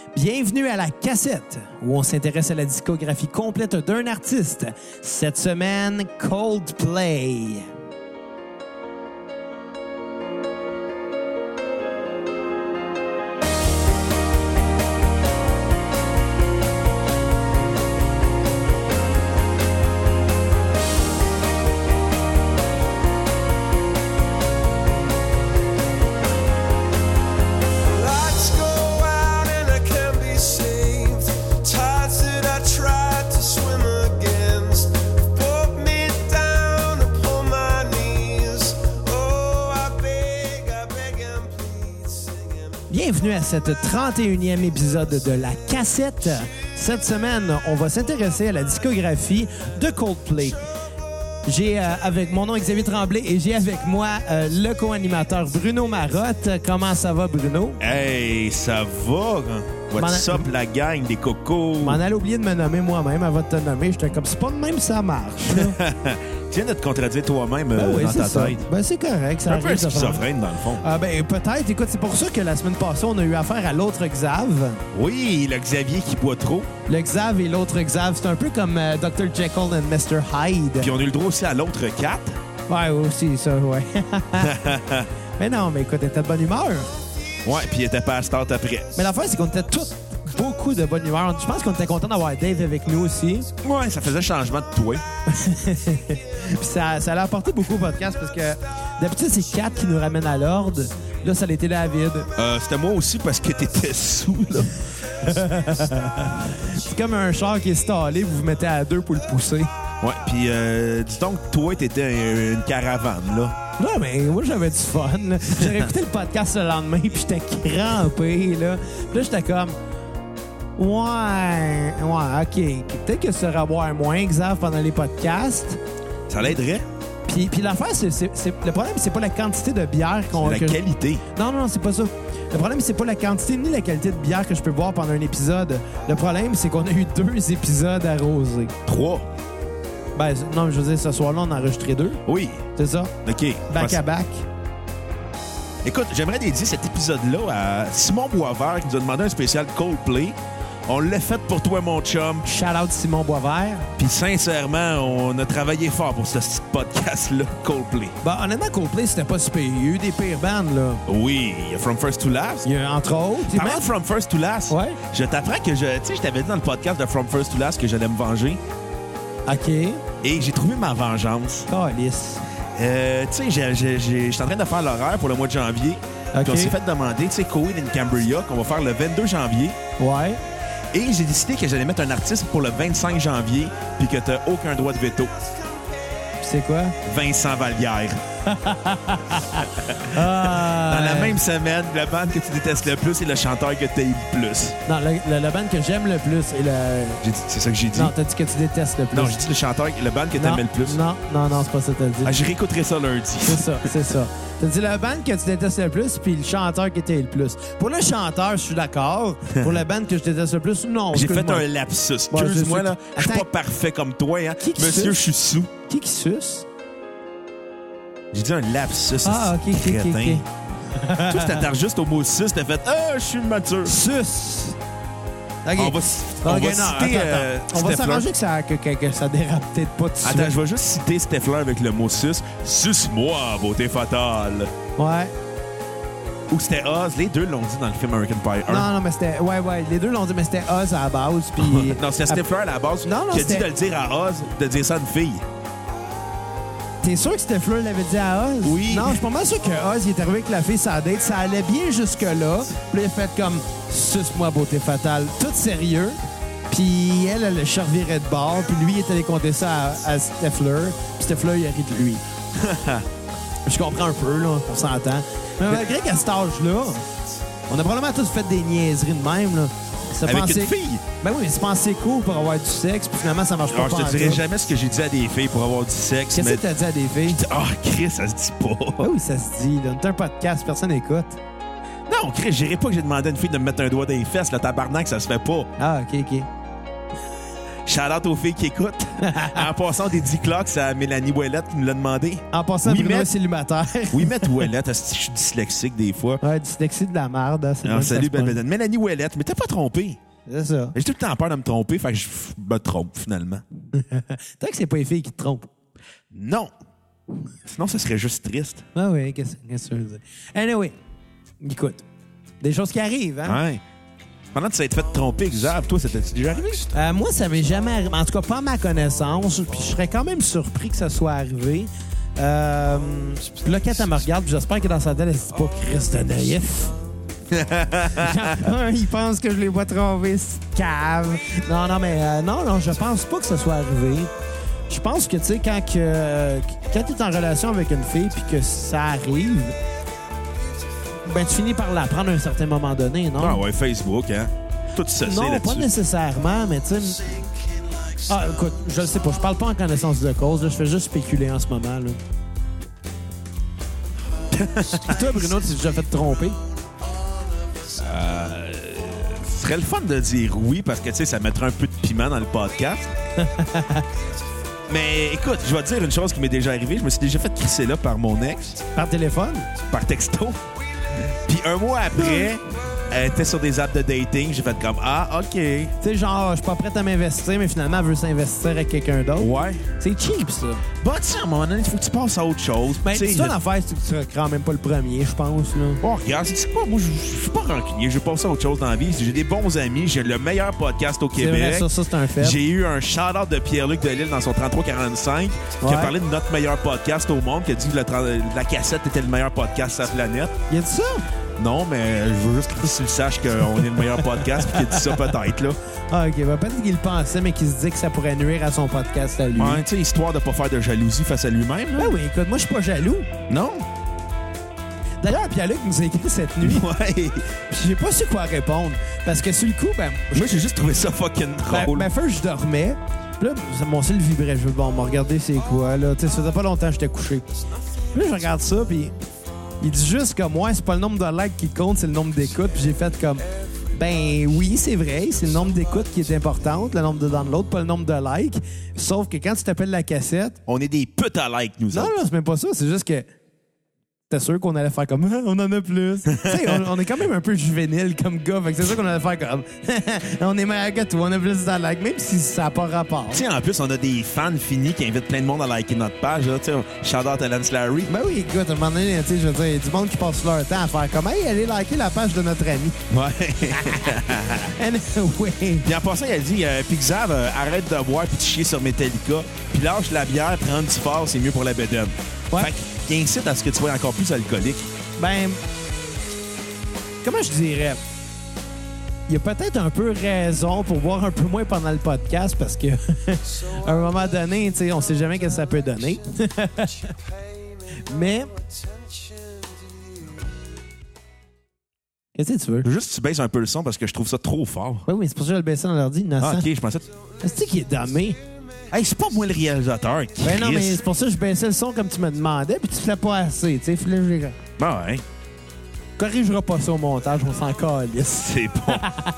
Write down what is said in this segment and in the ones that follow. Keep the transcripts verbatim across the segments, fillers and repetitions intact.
Bienvenue à La Cassette, où on s'intéresse à la discographie complète d'un artiste. Cette semaine, Coldplay. Bienvenue à cette trente et unième épisode de La Cassette. Cette semaine, on va s'intéresser à la discographie de Coldplay. J'ai euh, avec mon nom Xavier Tremblay et j'ai avec moi euh, le co-animateur Bruno Marotte. Comment ça va, Bruno? Hey, ça va? What's up, la gang des cocos? Je m'en allais oublier de me nommer moi-même avant de te nommer. J'étais comme, c'est pas de même ça marche. Tu viens de te contredire toi-même ben euh, oui, dans ta ça. tête. Ben c'est correct. Ça un peu un schizophrène, dans le fond. Ah ben peut-être. Écoute, c'est pour ça que la semaine passée, on a eu affaire à l'autre Xav. Oui, le Xavier qui boit trop. Le Xav et l'autre Xav, c'est un peu comme euh, docteur Jekyll and mister Hyde. Puis on a eu le droit aussi à l'autre Cat. Ouais, aussi, ça, ouais. Mais non, mais écoute, elle était de bonne humeur. Ouais, puis il était pas à start après. Mais l'affaire, c'est qu'on était tous beaucoup de bonne humeur. Je pense qu'on était contents d'avoir Dave avec nous aussi. Ouais, ça faisait changement de toi. Puis ça, ça l'a apporté beaucoup au podcast parce que d'habitude, c'est Kat qui nous ramène à l'ordre. Là, ça a été David. Euh, c'était moi aussi parce que t'étais sous, là. C'est comme un char qui est stallé, vous vous mettez à deux pour le pousser. Ouais, puis euh, dis donc, toi, t'étais un, une caravane, là. Non, mais moi, j'avais du fun. Là. J'avais écouté le podcast le lendemain, puis j'étais crampé, là. Puis là, j'étais comme... Ouais, ouais, OK. Peut-être que ça sera boire moins, Xav, pendant les podcasts. Ça l'aiderait. Puis, puis l'affaire, c'est, c'est, c'est, le problème, c'est pas la quantité de bière qu'on... C'est la que qualité. Je... Non, non, non, c'est pas ça. Le problème, c'est pas la quantité ni la qualité de bière que je peux boire pendant un épisode. Le problème, c'est qu'on a eu deux épisodes arrosés. Trois. Ben, non, je veux dire, ce soir-là, on a enregistré deux. Oui. C'est ça? OK. Back à back. Écoute, j'aimerais dédier cet épisode-là à Simon Boisvert qui nous a demandé un spécial Coldplay. On l'a fait pour toi, mon chum. Shout-out Simon Boisvert. Puis sincèrement, on a travaillé fort pour ce petit podcast-là, Coldplay. Ben, honnêtement, Coldplay, c'était pas super. Il y a eu des pires bandes, là. Oui, il y a From First to Last. Il y a, entre autres... Parlant de From First to Last, ouais. Je t'apprends que je... Tu sais, je t'avais dit dans le podcast de From First to Last que j'allais me venger. OK. Et j'ai trouvé ma vengeance. Calice. Euh, tu sais, je suis en train de faire l'horaire pour le mois de janvier. OK. Puis on s'est fait demander, tu sais, Coed in Cambria, qu'on va faire le vingt-deux janvier. Ouais. Et j'ai décidé que j'allais mettre un artiste pour le vingt-cinq janvier, puis que t'as aucun droit de veto. C'est quoi? Vincent Vallière. Ah, Dans la même semaine, la bande que tu détestes le plus et le chanteur que tu aimes le plus. Non, le, le, le band que j'aime le plus est le... J'ai dit, c'est ça que j'ai dit? Non, t'as dit que tu détestes le plus. Non, j'ai dit le chanteur, le band que tu aimais le plus. Non, non, non, c'est pas ça que t'as dit. Ah, je réécouterai ça lundi. C'est ça, c'est ça. T'as dit le band que tu détestes le plus, puis le chanteur que t'aimes le plus. Pour le chanteur, je suis d'accord. Pour le band que je déteste le plus, non. J'ai fait un lapsus. Ouais, Excuse-moi, je là. Je suis Attends. pas parfait comme toi, hein. Qui qui Monsieur, suce? je suis sous. Qui qui suce? J'ai dit un lapsus. Ah, OK, OK, OK, crétin. OK. Toi, tu t'attardes juste au mot sus, t'as fait « Ah, je suis mature. » Sus. OK. On va, on OK, va non, citer attends, euh, attends. On va Steffler. s'arranger que ça, que, que, que ça dérape peut-être pas tout de suite. Attends, je vais juste citer Steffler avec le mot sus. « Suce-moi, beauté fatale. » Ouais. Ou c'était Oz. Les deux l'ont dit dans le film American Pie un. Non, non, mais c'était... Ouais, ouais, les deux l'ont dit, mais c'était Oz à la base, puis... Non, c'était Steffler à la base Non, non, qui a dit c'était- de le dire à Oz, de dire ça à une fille. T'es sûr que Steffler l'avait dit à Oz? Oui. Non, je suis pas mal sûr que Oz, il est arrivé avec la fille sa date. Ça allait bien jusque-là. Puis là, il a fait comme « Suce-moi, beauté fatale ». Tout sérieux. Puis elle, elle le revirait de bord. Puis lui, il est allé compter ça à, à Steffler. Puis Steffler, il a ri de lui. Je comprends un peu, là. On s'entend. Mais malgré qu'à cet âge-là, on a probablement tous fait des niaiseries de même, là. Ça Avec pensait- une fille. Ben oui, mais c'est pensé cool pour avoir du sexe. Puis finalement, ça marche pas. Alors, je te pantoute. dirai jamais ce que j'ai dit à des filles pour avoir du sexe. Qu'est-ce mais... que t'as dit à des filles? Ah, Chris, ça se dit pas. Ah oui, ça se dit. Là. On est un podcast, personne n'écoute. Non, Chris, je dirais pas que j'ai demandé à une fille de me mettre un doigt dans les fesses. Le tabarnak, ça se fait pas. Ah, OK, OK. Je Shout-out aux filles qui écoutent. En passant des dix clocks, c'est à Mélanie Ouellette qui nous l'a demandé. En passant, Oui, Bruno mais- est célibataire. Oui, mette Ouellette. Je suis dyslexique des fois. Ouais, dyslexie de la merde. Hein, c'est Alors, même salut, ça se ben, ben, Mélanie Ouellette. Mais t'es pas trompé. C'est ça. J'ai tout le temps peur de me tromper, fait que je me trompe, finalement. Tant que c'est pas les filles qui te trompent. Non. Sinon, ce serait juste triste. Ah oui, qu'est-ce qu'est-ce que tu veux dire? Anyway, écoute, des choses qui arrivent, hein? Ouais. Pendant que tu t'es fait tromper, Xav, toi, c'était déjà arrivé? Euh, moi, ça m'est jamais arrivé. En tout cas, pas à ma connaissance. Puis je serais quand même surpris que ça soit arrivé. Euh, puis là, quand elle me regarde, puis j'espère que dans sa tête, elle se dit pas Chris de naïf. Il pense que je les vois tromper, c'est cave. Non, non, mais euh, non, non, je pense pas que ça soit arrivé. Je pense que, tu sais, quand, que, quand tu es en relation avec une fille puis que ça arrive, ben tu finis par l'apprendre à un certain moment donné, non? Ah ouais, Facebook, hein? Tout ça, c'est Non, là-dessus. pas nécessairement, mais tu sais... Ah, écoute, je le sais pas. Je parle pas en connaissance de cause. Là, je fais juste spéculer en ce moment. Là. Toi, Bruno, tu t'es déjà fait tromper? Euh, ce serait le fun de dire oui parce que, tu sais, ça mettrait un peu de piment dans le podcast. Mais écoute, je vais te dire une chose qui m'est déjà arrivée. Je me suis déjà fait crisser là par mon ex, Par téléphone? par texto. Puis un mois après, elle était sur des apps de dating. J'ai fait comme, ah, OK. Tu sais, genre, je suis pas prête à m'investir, mais finalement, elle veut s'investir avec quelqu'un d'autre. Ouais. C'est cheap, ça. Bah, tu sais, à un moment donné, il faut que tu passes à autre chose. Ben, Tu sais, c'est ça le- l'affaire, c'est que tu seras quand même pas le premier, je pense. Là. Oh, regarde, c'est quoi? Moi, je je suis pas rancunier. Je vais passer à autre chose dans la vie. J'ai des bons amis. J'ai le meilleur podcast au C'est vrai, Québec. ça, ça c'est un fait. J'ai eu un shout-out de Pierre-Luc Delisle dans son trente-trois quarante-cinq qui Ouais. a parlé de notre meilleur podcast au monde, qui a dit que le tra- la cassette était le meilleur podcast sur la planète. Il a dit ça? Non, mais je veux juste que tu le saches qu'on est le meilleur podcast puis qu'il a dit ça peut-être, là. Ah, OK. Ben, peut-être qu'il le pensait, mais qu'il se dit que ça pourrait nuire à son podcast à lui. Ouais, tu sais, histoire de pas faire de jalousie face à lui-même. là. Ben oui, écoute, moi, je suis pas jaloux. Non? D'ailleurs, Pierre-Luc nous a écrit cette nuit. Ouais. Puis j'ai pas su quoi répondre. Parce que sur le coup, ben. Moi, j'ai juste trouvé ça fucking Ben, drôle. ben first, je dormais. Puis là, mon cell vibrait. Je veux bon, me regarder c'est quoi, là. Tu sais, ça faisait pas longtemps que j'étais couché. Puis là, je regarde ça, puis il dit juste comme, ouais, c'est pas le nombre de likes qui compte, c'est le nombre d'écoutes. Puis j'ai fait comme, ben oui, c'est vrai, c'est le nombre d'écoutes qui est important, le nombre de downloads, pas le nombre de likes. Sauf que quand tu t'appelles la cassette, On est des putes à like, nous non, autres. non, c'est même pas ça. C'est juste que t'es sûr qu'on allait faire comme ah, on en a plus. Tu sais, on, on est quand même un peu juvénile comme gars. Fait que c'est sûr qu'on allait faire comme on est meilleur que toi, on a plus de likes, même si ça n'a pas rapport. Tu sais, en plus, on a des fans finis qui invitent plein de monde à liker notre page. Là. Tu sais, shout-out à Lance Larry. Ben oui, écoute, à un moment donné, tu sais, je veux dire, il y a du monde qui passe leur temps à faire comme hey, allez liker la page de notre ami. Ouais. Anyway. Puis en passant, il a dit euh, puis Xav, euh, arrête de boire puis de chier sur Metallica. Puis lâche la bière, prends du fort, c'est mieux pour la bedaine. Ouais. Fait qu'il incite à ce que tu sois encore plus alcoolique. Ben, comment je dirais? Il y a peut-être un peu raison pour boire un peu moins pendant le podcast parce que à un moment donné, tu sais, on sait jamais ce que ça peut donner. Mais qu'est-ce que tu veux? Je veux juste que tu baisses un peu le son parce que je trouve ça trop fort. Oui, oui, c'est pour ça que je le baissais dans l'ordi, innocent. Ah, OK, je pensais... Est-ce qu'il est damé? Hey, c'est pas moi le réalisateur, Ben non, Chris. mais c'est pour ça que je baissais le son comme tu me demandais, puis tu fais pas assez, tu sais. Fais le- Ben ouais, Corrigera pas ça au montage, on s'en calisse. c'est bon.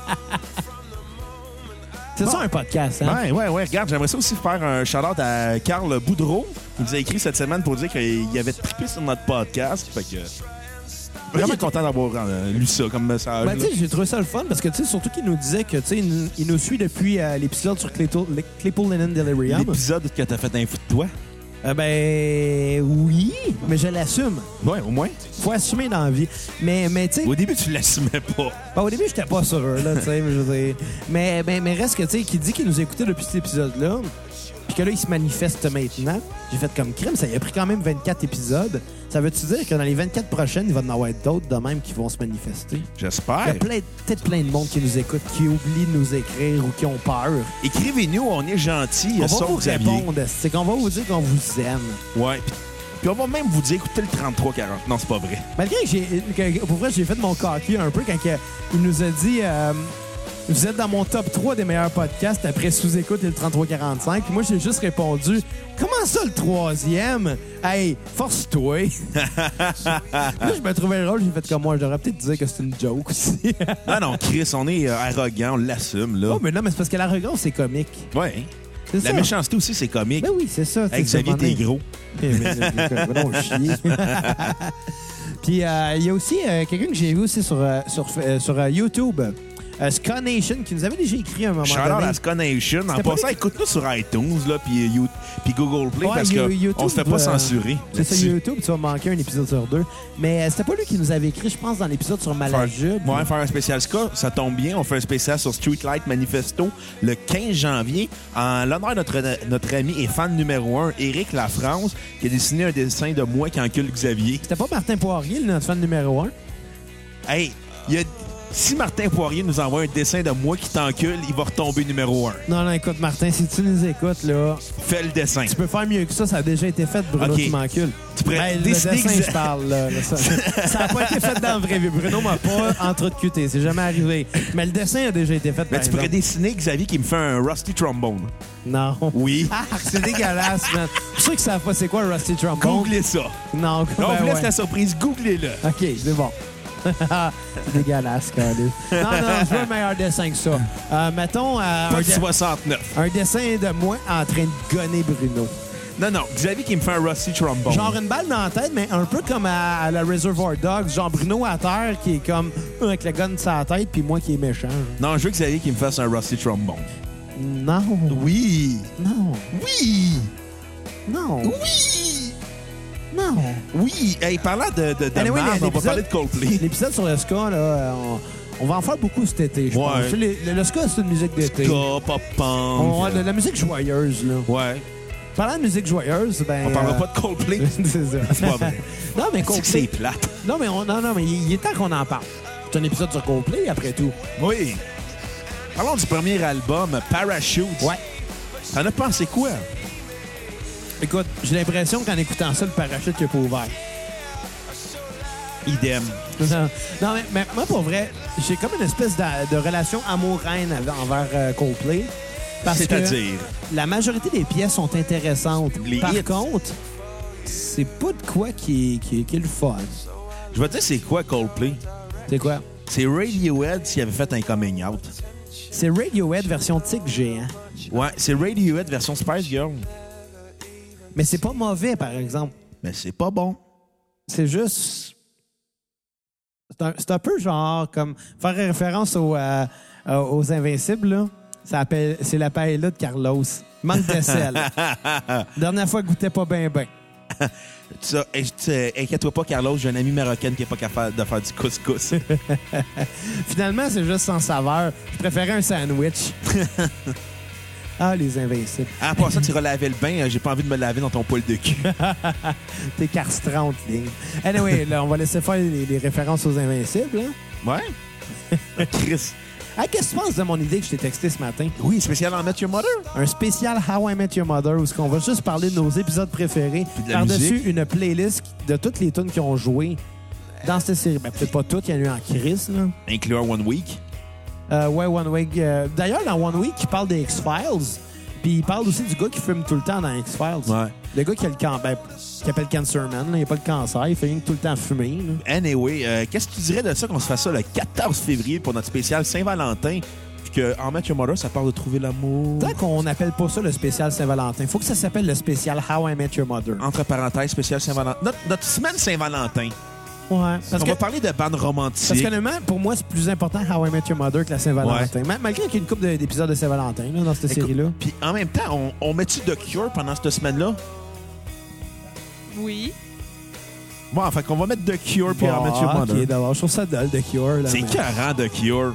C'est ça un podcast, hein? Ouais, ouais, ouais. Regarde, j'aimerais ça aussi faire un shout-out à Carl Boudreau. Il nous a écrit cette semaine pour dire qu'il avait trippé sur notre podcast. Fait que... Vraiment j'ai- content d'avoir euh, lu ça comme message. Ben, là. tu sais, j'ai trouvé ça le fun parce que, tu sais, surtout qu'il nous disait que, tu sais, il, nous- il nous suit depuis euh, l'épisode sur Claypool Claypool Lennon Delirium. L'épisode que t'as fait un fou de toi. Euh, ben, oui, mais je l'assume. Ouais, au moins. Faut assumer dans la vie. Mais, mais tu sais, Au début, tu l'assumais pas. ben, au début, j'étais pas sûr, là, tu sais, mais je veux dire. Mais, mais, mais reste que, tu sais, qui dit qu'il nous écoutait depuis cet épisode-là, puis que là, il se manifeste maintenant. J'ai fait comme crime, ça y a pris quand même vingt-quatre épisodes. Ça veut-tu dire que dans les vingt-quatre prochaines, il va y en avoir d'autres de même qui vont se manifester? Il y J'espère. a plein- peut-être plein de monde qui nous écoute, qui oublie de nous écrire ou qui ont peur. Écrivez-nous, on est gentils. On va sauf vous Xavier. répondre. C'est qu'on va vous dire qu'on vous aime. Ouais. Puis, puis on va même vous dire, écoutez le trente-trois quarante. Non, c'est pas vrai. Malgré que j'ai... que- pour vrai, j'ai fait mon coquille un peu quand que- il nous a dit... euh, vous êtes dans mon top trois des meilleurs podcasts après Sous-Écoute et le trente-trois quarante-cinq. Puis moi, j'ai juste répondu, comment ça le troisième? Hey, force-toi. Là, je me trouvais drôle, j'ai fait comme moi. Je devrais peut-être dire que c'est une joke aussi. Non, non, Chris, on est euh, arrogant, on l'assume, là. Oh, mais non, mais c'est parce que l'arrogance, c'est comique. Ouais. C'est La ça. méchanceté aussi, c'est comique. Ben oui, c'est ça. Hey, Xavier, t'es gros. Mais, mais, mais, non, chier. Puis, euh, il y a aussi euh, quelqu'un que j'ai vu aussi sur, euh, sur, euh, sur euh, YouTube, euh, Ska Nation, qui nous avait déjà écrit à un moment Shout-out donné. à Ska Nation. En C'était pas passant, lui- écoute-nous sur iTunes, là, puis, You- puis Google Play, Ouais, parce You- qu'on YouTube, ne se fait pas euh, censurer. C'est ça, là-dessus. YouTube, tu vas manquer un épisode sur deux. Mais euh, c'était pas lui qui nous avait écrit, je pense, dans l'épisode sur Malajube. Ouais, faire un spécial Ska, ça tombe bien. On fait un spécial sur Streetlight Manifesto le quinze janvier. En l'honneur de notre, notre ami et fan numéro un, Éric Lafrance, qui a dessiné un dessin de moi qui encule Xavier. C'était pas Martin Poirier, notre fan numéro un? Hey, il y a... si Martin Poirier nous envoie un dessin de moi qui t'encule, il va retomber numéro un. Non, non, écoute, Martin, si tu nous écoutes, là, Fais le dessin. tu peux faire mieux que ça. Ça a déjà été fait, Bruno, Ok. tu m'encules. Tu pourrais Ben, le décider dessin, que- je parle, là. là, ça ça a pas été fait dans la vraie vie. Bruno m'a pas entre de Q T. C'est jamais arrivé. Mais le dessin a déjà été fait, Mais par tu pourrais exemple. dessiner Xavier qui me fait un Rusty Trombone. Non. Oui. Ah, c'est dégueulasse, man. Je suis sûr qu'ils savent pas c'est quoi un Rusty Trombone. Googlez ça. Non, Là, on ben vous laisse ouais. la surprise. Googlez-le. OK, c'est bon. C'est dégueulasse, quand même. Non, non, je veux un meilleur dessin que ça. Euh, mettons euh, Pas un, de de- soixante-neuf. un dessin de moi en train de gonner Bruno. Non, non. Xavier qui me fait un Rusty Trombone. Genre une balle dans la tête, mais un peu comme à, à la Reservoir Dogs. Genre Bruno à terre qui est comme euh, avec le gun sur la tête, puis moi qui est méchant. Non, je veux Xavier qui me fasse un Rusty Trombone. Non. Oui. Non. Oui. Non. Oui. Non. Oui. Hey, parlant de, de, de Anyway, marde, on va l'épisode- parler de Coldplay. L'épisode sur le ska, là, euh, on, on va en faire beaucoup cet été, je Ouais. pense. Le, le- le ska, c'est une musique d'été. Ska, pop On punk. va de la musique joyeuse, là. Ouais. Parlant de musique joyeuse, ben... On parlera euh, pas de Coldplay. c'est ça. C'est pas vrai. Non, mais C'est que Coldplay... c'est plate. Non, mais, on, non, non, mais il, il est temps qu'on en parle. C'est un épisode sur Coldplay, après tout. Oui. Parlons du premier album, Parachute. Ouais. T'en as pensé quoi? Écoute, j'ai l'impression qu'en écoutant ça, le parachute qui a pas ouvert. Idem. Non, non, mais, mais moi, pour vrai, j'ai comme une espèce de, de relation amour-haine av- envers euh, Coldplay. Parce que C'est-à-dire? la majorité des pièces sont intéressantes. Les Par hits. contre, c'est pas de quoi qui est, qui est, qui est le fun. Je vais te dire c'est quoi Coldplay? C'est quoi? C'est Radiohead s'il avait fait un coming out. C'est Radiohead version tic géant. Ouais, c'est Radiohead version Spice Girl. Mais c'est pas mauvais, par exemple. Mais c'est pas bon. C'est juste... C'est un, c'est un peu genre comme... Faire référence aux, euh, euh, aux Invincibles, là. Ça appelle- C'est la paella de Carlos. Manque de sel. Dernière fois, goûtait pas bien, bien. Ça, hey, tu- euh, inquiète-toi pas, Carlos, j'ai un ami marocain qui est pas capable de faire du couscous. Finalement, c'est juste sans saveur. Je préférais un sandwich. Ah, les Invincibles. En passant, tu iras laver le bain. euh, J'ai pas envie de me laver dans ton poil de cul. T'es castrante, ligne. Anyway, là, on va laisser faire les, les références aux Invincibles. Hein? Ouais? Chris. Ah, qu'est-ce que tu penses de mon idée que je t'ai texté ce matin? Oui, spécial en Met Your Mother. Un spécial How I Met Your Mother où on va juste parler de nos épisodes préférés. Puis de la Par-dessus, musique. une playlist de toutes les tunes qui ont joué dans cette série. Ben, peut-être pas toutes, il y en a eu en crise, là. Incluant One Week. Euh, ouais, One Week. euh, D'ailleurs, dans One Week, il parle des X-Files. Puis il parle aussi du gars qui fume tout le temps dans X-Files. Ouais. Le gars qui a le can... ben, qui appelle Cancerman. Là. Il n'a pas le cancer. Il fait rien que tout le temps fumer. Là. Anyway, euh, qu'est-ce que tu dirais de ça qu'on se fasse ça le quatorze février pour notre spécial Saint-Valentin? Puis qu'en Met Your Mother, ça parle de trouver l'amour. Tant qu'on n'appelle pas ça le spécial Saint-Valentin, il faut que ça s'appelle le spécial How I Met Your Mother. Entre parenthèses, spécial Saint-Valentin. Notre, notre semaine Saint-Valentin. Ouais. Parce On que, va parler de bandes parce romantiques. qu'honnêtement, pour moi, c'est plus important How I Met Your Mother que la Saint-Valentin. Ma- Malgré qu'il y ait une couple de- d'épisodes de Saint-Valentin là, dans cette Écoute, série-là. Puis en même temps, on, on met-tu The Cure pendant cette semaine-là? Oui. Bon, en fait qu'on va mettre The Cure puis en Bon, Met Your Mother. OK, d'abord, je trouve ça dull, The Cure. Là, C'est mais- carrant, The Cure.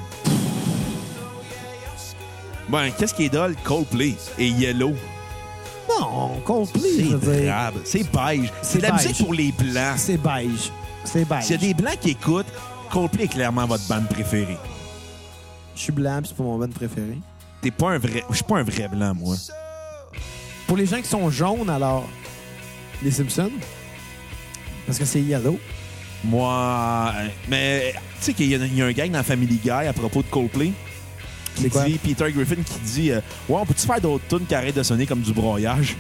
Bon, qu'est-ce qui est dole? Coldplay et Yellow. Non, Coldplay, C'est je veux dire. grave. C'est beige. C'est C'est de la beige. musique pour les Blancs. C'est beige. C'est beige. S'il y a des Blancs qui écoutent, Coldplay est clairement votre bande préférée. Je suis blanc, puis c'est pas mon band préféré. T'es pas un vrai... Je suis pas un vrai Blanc, moi. Pour les gens qui sont jaunes, alors, les Simpsons, parce que c'est yellow. Moi... euh, Mais tu sais qu'il y, a- il y a un gag dans Family Guy à propos de Coldplay. Qui dit, Peter Griffin qui dit euh, ouais, on peut-tu faire d'autres tunes qui arrêtent de sonner comme du broyage?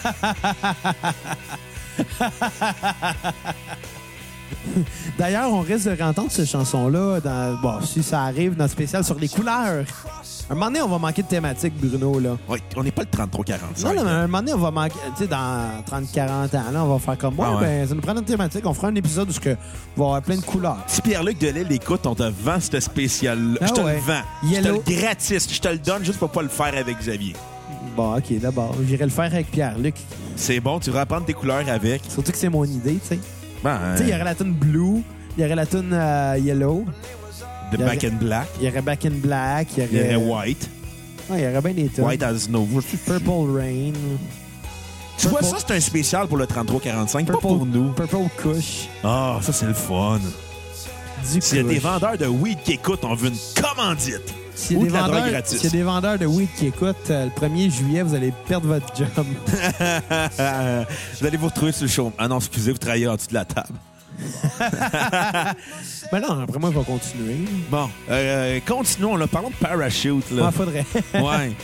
D'ailleurs, on risque de réentendre cette chanson-là dans, bon, si ça arrive, dans notre spécial sur les couleurs. Un moment donné, on va manquer de thématique, Bruno, là. Oui, on n'est pas le trente-trois quarante-cinq. Non, non, mais un moment donné, on va manquer... Tu sais, dans trente quarante ans, là, on va faire comme moi. Ah ouais. Ben, ça nous prend notre thématique. On fera un épisode où il va y avoir plein de couleurs. Si Pierre-Luc Delisle écoute, on te vend ce spécial-là. Ah je te ouais. le vends. Yellow. Je te le gratis. Je te le donne juste pour pas le faire avec Xavier. Bon, OK, d'abord. J'irai le faire avec Pierre-Luc. C'est bon, tu vas apprendre tes couleurs avec. Surtout que c'est mon idée, tu sais. Ben, tu sais, il y aurait la tune Blue, il y aurait la tune uh, Yellow. The Back in Black. Il y aurait Back in Black. Il y aurait, il y aurait White. Ouais, il y aurait bien des tunes. White as Snow. Purple Rain. Tu vois, ça, c'est un spécial pour le trente-trois quarante-cinq, pas pour nous. Purple Kush. Ah, ça, c'est le fun. S'il y a des vendeurs de weed qui écoutent, on veut une commandite. S'il y, vendeurs, s'il y a des vendeurs de weed qui écoutent, euh, le premier juillet, vous allez perdre votre job. Vous allez vous retrouver sur le show. Ah non, excusez, vous travaillez en dessous de la table. Ben non, après moi, il va continuer. Bon, euh, continuons. Là, parlons de Parachute. Là. Ah, faudrait. Ouais.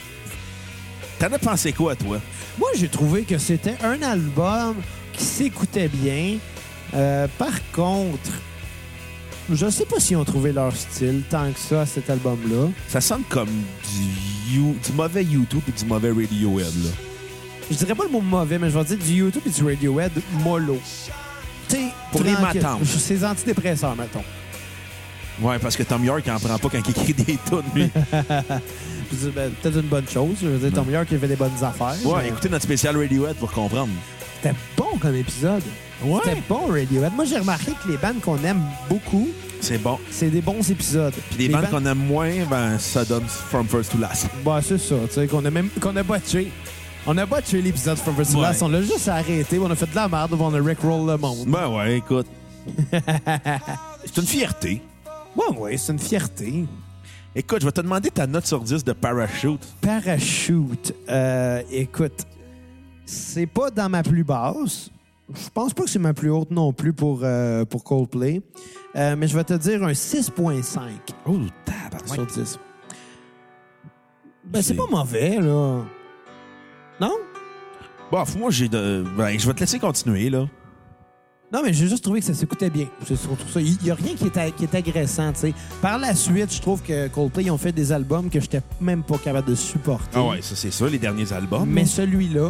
T'en as pensé quoi, toi? Moi, j'ai trouvé que c'était un album qui s'écoutait bien. Euh, par contre... Je sais pas s'ils ont trouvé leur style tant que ça, cet album-là. Ça sonne comme du, you, du mauvais YouTube et du mauvais Radiohead, là. Je dirais pas le mot mauvais, mais je vais dire du YouTube et du Radiohead mollo. Tu sais, pour les matins. C'est des antidépresseurs, mettons. Ouais, parce que Tom York en prend pas quand il écrit des tunes, lui. ben, peut-être une bonne chose. Je veux dire, Tom York, il fait des bonnes affaires. Ouais, mais... écoutez notre spécial Radiohead pour comprendre. C'était bon comme épisode. Ouais. C'était bon, Radiohead. Moi, j'ai remarqué que les bandes qu'on aime beaucoup, c'est bon. C'est des bons épisodes. Puis les, les bandes, bandes qu'on aime moins, ben ça donne From First to Last. Bah, c'est ça. Tu sais, qu'on a même qu'on a botché. On a botché l'épisode From First to Last. On l'a juste arrêté. On a fait de la merde. On a rickroll le monde. Ben ouais, écoute. C'est une fierté. Ouais, ouais, c'est une fierté. Écoute, je vais te demander ta note sur dix de Parachute. Parachute. Euh, écoute, c'est pas dans ma plus basse. Je pense pas que c'est ma plus haute non plus pour, euh, pour Coldplay. Euh, mais je vais te dire un six virgule cinq. Oh, tabac. Sur dix. Ben, c'est, c'est pas mauvais, là. Non? Bon, moi, j'ai de... Ben, je vais te laisser continuer, là. Non, mais j'ai juste trouvé que ça s'écoutait bien. C'est surtout ça. Il n'y a rien qui est, qui est agressant, tu sais. Par la suite, je trouve que Coldplay, ils ont fait des albums que j'étais même pas capable de supporter. Ah ouais, ça, c'est ça, les derniers albums. Mais celui-là...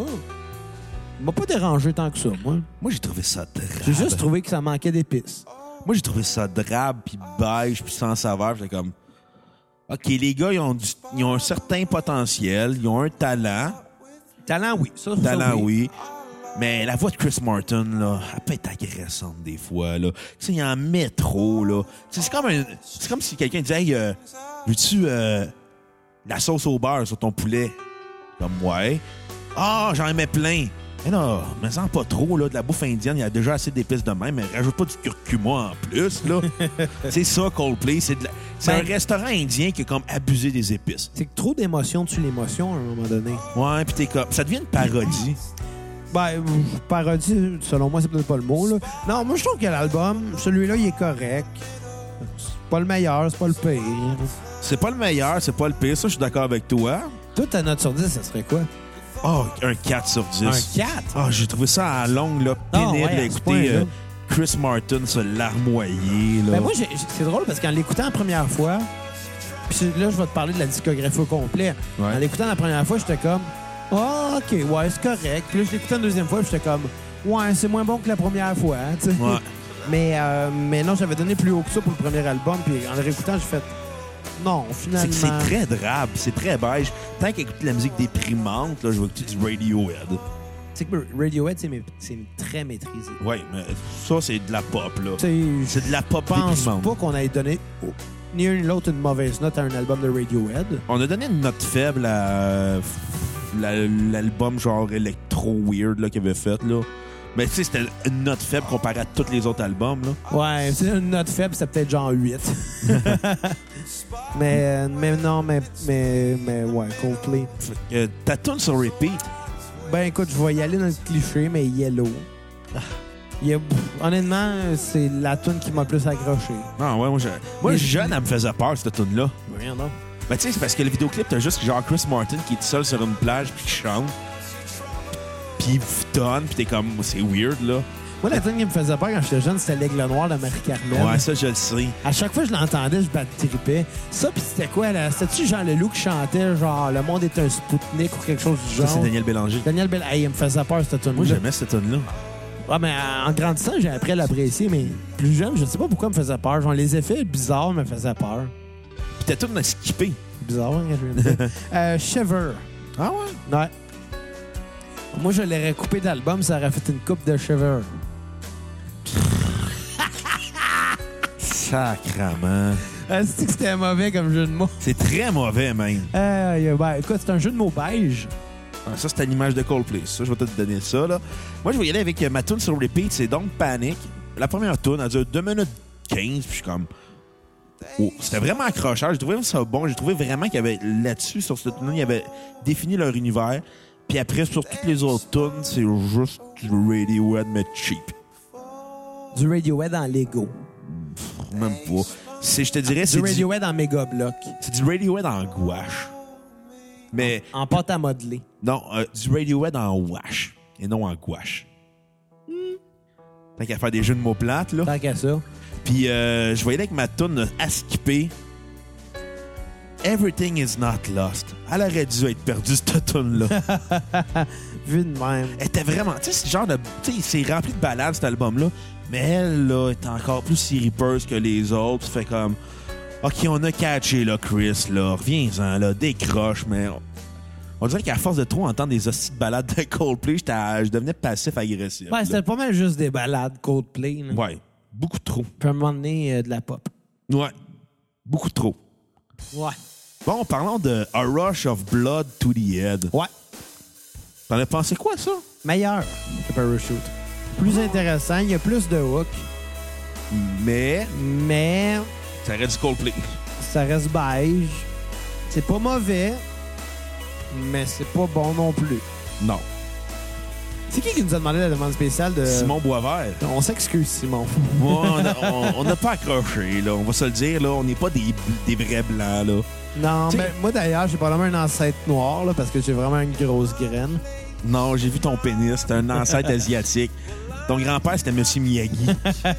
m'a pas dérangé tant que ça, moi. Moi, j'ai trouvé ça drabe. J'ai juste trouvé que ça manquait d'épices. Moi, j'ai trouvé ça drabe, puis beige, puis sans saveur. J'étais comme... OK, les gars, ils ont, du... ils ont un certain potentiel, ils ont un talent. Talent, oui. Ça, talent, ça, oui. oui. Mais la voix de Chris Martin, là, elle peut être agressante des fois, là. Tu sais, il en met trop, là. T'sais, c'est comme un... c'est comme si quelqu'un disait, hey, euh, veux-tu euh, la sauce au beurre sur ton poulet? Comme, ouais. Ah, j'en mets plein. Mais non, mais sans pas trop, là, de la bouffe indienne, il y a déjà assez d'épices de même, mais rajoute pas du curcuma en plus, là. C'est ça, Coldplay. C'est, de la... c'est ben, un restaurant indien qui a comme abusé des épices. C'est que trop d'émotions tue l'émotion à un moment donné. Ouais, pis t'es comme... ça devient une parodie. Ben, parodie, selon moi, c'est peut-être pas le mot, là. Non, moi, je trouve que l'album, celui-là, il est correct. C'est pas le meilleur, c'est pas le pire. C'est pas le meilleur, c'est pas le pire. Ça, je suis d'accord avec toi. Toi, ta note sur dix, ça serait quoi? Oh, un quatre sur dix. Un quatre? Oh, j'ai trouvé ça à longue, là, pénible oh, ouais, d'écouter euh, Chris Martin se larmoyer, là. Ben moi, j'ai, c'est drôle parce qu'en l'écoutant la première fois, puis là, je vais te parler de la discographie au complet. Ouais. En l'écoutant la première fois, j'étais comme, ah, oh, OK, ouais, c'est correct. Puis là, je l'écoutais une deuxième fois, puis j'étais comme, ouais, c'est moins bon que la première fois, tu sais. Ouais. Mais, euh, mais non, j'avais donné plus haut que ça pour le premier album, puis en le réécoutant, j'ai fait... Non, finalement... C'est que c'est très drabe, c'est très beige. Tant qu'écouter de la musique déprimante, là, je vais écouter du Radiohead. C'est que Radiohead, c'est, c'est très maîtrisé. Oui, mais ça, c'est de la pop, là. T'sais, c'est de la pop déprimante. Je déprimante. pense pas qu'on ait donné oh, ni une ni l'autre une mauvaise note à un album de Radiohead. On a donné une note faible à la, l'album genre électro-weird là, qu'il avait fait, là. Mais tu sais, c'était une note faible comparée à tous les autres albums, là. Ouais, c'est une note faible, c'était peut-être genre huit. mais, mais non, mais, mais, mais ouais, Coldplay. Euh, ta tune sur repeat? Ben écoute, je vais y aller dans le cliché, mais Yellow. Il y a, honnêtement, c'est la tune qui m'a le plus accroché. Ah ouais, moi, je, moi jeune, elle me faisait peur, cette tune-là. Rien, non. Ben, tu sais, c'est parce que le vidéoclip, t'as juste genre Chris Martin qui est tout seul sur une plage puis qui chante. Puis il tonne, puis t'es comme, c'est weird, là. Moi, la tune qui me faisait peur quand j'étais jeune, c'était l'Aigle Noir de Marie-Carmen. Ouais, ça, je le sais. À chaque fois que je l'entendais, je battripais. Ça, puis c'était quoi, là? C'était-tu Jean Leloup qui chantait, genre, le monde est un Spoutnik ou quelque chose du genre? Ça, c'est Daniel Bélanger. Daniel Bélanger. Hey, il me faisait peur, cette tune-là. Moi, j'aimais cette tune-là. Ouais, mais en grandissant, j'ai appris à l'apprécier, mais plus jeune, je sais pas pourquoi il me faisait peur. Genre, les effets bizarres me faisaient peur. Puis t'as tout à skipper. Bizarre, hein, quand je viens de dire. euh, Shiver. Ah ouais? Ouais. Moi, je l'aurais coupé d'album, ça aurait fait une coupe de Shiver. Sacrement. Ah, c'est que c'était mauvais comme jeu de mots. C'est très mauvais, même. Euh, ben, écoute, c'est un jeu de mots beige. Ah, ça, c'est une image de Coldplay. Ça, je vais te donner ça, là. Moi, je vais y aller avec euh, ma tune sur repeat, c'est Don't Panic. La première tune, elle dure deux minutes quinze, puis je suis comme... Oh, c'était vraiment accrocheur. J'ai trouvé ça bon. J'ai trouvé vraiment qu'il y avait là-dessus, sur cette tune, il y avait défini leur univers. Puis après, sur toutes les autres tunes, c'est juste du Radiohead, mais cheap. Du Radiohead en Lego. Pff, même pas. C'est, je te dirais, Du c'est Radiohead en méga bloc. C'est du Radiohead en gouache. Mais... En pâte à modeler. Non, euh, du Radiohead en wash. Et non en gouache. Mm. Tant qu'à faire des jeux de mots plates, là. Tant qu'à ça. Puis, euh, je voyais avec ma toune à skipper. Everything is not lost. Elle aurait dû être perdue, cette toune-là. Vu de même. Elle était vraiment... Tu sais, c'est genre de... Tu sais, c'est rempli de ballades, cet album-là. Mais elle, là, est encore plus siripeuse que les autres. Ça fait comme... OK, on a catché, là, Chris, là. Reviens-en, là. Décroche, mais... On dirait qu'à force de trop entendre des hosties de balades de Coldplay, je devenais passif-agressif. Ouais, c'était pas mal juste des balades Coldplay. Là. Ouais, beaucoup trop. Puis à un moment donné, euh, de la pop. Ouais, beaucoup trop. Ouais. Bon, parlons de A Rush of Blood to the Head. Ouais. T'en as pensé quoi, ça? Meilleur que Parachute. Plus intéressant, il y a plus de hook. Mais... Mais... Ça aurait du Coldplay. Ça reste beige. C'est pas mauvais, mais c'est pas bon non plus. Non. C'est qui qui nous a demandé la demande spéciale de... Simon Boisvert. On s'excuse, Simon. Ouais, on n'a pas accroché, là. On va se le dire, là. On n'est pas des, des vrais blancs, là. Non, T'sais... mais moi, d'ailleurs, j'ai probablement un ancêtre noir, là, parce que j'ai vraiment une grosse graine. Non, j'ai vu ton pénis. C'était un ancêtre asiatique. Ton grand-père, c'était M. Miyagi.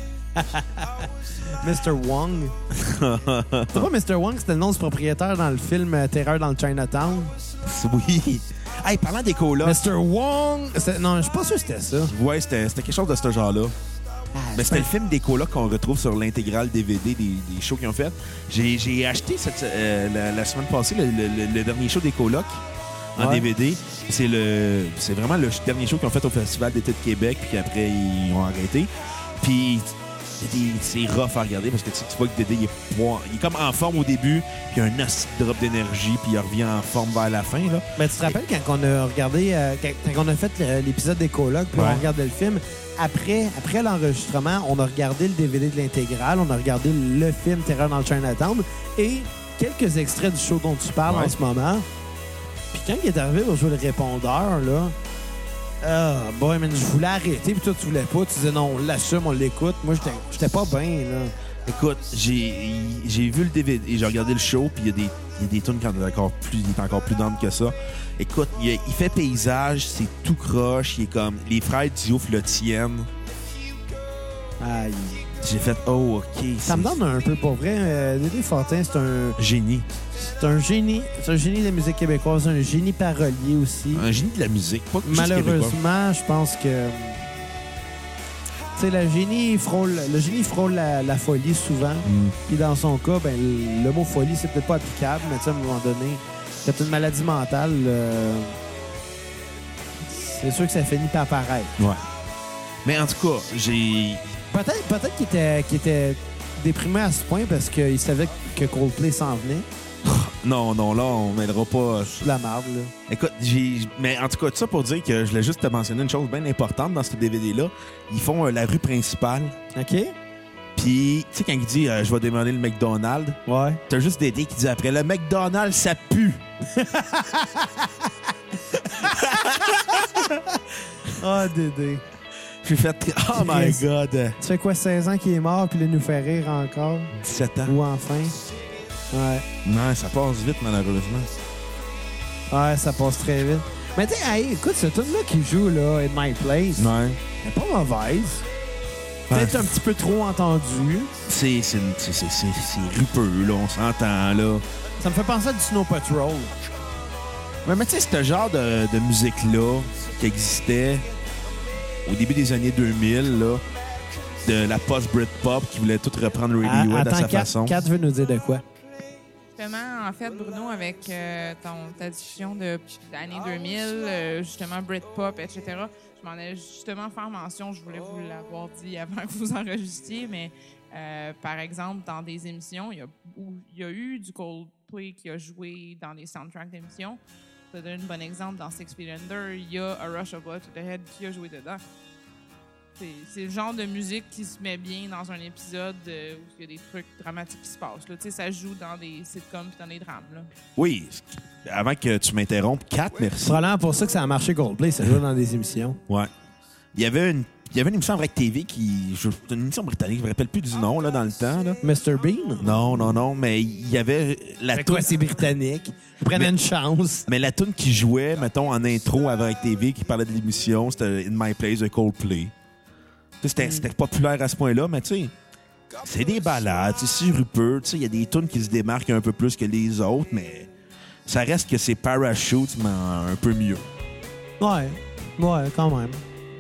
mister Wong. Tu vois, mister Wong, c'était le nom du propriétaire dans le film euh, Terreur dans le Chinatown. Oui. Hey, parlant des colocs... mister Wong... Non, je suis pas sûr que c'était ça. Ouais, c'était, c'était quelque chose de ce genre-là. Ah, Mais c'était le film des colocs qu'on retrouve sur l'intégrale D V D des, des shows qu'ils ont fait. J'ai, j'ai acheté cette, euh, la, la semaine passée le, le, le dernier show des colocs en ouais. D V D. C'est, le, c'est vraiment le dernier show qu'ils ont fait au Festival d'été de Québec, puis qu'après, ils ont arrêté. Puis... c'est rough à regarder parce que tu, tu vois que Dédé, il est, il est comme en forme au début, puis il y a un acide drop d'énergie, puis il revient en forme vers la fin. Là. Ben, tu te rappelles quand on a regardé, euh, quand, quand on a fait l'épisode des colocs, puis ouais. on regardait le film, après, après l'enregistrement, on a regardé le D V D de l'intégrale, on a regardé le film Terreur dans le Chinatown et quelques extraits du show dont tu parles ouais. en ce moment. Puis quand il est arrivé pour jouer le répondeur, là, ah, oh, boy, man, je voulais arrêter, puis toi, tu voulais pas. Tu disais non, on l'assume, on l'écoute. Moi, j'étais, j'étais pas bien, là. Écoute, j'ai, j'ai vu le D V D, j'ai regardé le show, puis il y a des, il y a des tunes qui sont encore plus, il est encore plus dense que ça. Écoute, il, il fait paysage, c'est tout croche, il est comme les frères Diouf le tiennent. Aïe. J'ai fait, oh, OK. Ça me donne un peu, pour vrai. Euh, Dédé Fortin, c'est un... Génie. C'est un génie. C'est un génie de la musique québécoise, un génie parolier aussi. Un génie de la musique, pas que malheureusement, je pense que... Tu sais, le génie frôle, le génie frôle la, la folie souvent. Mm. Puis dans son cas, ben, le mot folie, c'est peut-être pas applicable, mais tu sais, à un moment donné, c'est une maladie mentale. Euh... C'est sûr que ça finit par apparaître. Ouais. Mais en tout cas, j'ai... Peut-être, peut-être qu'il était, qu'il était déprimé à ce point parce qu'il savait que Coldplay s'en venait. Non, non, là, on m'aidera pas. C'est de la merde, là. Écoute, j'ai... Mais en tout cas, tout ça pour dire que je voulais juste te mentionner une chose bien importante dans ce D V D-là. Ils font euh, la rue principale. OK. Puis, tu sais, quand il dit euh, « Je vais demander le McDonald's », ouais. T'as juste Dédé qui dit après « Le McDonald's, ça pue! » Ah, oh, Dédé. J'ai fait « Oh my God! » Tu fais quoi, seize ans qu'il est mort, puis il nous fait rire encore? dix-sept ans. Ou enfin? Ouais. Non, ça passe vite, malheureusement. Ouais, ça passe très vite. Mais tu sais, hey, écoute, ce tune-là qui joue, là, In My Place, Ouais. elle est pas mauvaise. Peut-être Ouais. un petit peu trop entendu. C'est, c'est, c'est, c'est, c'est, c'est rupeux, là, on s'entend, là. Ça me fait penser à du Snow Patrol. Mais, mais tu sais, ce genre de, de musique-là qui existait au début des années deux mille, là, de la post-Britpop qui voulait tout reprendre Radiohead Ah, à attends, sa Kat, façon. Kat veut nous dire de quoi? Justement, en fait, Bruno, avec euh, ton, ta discussion de d'année deux mille, euh, justement, Britpop, et cetera, je m'en allais justement faire mention, je voulais vous l'avoir dit avant que vous enregistriez, mais euh, par exemple, dans des émissions, il y a, où il y a eu du Coldplay qui a joué dans des soundtracks d'émissions. Je te donne un bon exemple, dans Six Feet Under, il y a A Rush of Blood to the Head qui a joué dedans. C'est, c'est le genre de musique qui se met bien dans un épisode euh, où il y a des trucs dramatiques qui se passent. Là. Tu sais, ça joue dans des sitcoms et dans des drames. Là. Oui, avant que tu m'interrompes, Kat, merci. C'est probablement pour ça que ça a marché Coldplay, ça joue dans des émissions. Ouais. Il y avait une, il y avait une émission en Vrac T V qui... je- Une émission britannique, je me rappelle plus du nom, là, dans le temps, là. mister Bean? Non, non, non, mais il y avait la Fait quoi, toune... c'est britannique. Je prenais Mais- une chance. Mais la tune qui jouait, mettons, en intro à Vrac T V, qui parlait de l'émission, c'était In My Place de Coldplay. Tu sais, C'était, c'était populaire à ce point-là, mais tu sais, c'est des balades, tu sais, c'est rupeux, tu sais, il y a des tunes qui se démarquent un peu plus que les autres, mais ça reste que c'est Parachute, mais un peu mieux. Ouais, ouais, quand même.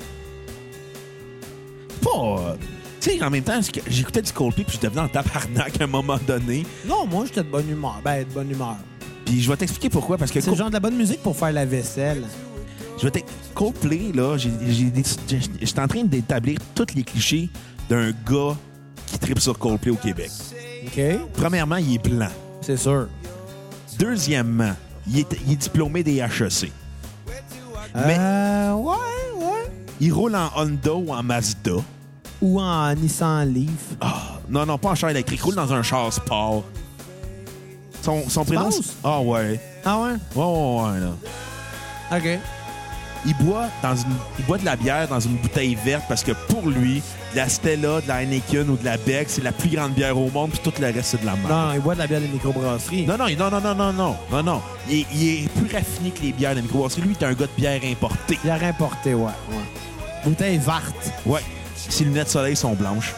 Pas... euh, Tu sais, en même temps, j'écoutais du Coldplay puis je devenais en tabarnak à un moment donné. Non, moi, j'étais de bonne humeur. Ben, de bonne humeur. Puis je vais t'expliquer pourquoi, parce que... C'est le genre de la bonne musique pour faire la vaisselle. Je vais t'ex- Coldplay, là, j'ai, j'ai, des- j'ai- j'étais en train d'établir tous les clichés d'un gars qui tripe sur Coldplay au Québec. OK? Premièrement, il est blanc. C'est sûr. Deuxièmement, il est, il est diplômé des H E C. Mais Euh, ouais, ouais. il roule en Honda ou en Mazda. Ou en Nissan Leaf. Ah, non, non, pas en char électrique. Il roule dans un char sport. Son, son prénom... penses? c'est- Ah ouais. Ah ouais? Ouais, ouais, ouais, là. OK. Il boit, dans une, il boit de la bière dans une bouteille verte parce que pour lui, de la Stella, de la Heineken ou de la Beck, c'est la plus grande bière au monde, puis tout le reste, c'est de la merde. Non, non, il boit de la bière des microbrasseries. Non, non, non, non, non, non, non, non, non. Il, est- il est plus raffiné que les bières de microbrasserie. Lui, il est un gars de bière importée. Bière importée, ouais, ouais. Bouteille verte. Ouais. Ses lunettes de soleil sont blanches.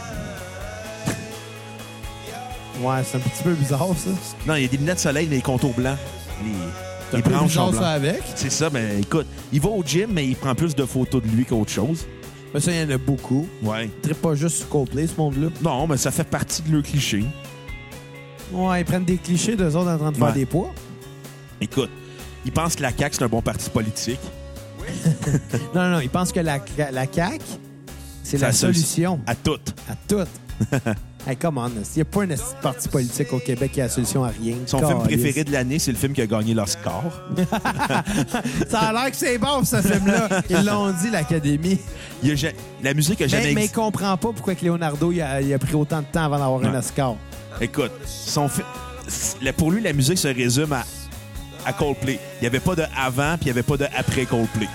Ouais, c'est un petit peu bizarre, ça. Non, il y a des lunettes de soleil, mais les contours blancs. Les, C'est les un peu branches sont bizarre, ça, blanches. avec. C'est ça, mais écoute, il va au gym, mais il prend plus de photos de lui qu'autre chose. Mais ça, il y en a beaucoup. Ouais. Ils trippent pas juste sur Coldplay, ce monde-là. Non, mais ça fait partie de leur cliché. Ouais, ils prennent des clichés d'eux autres en train de faire Ouais. des poids. Écoute, il pense que la C A Q, c'est un bon parti politique. Non, non, non, ils pensent que la, la C A Q, c'est la la solution À tout. à tout. Hey, come on, il n'y a pas un esti de parti politique au Québec qui a la solution à rien. Son film Calisse. préféré de l'année, c'est le film qui a gagné l'Oscar. Ça a l'air que c'est bon, ce film-là. Ils l'ont dit, l'Académie. Il a ja- La musique a jamais Mais, mais il existé. comprend pas pourquoi que Leonardo il a, il a pris autant de temps avant d'avoir un Ouais. Oscar. Écoute, son fi- la- pour lui, la musique se résume à, à Coldplay. Il n'y avait pas de avant, puis il n'y avait pas de après Coldplay.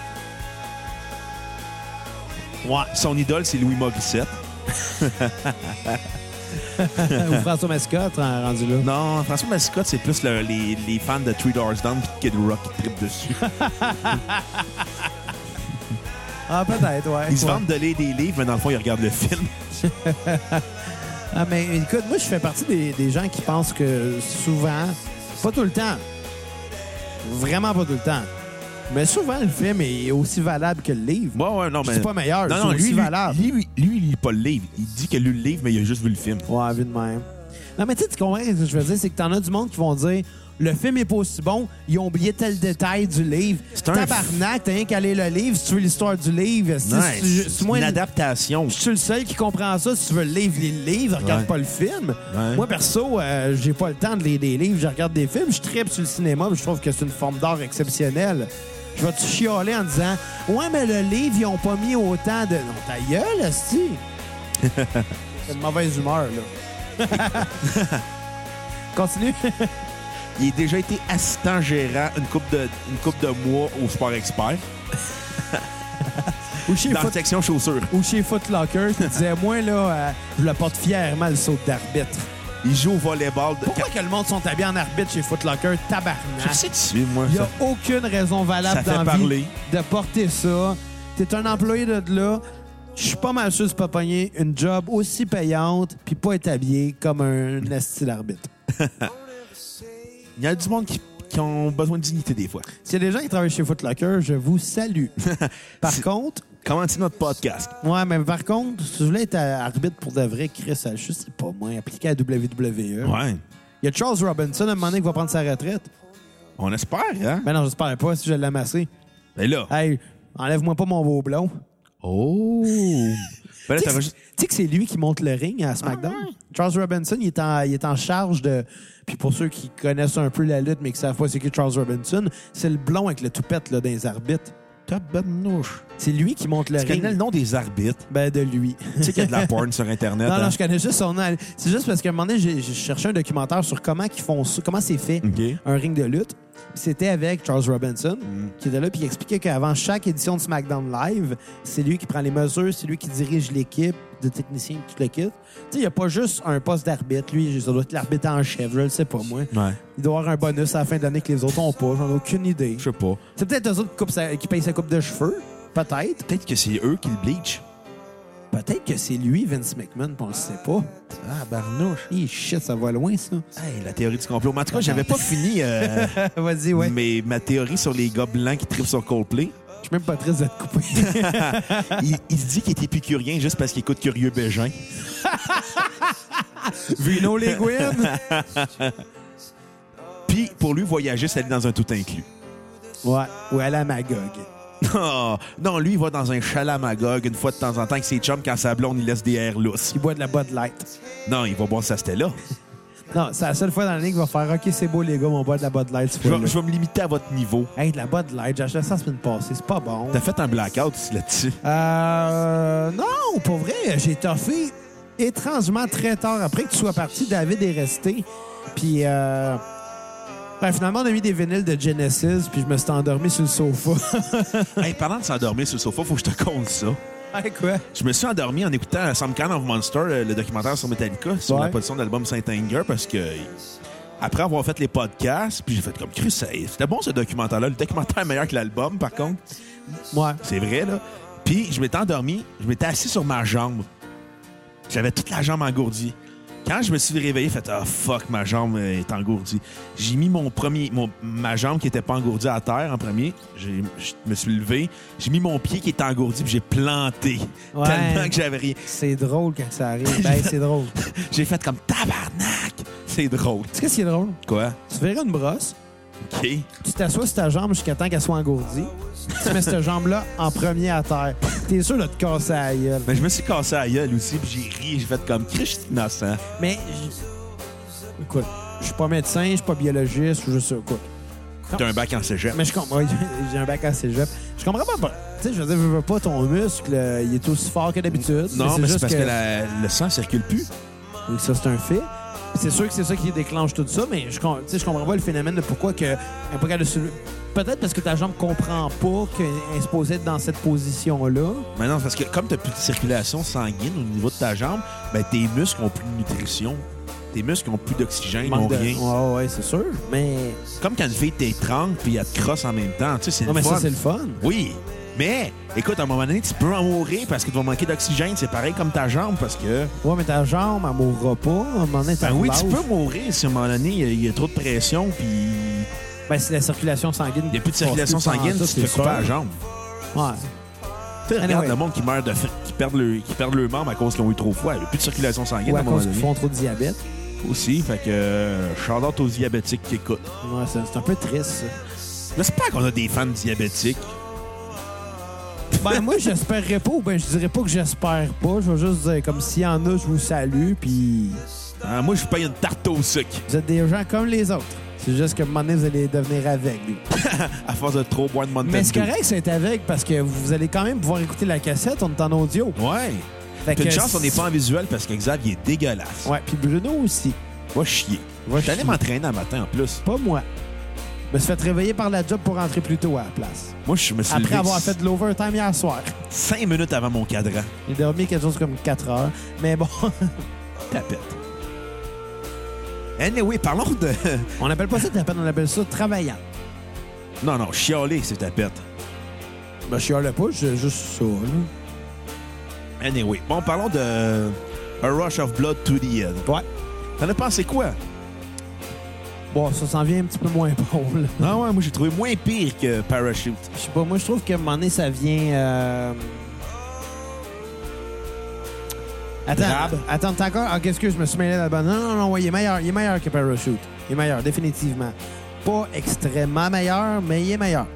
Ouais. Son idole, c'est Louis Morissette. Ou François Mascotte, hein, rendu là. Non, François Mascotte, c'est plus le- les, les fans de Three Doors Down puis Kid Rock qui trippent dessus. Ah, peut-être, ouais. Ils se Ouais. vendent de lire des livres, mais dans le fond, ils regardent le film. Ah, mais écoute, moi, je fais partie des, des gens qui pensent que souvent, pas tout le temps, vraiment pas tout le temps, mais souvent, le film est aussi valable que le livre. Ouais, ouais, non, Je mais... dis pas meilleur, Non, c'est non, aussi lui, lui, valable. lui, lui, lui, il lit pas le livre. Il dit qu'il a lu le livre, mais il a juste vu le film. Ouais, vu de même. Non, mais tu sais, tu comprends ce que je veux dire, c'est que t'en as du monde qui vont dire le film est pas aussi bon, ils ont oublié tel détail du livre. C'est un Tabarnak, t'as rien qu'à lire le livre si tu veux l'histoire du livre. Si, Ouais, si tu- c'est si moi, une adaptation. je suis le seul qui comprend ça. Si tu veux le livre, lis le livre, regarde Ouais. pas le film. Ouais. Moi, perso, euh, j'ai pas le temps de lire des livres, je regarde des films, je tripe sur le cinéma, puis je trouve que c'est une forme d'art exceptionnelle. Je vais-tu chialer en disant ouais, mais le livre, ils ont pas mis autant de. Non, ta gueule, esti. C'est une mauvaise humeur, là. Continue. Il a déjà été assistant gérant une coupe de, une coupe de mois au Sport Expert. Ou chez, Dans la Foot, section chaussures. ou chez Foot Locker, qui disait moi, là, euh, je le porte fièrement le saut d'arbitre. Il joue au volleyball. De... Pourquoi que le monde sont habillés en arbitre chez Foot Locker? Tabarnak. Je sais que tu suis, moi. Il n'y a Ça, aucune raison valable ça fait dans la parler. vie de porter ça. T'es un employé de là. Je suis pas mal sûr de pas pogner une job aussi payante puis pas être habillé comme un esti d'arbitre. Il y a du monde qui, qui ont besoin de dignité des fois. S'il y a des gens qui travaillent chez Foot Locker, je vous salue. Par C'est- contre, Comment c'est notre podcast? ouais, mais par contre, si je voulais être arbitre pour de vrai, Chris, je sais pas moi, appliqué à W W E. Ouais. Il y a Charles Robinson à un moment donné qui va prendre sa retraite. On espère, hein? Ben non, j'espère pas si je l'ai amassé. Mais là. Hey, enlève-moi pas mon beau blond. Oh! Ben là, Tu t'aurais sais juste- que- tu sais que c'est lui qui monte le ring à SmackDown? Ah ouais. Charles Robinson, il est, en, il est en charge de... Puis pour ceux qui connaissent un peu la lutte, mais qui savent pas c'est qui Charles Robinson, c'est le blond avec le toupette là, dans les arbitres. Tabarnouche. C'est lui qui monte le Tu ring. connais le nom des arbitres? Ben, de lui. Tu sais qu'il y a de la porn sur Internet. Non, hein? non, je connais juste son nom. C'est juste parce qu'à un moment donné, j'ai j'ai cherché un documentaire sur comment ils font ça, comment c'est fait, OK. un ring de lutte. C'était avec Charles Robinson, Mm. qui était là, puis il expliquait qu'avant chaque édition de SmackDown Live, c'est lui qui prend les mesures, c'est lui qui dirige l'équipe de techniciens, toute l'équipe. Tu sais, il n'y a pas juste un poste d'arbitre. Lui, ça doit être l'arbitre en chef, je le sais pas, moi. Ouais. Il doit avoir un bonus à la fin de l'année que les autres n'ont pas. J'en ai aucune idée. Je sais pas. C'est peut-être eux autres qui, coupent sa- qui payent sa coupe de cheveux. Peut-être. Peut-être que c'est eux qui le bleach. Peut-être que c'est lui, Vince McMahon, puis on le sait pas. Ah, barnouche. Hi, shit, ça va loin, ça. Hey, la théorie du complot. Mais en tout cas, j'avais pas fini euh, Vas-y, ouais. mais ma théorie sur les gars blancs qui trippent sur Coldplay. Je suis même pas triste de te couper. il, il se dit qu'il est épicurien juste parce qu'il écoute Curieux Bégin. Vino Les Gwyn. Puis, pour lui, voyager, c'est aller dans un tout inclus. Ouais, ou à la Magog. Non, non, lui, il va dans un chalet à Magog une fois de temps en temps avec ses chums quand sa blonde, il laisse des airs lousses. Il boit de la Bud Light. Non, il va boire sa Stella. Non, c'est la seule fois dans l'année qu'il va faire « OK, c'est beau, les gars, on boit de la Bud Light. cette Je vais, fois-là. je vais me limiter à votre niveau. Hey, de la Bud Light, j'ai acheté ça la semaine passée. C'est pas bon. T'as fait un blackout là-dessus. Euh... Non, pour vrai, j'ai toffé étrangement très tard. Après que tu sois parti, David est resté. Puis, euh... ben, finalement, on a mis des vinyles de Genesis, puis je me suis endormi sur le sofa. Hey, parlant de s'endormir sur le sofa, faut que je te compte ça. Hey, quoi? Je me suis endormi en écoutant Some Kind of Monster, le, le documentaire sur Metallica, sur Ouais. la position de l'album Saint Anger, parce que après avoir fait les podcasts, puis j'ai fait comme Chris, ça- c'était bon ce documentaire-là. Le documentaire est meilleur que l'album, par contre. Ouais. C'est vrai, là. Puis je m'étais endormi, je m'étais assis sur ma jambe. J'avais toute la jambe engourdie. Quand je me suis réveillé, j'ai fait « Ah, fuck, ma jambe est engourdie. » J'ai mis mon premier, mon, ma jambe qui était pas engourdie à terre en premier. J'ai- Je me suis levé. J'ai mis mon pied qui était engourdi puis j'ai planté. Ouais. Tellement que j'avais rien. C'est drôle quand ça arrive. Ben, c'est drôle. J'ai fait comme « Tabarnak! » C'est drôle. Tu sais ce qui est drôle? Quoi? Tu verras une brosse, OK. tu t'assois sur ta jambe jusqu'à temps qu'elle soit engourdie, tu mets cette jambe-là en premier à terre. T'es sûr de te casser la gueule. Mais je me suis cassé la gueule aussi puis j'ai ri. J'ai fait comme « Chris, je suis innocent. Mais, j'- écoute, je suis pas médecin, je suis pas biologiste, je sais quoi. » T'as un bac en cégep. Mais je comprends. ouais, j'ai un bac à cégep. Je comprends pas. Tu sais, je veux dire, je veux pas ton muscle, euh, il est aussi fort que d'habitude. Non, mais c'est juste parce que, la- le sang circule plus. Oui, ça, c'est un fait. C'est sûr que c'est ça qui déclenche tout ça, mais je, com- tu sais, je comprends pas le phénomène de pourquoi que, elle est pas capable de soulever- Peut-être parce que ta jambe comprend pas qu'elle est supposée être dans cette position-là. Mais non, parce que comme tu n'as plus de circulation sanguine au niveau de ta jambe, ben tes muscles ont plus de nutrition. Tes muscles ont plus d'oxygène, ils n'ont Manque de- rien. Ouais, ouais, c'est sûr. Mais. Comme quand une fille t'étrangle puis elle te crosse en même temps. Tu sais, c'est Non, le mais fun. ça, c'est le fun. Oui. Mais, écoute, à un moment donné, tu peux en mourir parce que tu vas manquer d'oxygène. C'est pareil comme ta jambe parce que... Ouais, mais ta jambe, elle mourra pas. À un moment donné, Ben oui, tu relâches. peux mourir si à un moment donné, il y a- il y, a trop de pression puis Ben, c'est la circulation sanguine. il n'y a plus de circulation sanguine, tu te fais couper la jambe. Ouais. Tu sais, regarde Anyway. le monde qui meurt de f- qui perdent le qui perdent le membre à cause qu'ils ont eu trop froid. Il n'y a plus de circulation sanguine Ou à à un moment cause qu'ils donné. font trop de diabète. Aussi, fait que euh, shout-out aux diabétiques qui écoutent. Ouais, c'est c'est un peu triste, ça. J'espère qu'on a des fans diabétiques. Ben, moi, j'espérerais pas, ou ben, je dirais pas que j'espère pas. Je vais juste dire, comme s'il y en a, je vous salue, puis Ah, moi, je paye une tarte au sucre. vous êtes des gens comme les autres. C'est juste que un moment donné, vous allez devenir aveugles. À force de trop boire de Mountain Mais c'est Dew. correct, c'est aveugle, parce que vous allez quand même pouvoir écouter la cassette, on est en audio. Ouais. Fait Puis une que chance, on n'est pas en visuel parce que Xavier est dégueulasse. Ouais, puis Bruno aussi. Va chier. Va Je suis allé chier. m'entraîner un matin en plus. Pas moi. Je me suis fait réveiller par la job pour rentrer plus tôt à la place. Moi, je me suis Après levé avoir fait de l'overtime hier soir. cinq minutes avant mon cadran. J'ai dormi quelque chose comme quatre heures. Mais bon, Tapette. Anyway, parlons de... On n'appelle pas ça tapette, on appelle ça travaillant. Non, non, chialer, c'est tapette. Ben, je chiale pas, c'est juste ça, là. Anyway, bon, parlons de A Rush of Blood to the Head. Ouais. T'en as pensé quoi? Bon, ça s'en vient un petit peu moins bon, là. Ah ouais, moi, j'ai trouvé moins pire que Parachute. Je sais pas, moi, je trouve qu'à un moment donné, ça vient... Euh... Attends, Drabe. attends, t'as encore... Ah, qu'est-ce que je me suis mêlé là-bas? Non, non, non, ouais, il est meilleur. Il est meilleur que Parachute. Il est meilleur, définitivement. Pas extrêmement meilleur, mais il est meilleur.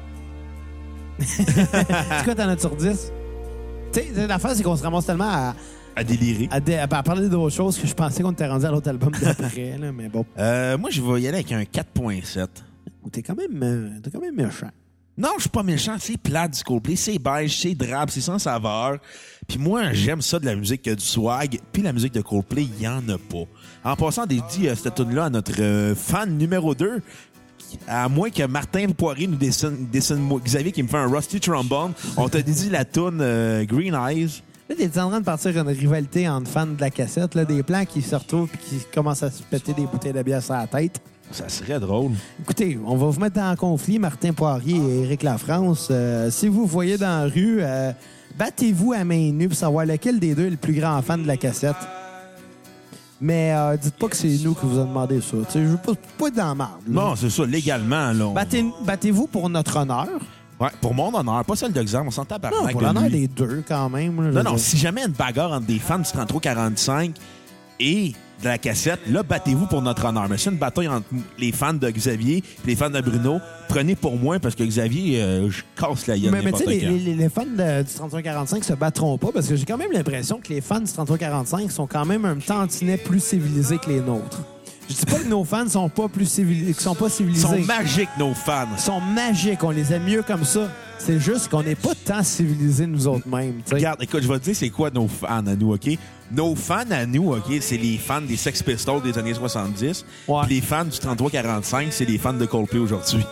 C'est quoi ta note sur dix? Tu sais, l'affaire, c'est qu'on se ramasse tellement à... À délirer. À, dé- à parler d'autres choses que je pensais qu'on était rendu à l'autre album d'après, là, mais bon. Euh, moi, je vais y aller avec un quatre virgule sept. T'es quand même, euh, t'es quand même méchant. Non, je suis pas méchant. C'est plate du Coldplay. C'est beige, c'est drabe, c'est sans saveur. Puis moi, j'aime ça de la musique qui a du swag. Puis la musique de Coldplay, il y en a pas. En passant, des dit euh, cette tune là à notre euh, fan numéro deux. À moins que Martin Poirier nous dessine, dessine moi, Xavier qui me fait un Rusty Trombone. On t'a dédié la tune euh, Green Eyes. Là, t'es en train de partir une rivalité entre fans de la cassette, là, des plans qui se retrouvent et qui commencent à se péter des bouteilles de bière sur la tête. Ça serait drôle. Écoutez, on va vous mettre en conflit, Martin Poirier et Éric Lafrance. Euh, si vous voyez dans la rue, euh, battez-vous à main nue pour savoir lequel des deux est le plus grand fan de la cassette. Mais euh, dites pas que c'est nous qui vous avons demandé ça. T'sais, je veux pas, pas être dans la marde. là. Non, c'est ça, légalement. Là, on- Battez, battez-vous pour notre honneur. Ouais, pour mon honneur, pas celle d'exemple. On s'entend par Non, pour l'honneur des deux, quand même. là, je Non, veux non, dire. si jamais une bagarre entre des fans du trente-trois quarante-cinq et de la cassette, là, battez-vous pour notre honneur. Mais si une bataille entre les fans de Xavier et les fans de Bruno, prenez pour moi parce que Xavier, euh, je casse la gueule Mais, mais tu n'importe sais, les, quand. les- les fans de- du trente-trois quarante-cinq se battront pas parce que j'ai quand même l'impression que les fans du trente-trois quarante-cinq sont quand même un tantinet plus civilisés que les nôtres. Je dis pas que nos fans sont pas plus civilisés, sont pas Ils civilisés. sont magiques, nos fans. Ils sont magiques, on les aime mieux comme ça. C'est juste qu'on n'est pas tant civilisés nous autres mêmes. tu sais. Regarde, écoute, je vais te dire c'est quoi nos fans à nous, OK? Nos fans à nous, OK, c'est les fans des Sex Pistols des années soixante-dix. Ouais. Puis les fans du trente-trois quarante-cinq, c'est les fans de Coldplay aujourd'hui.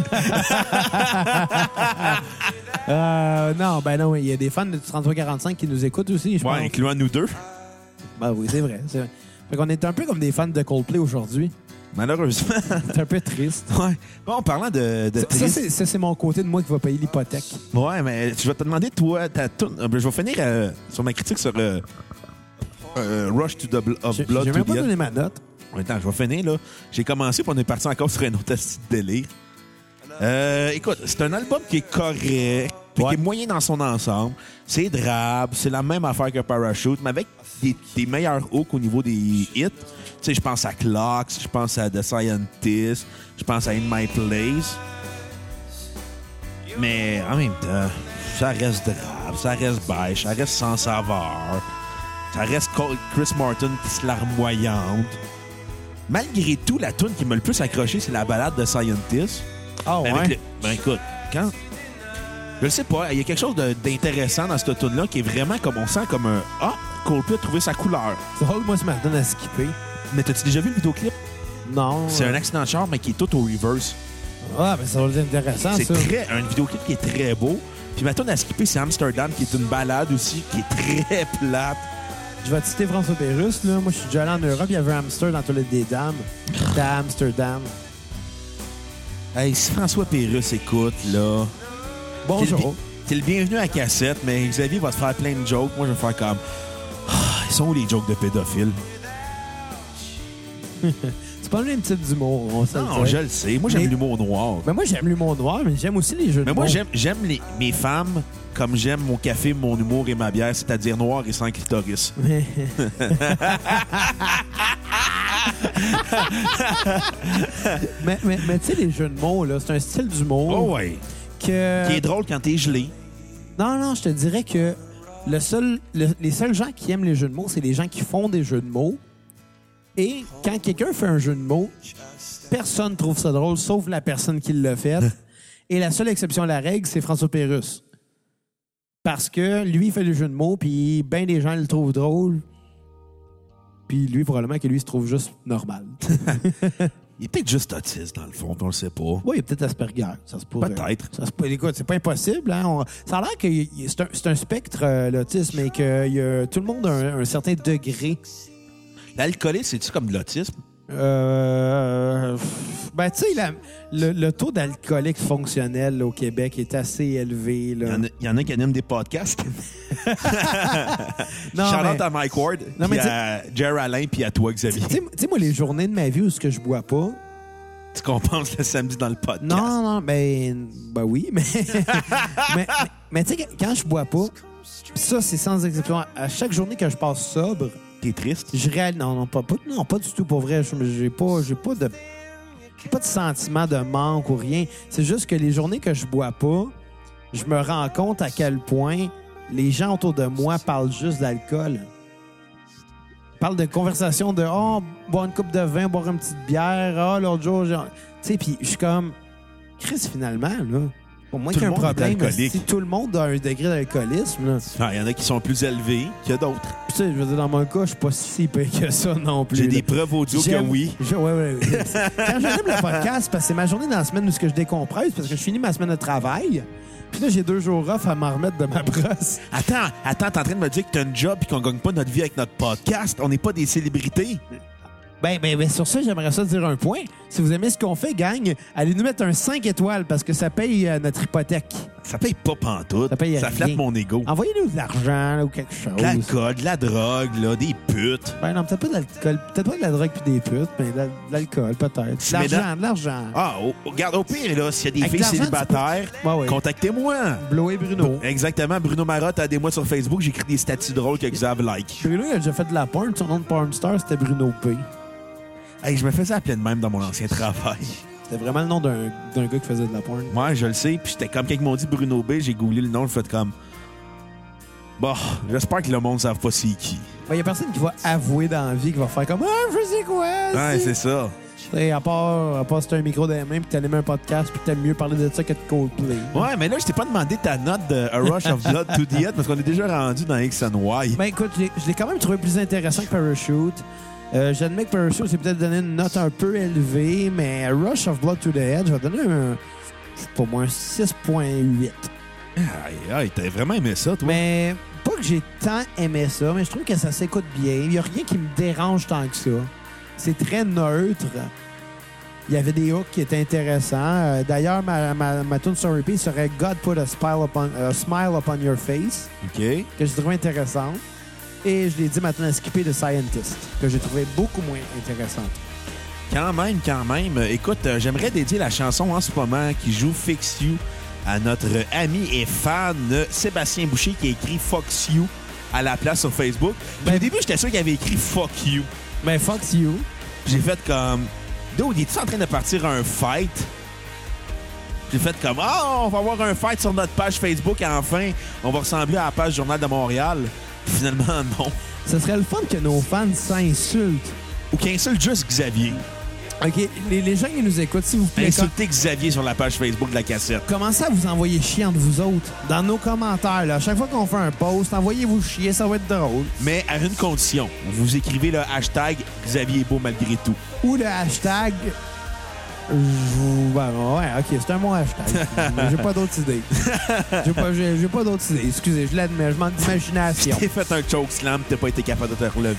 Euh, non, ben non, il y a des fans du trente-trois quarante-cinq qui nous écoutent aussi, je Ouais, pense. incluant nous deux. Ben oui, c'est vrai. C'est vrai. Fait qu'on est un peu comme des fans de Coldplay aujourd'hui. Malheureusement. C'est un peu triste. Ouais. Bon, parlant de, de Ça, ça, triste- c'est, ça, c'est mon côté de moi qui va payer l'hypothèque. Ouais, mais je vais te demander, toi, ta toune. euh, Je vais finir euh, sur ma critique sur euh, euh, Rush to the Bl- of J'ai, Blood j'ai to même the pas Head. donné ma note. Attends, je vais finir, là. J'ai commencé, puis on est parti encore sur un autre asti de délire. Euh, écoute, c'est un album qui est correct, puis Ouais. qui est moyen dans son ensemble. C'est drabe, c'est la même affaire que Parachute, mais avec des, des meilleurs hooks au niveau des hits. Tu sais, je pense à Clocks, je pense à The Scientist, je pense à In My Place. Mais en même temps, ça reste drabe, ça reste beige, ça reste sans saveur. Ça reste Col- Chris Martin qui se larmoyante. Malgré tout, la tune qui m'a le plus accroché, c'est la balade de Scientist. Ah Avec ouais? le- Ben écoute, quand... Je le sais pas, il y a quelque chose de- d'intéressant dans cette tune là qui est vraiment comme on sent comme un... Ah, Coldplay a trouvé sa couleur. C'est drôle, moi, ça m'a donné à skipper. Mais t'as-tu déjà vu le vidéoclip? Non. C'est un accident de char, mais qui est tout au reverse. Ah, ben ça va être intéressant, C'est ça. très... un vidéoclip qui est très beau. Puis ma tune à skipper, c'est Amsterdam, qui est une balade aussi, qui est très plate. Je vais te citer François Pérusse, là. Moi, je suis déjà allé en Europe, il y avait un hamster dans la toilette des dames. C'était à Amsterdam. Hey, si François Pérusse écoute, là... Bonjour. T'es le bienvenu à cassette, mais Xavier va se faire plein de jokes. Moi, je vais faire comme... Ah, ils sont où les jokes de pédophiles? C'est pas le même type d'humour, on sait Non, le je dire. le sais. Moi, j'aime Mais- l'humour noir. Mais moi, j'aime l'humour noir, mais j'aime aussi les jeux Mais de moi, mots. j'aime, j'aime les, mes femmes comme j'aime mon café, mon humour et ma bière, c'est-à-dire noir et sans clitoris. mais mais, mais tu sais, les jeux de mots, là, c'est un style d'humour Oh ouais. que... Qui est drôle quand t'es gelé. Non, non, je te dirais que le seul, le- les seuls gens qui aiment les jeux de mots, c'est les gens qui font des jeux de mots. Et quand quelqu'un fait un jeu de mots, personne trouve ça drôle, sauf la personne qui l'a fait. Et la seule exception à la règle, c'est François Pérusse. Parce que lui, il fait des jeux de mots, puis bien des gens le trouvent drôle. Puis lui, probablement que lui, il se trouve juste normal. Il est peut-être juste autiste, dans le fond, on le sait pas. Oui, il y a peut-être Asperger. Ça se pourrait. Peut-être. Ça se peut. Écoute, c'est pas impossible. Hein? On- Ça a l'air que y- y- c'est un, c'est un spectre, euh, l'autisme, et que y a, tout le monde a un, un certain degré. L'alcoolisme, c'est-tu comme de l'autisme? Euh, ben, tu sais, la- le, le taux d'alcoolique fonctionnel là, au Québec est assez élevé. Il Là. y, en a, il y en a qui animent des podcasts. Non, Charlotte mais- à Mike Ward, Non, mais puis à Jerry Alain, puis à toi, Xavier. Tu sais, tu sais, moi, les journées de ma vie où ce que je bois pas. Tu compenses le samedi dans le podcast. Non, non, ben, ben oui, mais. mais mais, mais tu sais, quand je bois pas, ça, c'est sans exception. À chaque journée que je passe sobre, T'es triste? je réalise. Non, non, pas, pas, non, pas du tout, pour vrai. Je- J'ai pas, j'ai pas de. J'ai pas de sentiment de manque ou rien. C'est juste que les journées que je bois pas, je me rends compte à quel point les gens autour de moi parlent juste d'alcool. Ils parlent de conversation de « Oh, boire une coupe de vin, boire une petite bière. Ah, l'autre jour... » Tu sais, puis je suis comme... Chris, finalement, là, pour moi, Tout qu'il y a le un monde est problème, alcoolique. si tout le monde a un degré d'alcoolisme, là. Ah, il y en a qui sont plus élevés qu'il y a d'autres. Puis, tu sais, je veux dire, dans mon cas, je suis pas si pire que ça non plus. J'ai là. des preuves audio que J'aime- oui. Je- ouais, ouais, ouais. Quand j'anime le podcast, parce que c'est ma journée dans la semaine où ce que je décompresse, parce que je finis ma semaine de travail. Puis là, j'ai deux jours off à m'en remettre de ma brosse. Attends, attends, t'es en train de me dire que t'as un job et qu'on gagne pas notre vie avec notre podcast? On n'est pas des célébrités? Ben, ben, ben, sur ça, j'aimerais ça dire un point. Si vous aimez ce qu'on fait, gang, allez nous mettre un cinq étoiles parce que ça paye euh, notre hypothèque. Ça paye pas pantoute. Ça paye rien. flatte mon ego. Envoyez-nous de l'argent là, ou quelque chose. De l'alcool, de la drogue, là, des putes. Ben non, peut-être pas de l'alcool. Peut-être pas de la drogue puis des putes, mais de, la- de l'alcool, peut-être. De Mais l'argent, de l'argent. Ah, au- au- regarde, au pire, là, s'il y a des Avec filles l'argent, célibataires, tu peux- Ouais, ouais. contactez-moi. Bloé Bruno. Exactement. Bruno Marotte, aidez-moi sur Facebook. J'écris des statuts drôles que Xav like. Bruno, il a déjà fait de la porn. Son nom de porn star, c'était Bruno P. Hey, je me faisais appeler de même dans mon ancien travail. C'était vraiment le nom d'un d'un gars qui faisait de la porn. Moi, je le sais. Puis j'étais comme quand ils m'ont dit Bruno B, j'ai googlé le nom, je fais comme. Bon, j'espère que le monde ne savent pas c'est qui. Il y a personne qui va avouer dans la vie, qui va faire comme « Ah, je sais quoi! » Ouais, c'est ça. T'sais, à part, à part si t'as un micro dans les mains puis t'animes un podcast puis t'aimes mieux parler de ça que de Coldplay. Ouais, mais là, je t'ai pas demandé ta note de A Rush of Blood to the Head parce qu'on est déjà rendu dans X and Y. Ben écoute, je l'ai- je l'ai quand même trouvé plus intéressant que Parachute. Euh, J'admets que Parachute, c'est peut-être donné une note un peu élevée, mais Rush of Blood to the Head, je vais donner un, pour moi, un six virgule huit. Aïe, aïe, t'as vraiment aimé ça, toi? Mais pas que j'ai tant aimé ça, mais je trouve que ça s'écoute bien. Il n'y a rien qui me dérange tant que ça. C'est très neutre. Il y avait des hooks qui étaient intéressants. Euh, D'ailleurs, ma, ma, ma tune sur repeat serait God Put a Smile Upon, a smile upon Your Face, OK. que j'ai trouvé intéressante. Et je l'ai dit maintenant à skipper de Scientist, que j'ai trouvé beaucoup moins intéressante. Quand même, quand même. Euh, Écoute, euh, j'aimerais dédier la chanson en ce moment qui joue Fix You à notre ami et fan euh, Sébastien Boucher qui a écrit Fox You à la place sur Facebook. Puis Ben- au début, j'étais sûr qu'il avait écrit Fuck You. Mais fuck you. Puis j'ai fait comme... Dude, il est en train de partir à un fight? J'ai fait comme, ah, on va avoir un fight sur notre page Facebook enfin. On va ressembler à la page Journal de Montréal. Puis finalement, non. Ce serait le fun que nos fans s'insultent. Ou qu'il insulte juste Xavier. OK, les, les gens qui nous écoutent, s'il vous plaît, Insultez Xavier sur la page Facebook de la cassette. commencez à vous envoyer chier entre vous autres. Dans nos commentaires, là. À chaque fois qu'on fait un post, envoyez-vous chier, ça va être drôle. Mais à une condition. Vous écrivez le hashtag Xavier est beau malgré tout. Ou le hashtag... Je vous- ben, ouais, OK, c'est un bon hashtag. Mais j'ai pas d'autres idées. J'ai pas, j'ai, j'ai pas d'autres idées. Excusez, je l'admets, je manque d'imagination. T'as fait un choke slam, t'as pas été capable de te relever.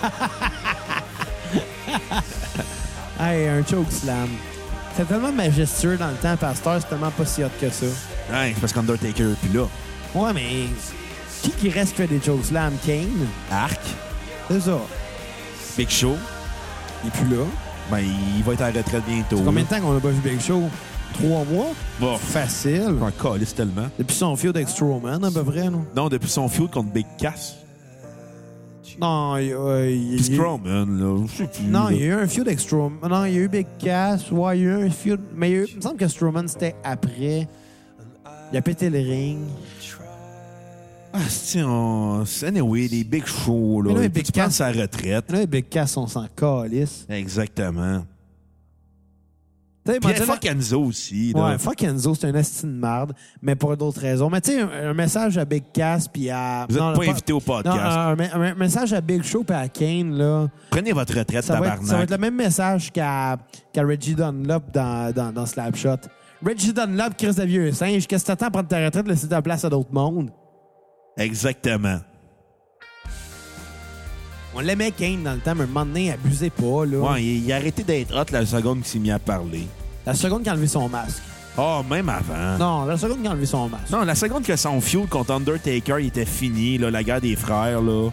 Hey, un choke slam. C'est tellement majestueux dans le temps, Pasteur, c'est tellement pas si hot que ça. Ouais, c'est parce qu'Undertaker est plus là. Ouais, mais qui qui reste qui fait des choke slams? Kane? Arc, C'est ça. Big Show, Il est plus là. ben il va être à la retraite bientôt. Combien là. de temps qu'on a pas vu Big Show? Trois mois? Bon, Facile. un calice tellement. Depuis son feud avec Strowman, à peu près, non? Non, depuis son feud contre Big Cass. Non, il, euh, il- Puis il- Strowman, là, je sais plus. Non, là. il y a eu un feud avec Strowman. Non, il y a eu Big Cass. Ouais, il y a eu un feud. Mais il, y a eu- il me semble que Strowman, c'était après. Il a pété le ring. Ah, c'est on... Anyway, les Big Show, là. Mais là, les Et puis Big tu prends Cass- sa retraite. Là, les Big Cass, on s'en calisse. Exactement. Tu sais, Puis moi, fuck Enzo aussi, là. Ouais, fuck Enzo, c'est un asti de marde, mais pour d'autres raisons. Mais tu sais, un, un message à Big Cass puis à... Vous non, êtes pas pas- invité au Non, podcast. un, un- un message à Big Show puis à Kane, là, Prenez votre retraite, ça va, être, tabarnak. ça va être le même message qu'à qu'à Reggie Dunlop dans, dans, dans Slapshot. Reggie Dunlop, Chris de vieux singe, qu'est-ce que t'attends à prendre ta retraite, laisser ta place à d'autres mondes? Exactement. On l'aimait Kane dans le temps, mais un moment donné, abusez pas, là. Ouais, il, il a arrêté d'être hot la seconde qu'il s'est mis à parler. La seconde qu'il a enlevé son masque. Oh, même avant. Non, la seconde qu'il a enlevé son masque. Non, la seconde que son feud contre Undertaker, il était fini, là, la guerre des frères, là.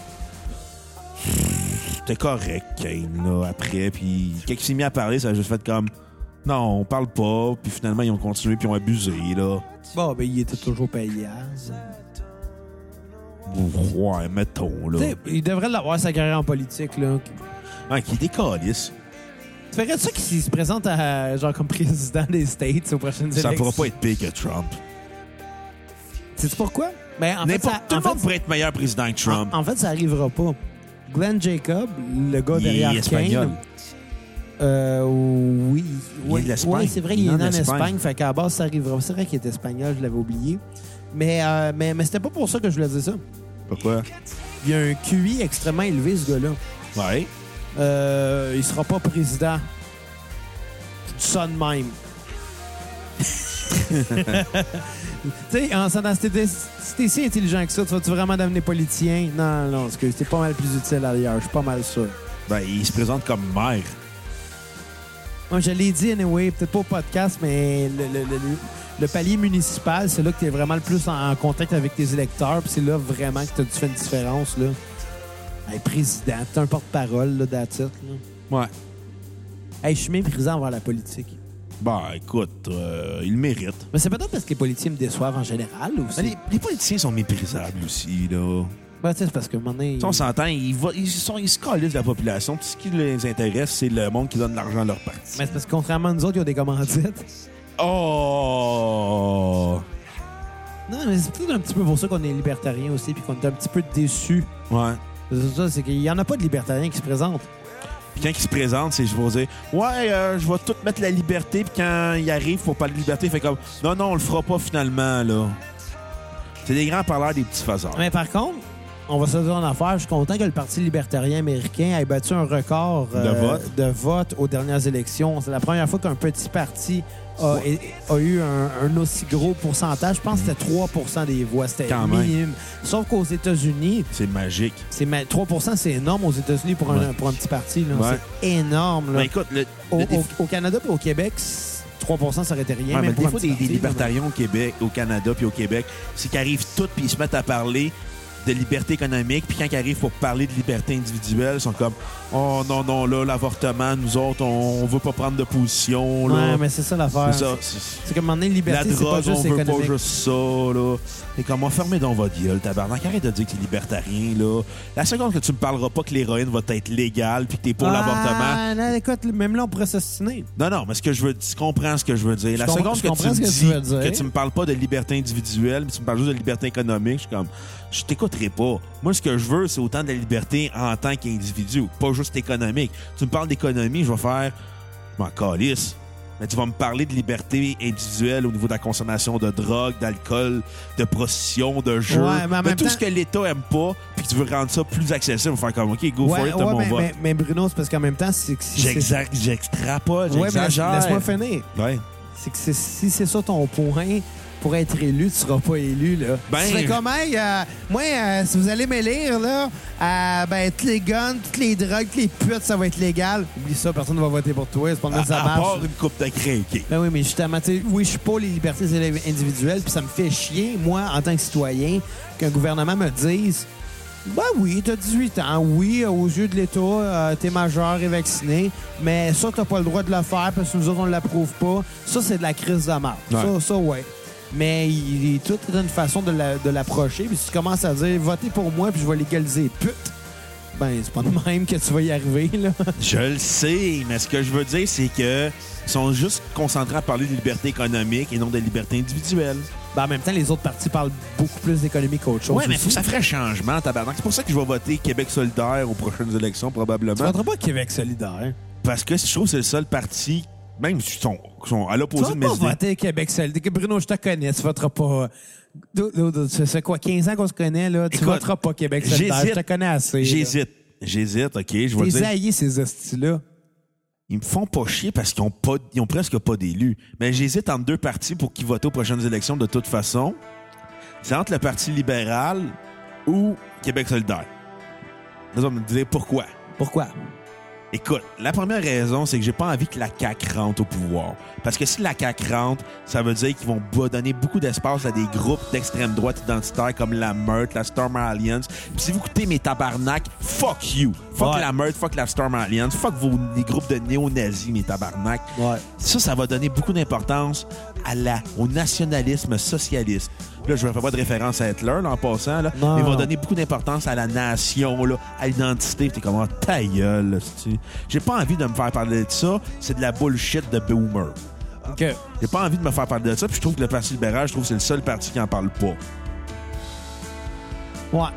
C'était correct, Kane, là, après. Puis quand il s'est mis à parler, ça a juste fait comme... Non, on parle pas. Puis finalement, ils ont continué puis ils ont abusé, là. Bon, ben, il était toujours payé. Ouais, mettons, là. T'sais, il devrait l'avoir, sa carrière en politique, là. Ouais, qui décalisse. Tu ferais ça qu'il se présente à, genre comme président des States aux prochaines Ça élections? pourra pas être pire que Trump. Sais-tu pourquoi? Ben, en fait, ça, Tout le en fait, monde pourrait être meilleur président que Trump. En, en fait, ça arrivera pas. Glenn Jacob, le gars Il derrière est espagnol. Kane... Euh, oui. Il Oui, est de l'Espagne. ouais, c'est vrai, il, Il est est né en en Espagne. Espagne, fait qu'à la base, ça arrivera. C'est vrai qu'il est espagnol, je l'avais oublié. Mais, euh, mais, mais c'était pas pour ça que je voulais dire ça. Pourquoi? Il a un Q I extrêmement élevé, ce gars-là. Ouais. Euh, il sera pas président. Du ça de même. Tu sais, en s'en si t'es si t'es si intelligent que ça, tu vas-tu vraiment devenir politicien? Non, non, parce que c'est pas mal plus utile ailleurs. Je suis pas mal sûr. Ben, il se présente comme maire. Moi, je l'ai dit, anyway, peut-être pas au podcast, mais le, le, le, le palier municipal, c'est là que tu es vraiment le plus en, en contact avec tes électeurs, puis c'est là vraiment que tu fais une différence, là. Hey, président, t'es un porte-parole, là, that's it, là. Ouais. Hey, je suis méprisant envers la politique. Ben, écoute, euh, il le mérite. Mais c'est peut-être parce que les politiciens me déçoivent en général, aussi. Ben, les, les politiciens sont méprisables aussi, là. Ben, tu sais, c'est parce que maintenant... Si on s'entend, ils, va- ils, sont, ils se calissent de la population. Puis ce qui les intéresse, c'est le monde qui donne de l'argent à leur parti. Mais c'est parce que contrairement à nous autres, ils ont des commandites. Oh! Non, mais c'est peut-être un petit peu pour ça qu'on est libertarien aussi, puis qu'on est un petit peu déçus. Ouais. C'est ça, c'est qu'il y en a pas de libertariens qui se présentent. Puis quand ils se présentent, c'est je vais dire ouais, euh, je vais tout mettre la liberté. Puis quand il arrive, faut pas de liberté. Il fait comme non, non, on le fera pas finalement, là. C'est des grands parleurs, des petits faiseurs. Mais par contre, on va se dire en affaire, je suis content que le Parti libétarien américain ait battu un record De vote. de vote aux dernières élections. C'est la première fois qu'un petit parti a, Ouais. a eu un, un aussi gros pourcentage. Je pense que c'était trois pour cent des voix. C'était Quand même. minime. Sauf qu'aux États-Unis, C'est magique. c'est ma- trois pour cent, c'est énorme aux États-Unis pour, un, Ouais. pour un petit parti. là. Ouais. C'est énorme. Là. Ben écoute, le, au, le défi- au- au Canada et au Québec, c'est- trois pour cent, ça aurait été rien. Ouais, mais même le pour un défaut petit des, parti, des là. libertariens au Québec, au Canada puis au Québec, c'est qu'ils arrivent tous puis ils se mettent à parler de liberté économique, puis quand ils arrivent pour parler de liberté individuelle, ils sont comme « Oh non, non, là, l'avortement, nous autres, on, on veut pas prendre de position. » là. Ouais, mais c'est ça l'affaire. C'est ça. c'est- C'est comme un moment donné, La liberté, c'est pas drogue, juste on veut économique. pas juste ça, là. Et comment fermer donc votre gueule, tabarnak. Arrête de dire que t'es libertarien, là. La seconde que tu me parleras pas que l'héroïne va être légale puis que t'es pour l'avortement. Ah, non, écoute, même là, on pourrait s'ostiner. Non, non, mais ce que je veux tu comprends ce que je veux dire. La comprends- seconde je que tu comprends me ce que dis tu veux dire. que tu me parles pas de liberté individuelle, mais tu me parles juste de liberté économique, je suis comme, je t'écouterai pas. Moi, ce que je veux, c'est autant de la liberté en tant qu'individu, pas juste économique. Tu me parles d'économie, je vais faire, je m'en calisse. Mais tu vas me parler de liberté individuelle au niveau de la consommation de drogue, d'alcool, de prostitution, de jeux, Ouais, mais en de même tout temps- ce que l'État aime pas, puis que tu veux rendre ça plus accessible, faire comme, OK, go for Ouais, it, t'as ouais, mon mais, vote. mais, mais Bruno, c'est parce qu'en même temps, c'est que si c'est- J'exagère, j'extrapole, Ouais, mais laisse- j'exagère. laisse-moi finir. Ouais. C'est que c'est- si c'est ça ton point, pour être élu, tu seras pas élu, là. Ben, tu serais je- comme, hey, euh, moi, euh, si vous allez m'élire, là, euh, ben, tous les guns, toutes les drogues, toutes les putes, ça va être légal. Oublie ça, personne ne va voter pour toi. C'est pas À, de ça à marche. part une coupe de crinqués. Ben oui, mais justement, tu sais, oui, je suis pas les libertés individuelles, puis ça me fait chier, moi, en tant que citoyen, qu'un gouvernement me dise ben oui, t'as dix-huit ans, oui, aux yeux de l'État, euh, t'es majeur et vacciné, mais ça, t'as pas le droit de le faire parce que nous autres, on l'approuve pas. Ça, c'est de la crise de marde. Ouais. Ça, ça, ouais. Mais il est tout une façon de la- de l'approcher. Puis si tu commences à dire votez pour moi, puis je vais légaliser les putes, ben c'est pas de même que tu vas y arriver, là. Je le sais, mais ce que je veux dire, c'est que ils sont juste concentrés à parler de liberté économique et non de liberté individuelle. Ben, en même temps, les autres partis parlent beaucoup plus d'économie qu'autre chose. Ouais, mais aussi. faut que ça ferait changement, tabarnak. C'est pour ça que je vais voter Québec solidaire aux prochaines élections, Tu probablement. voteras pas Québec solidaire. Parce que je trouve que c'est le seul parti, même s'ils sont, sont à Tu l'opposé vas de mes pas idées. voter Québec solidaire. Bruno, je te connais, tu voteras pas. Do- do- do- Ça fait quoi, quinze ans qu'on se connaît, là? Tu Écoute, voteras pas Québec solidaire. Je j'hésite. te connais assez. là. J'hésite. J'hésite, OK, je vais T'es dire. haïs, ces hosties-là. Ils me font pas chier parce qu'ils ont pas, ils ont presque pas d'élus. Mais j'hésite entre deux partis pour qui voter aux prochaines élections de toute façon. C'est entre le Parti libéral ou Québec solidaire. Vous allez me dire pourquoi. Pourquoi? Écoute, la première raison, c'est que j'ai pas envie que la C A Q rentre au pouvoir. Parce que si la C A Q rentre, ça veut dire qu'ils vont donner beaucoup d'espace à des groupes d'extrême droite identitaires comme la Meurthe, la Storm Alliance. Puis si vous écoutez mes tabarnak, fuck you. Fuck Ouais. la Meurthe, fuck la Storm Alliance, fuck vos les groupes de néo-nazis, mes tabarnak. Ouais. Ça, ça va donner beaucoup d'importance à la, au nationalisme socialiste. Là, je ne fais pas de référence à Hitler, là, en passant, là, Non. mais il va donner beaucoup d'importance à la nation, là, à l'identité. T'es comme, oh, ta gueule, là, c'est-tu. J'ai pas envie de me faire parler de ça. C'est de la bullshit de boomer. OK. J'ai pas envie de me faire parler de ça, puis je trouve que le Parti libéral, je trouve que c'est le seul parti qui en parle pas. Ouais.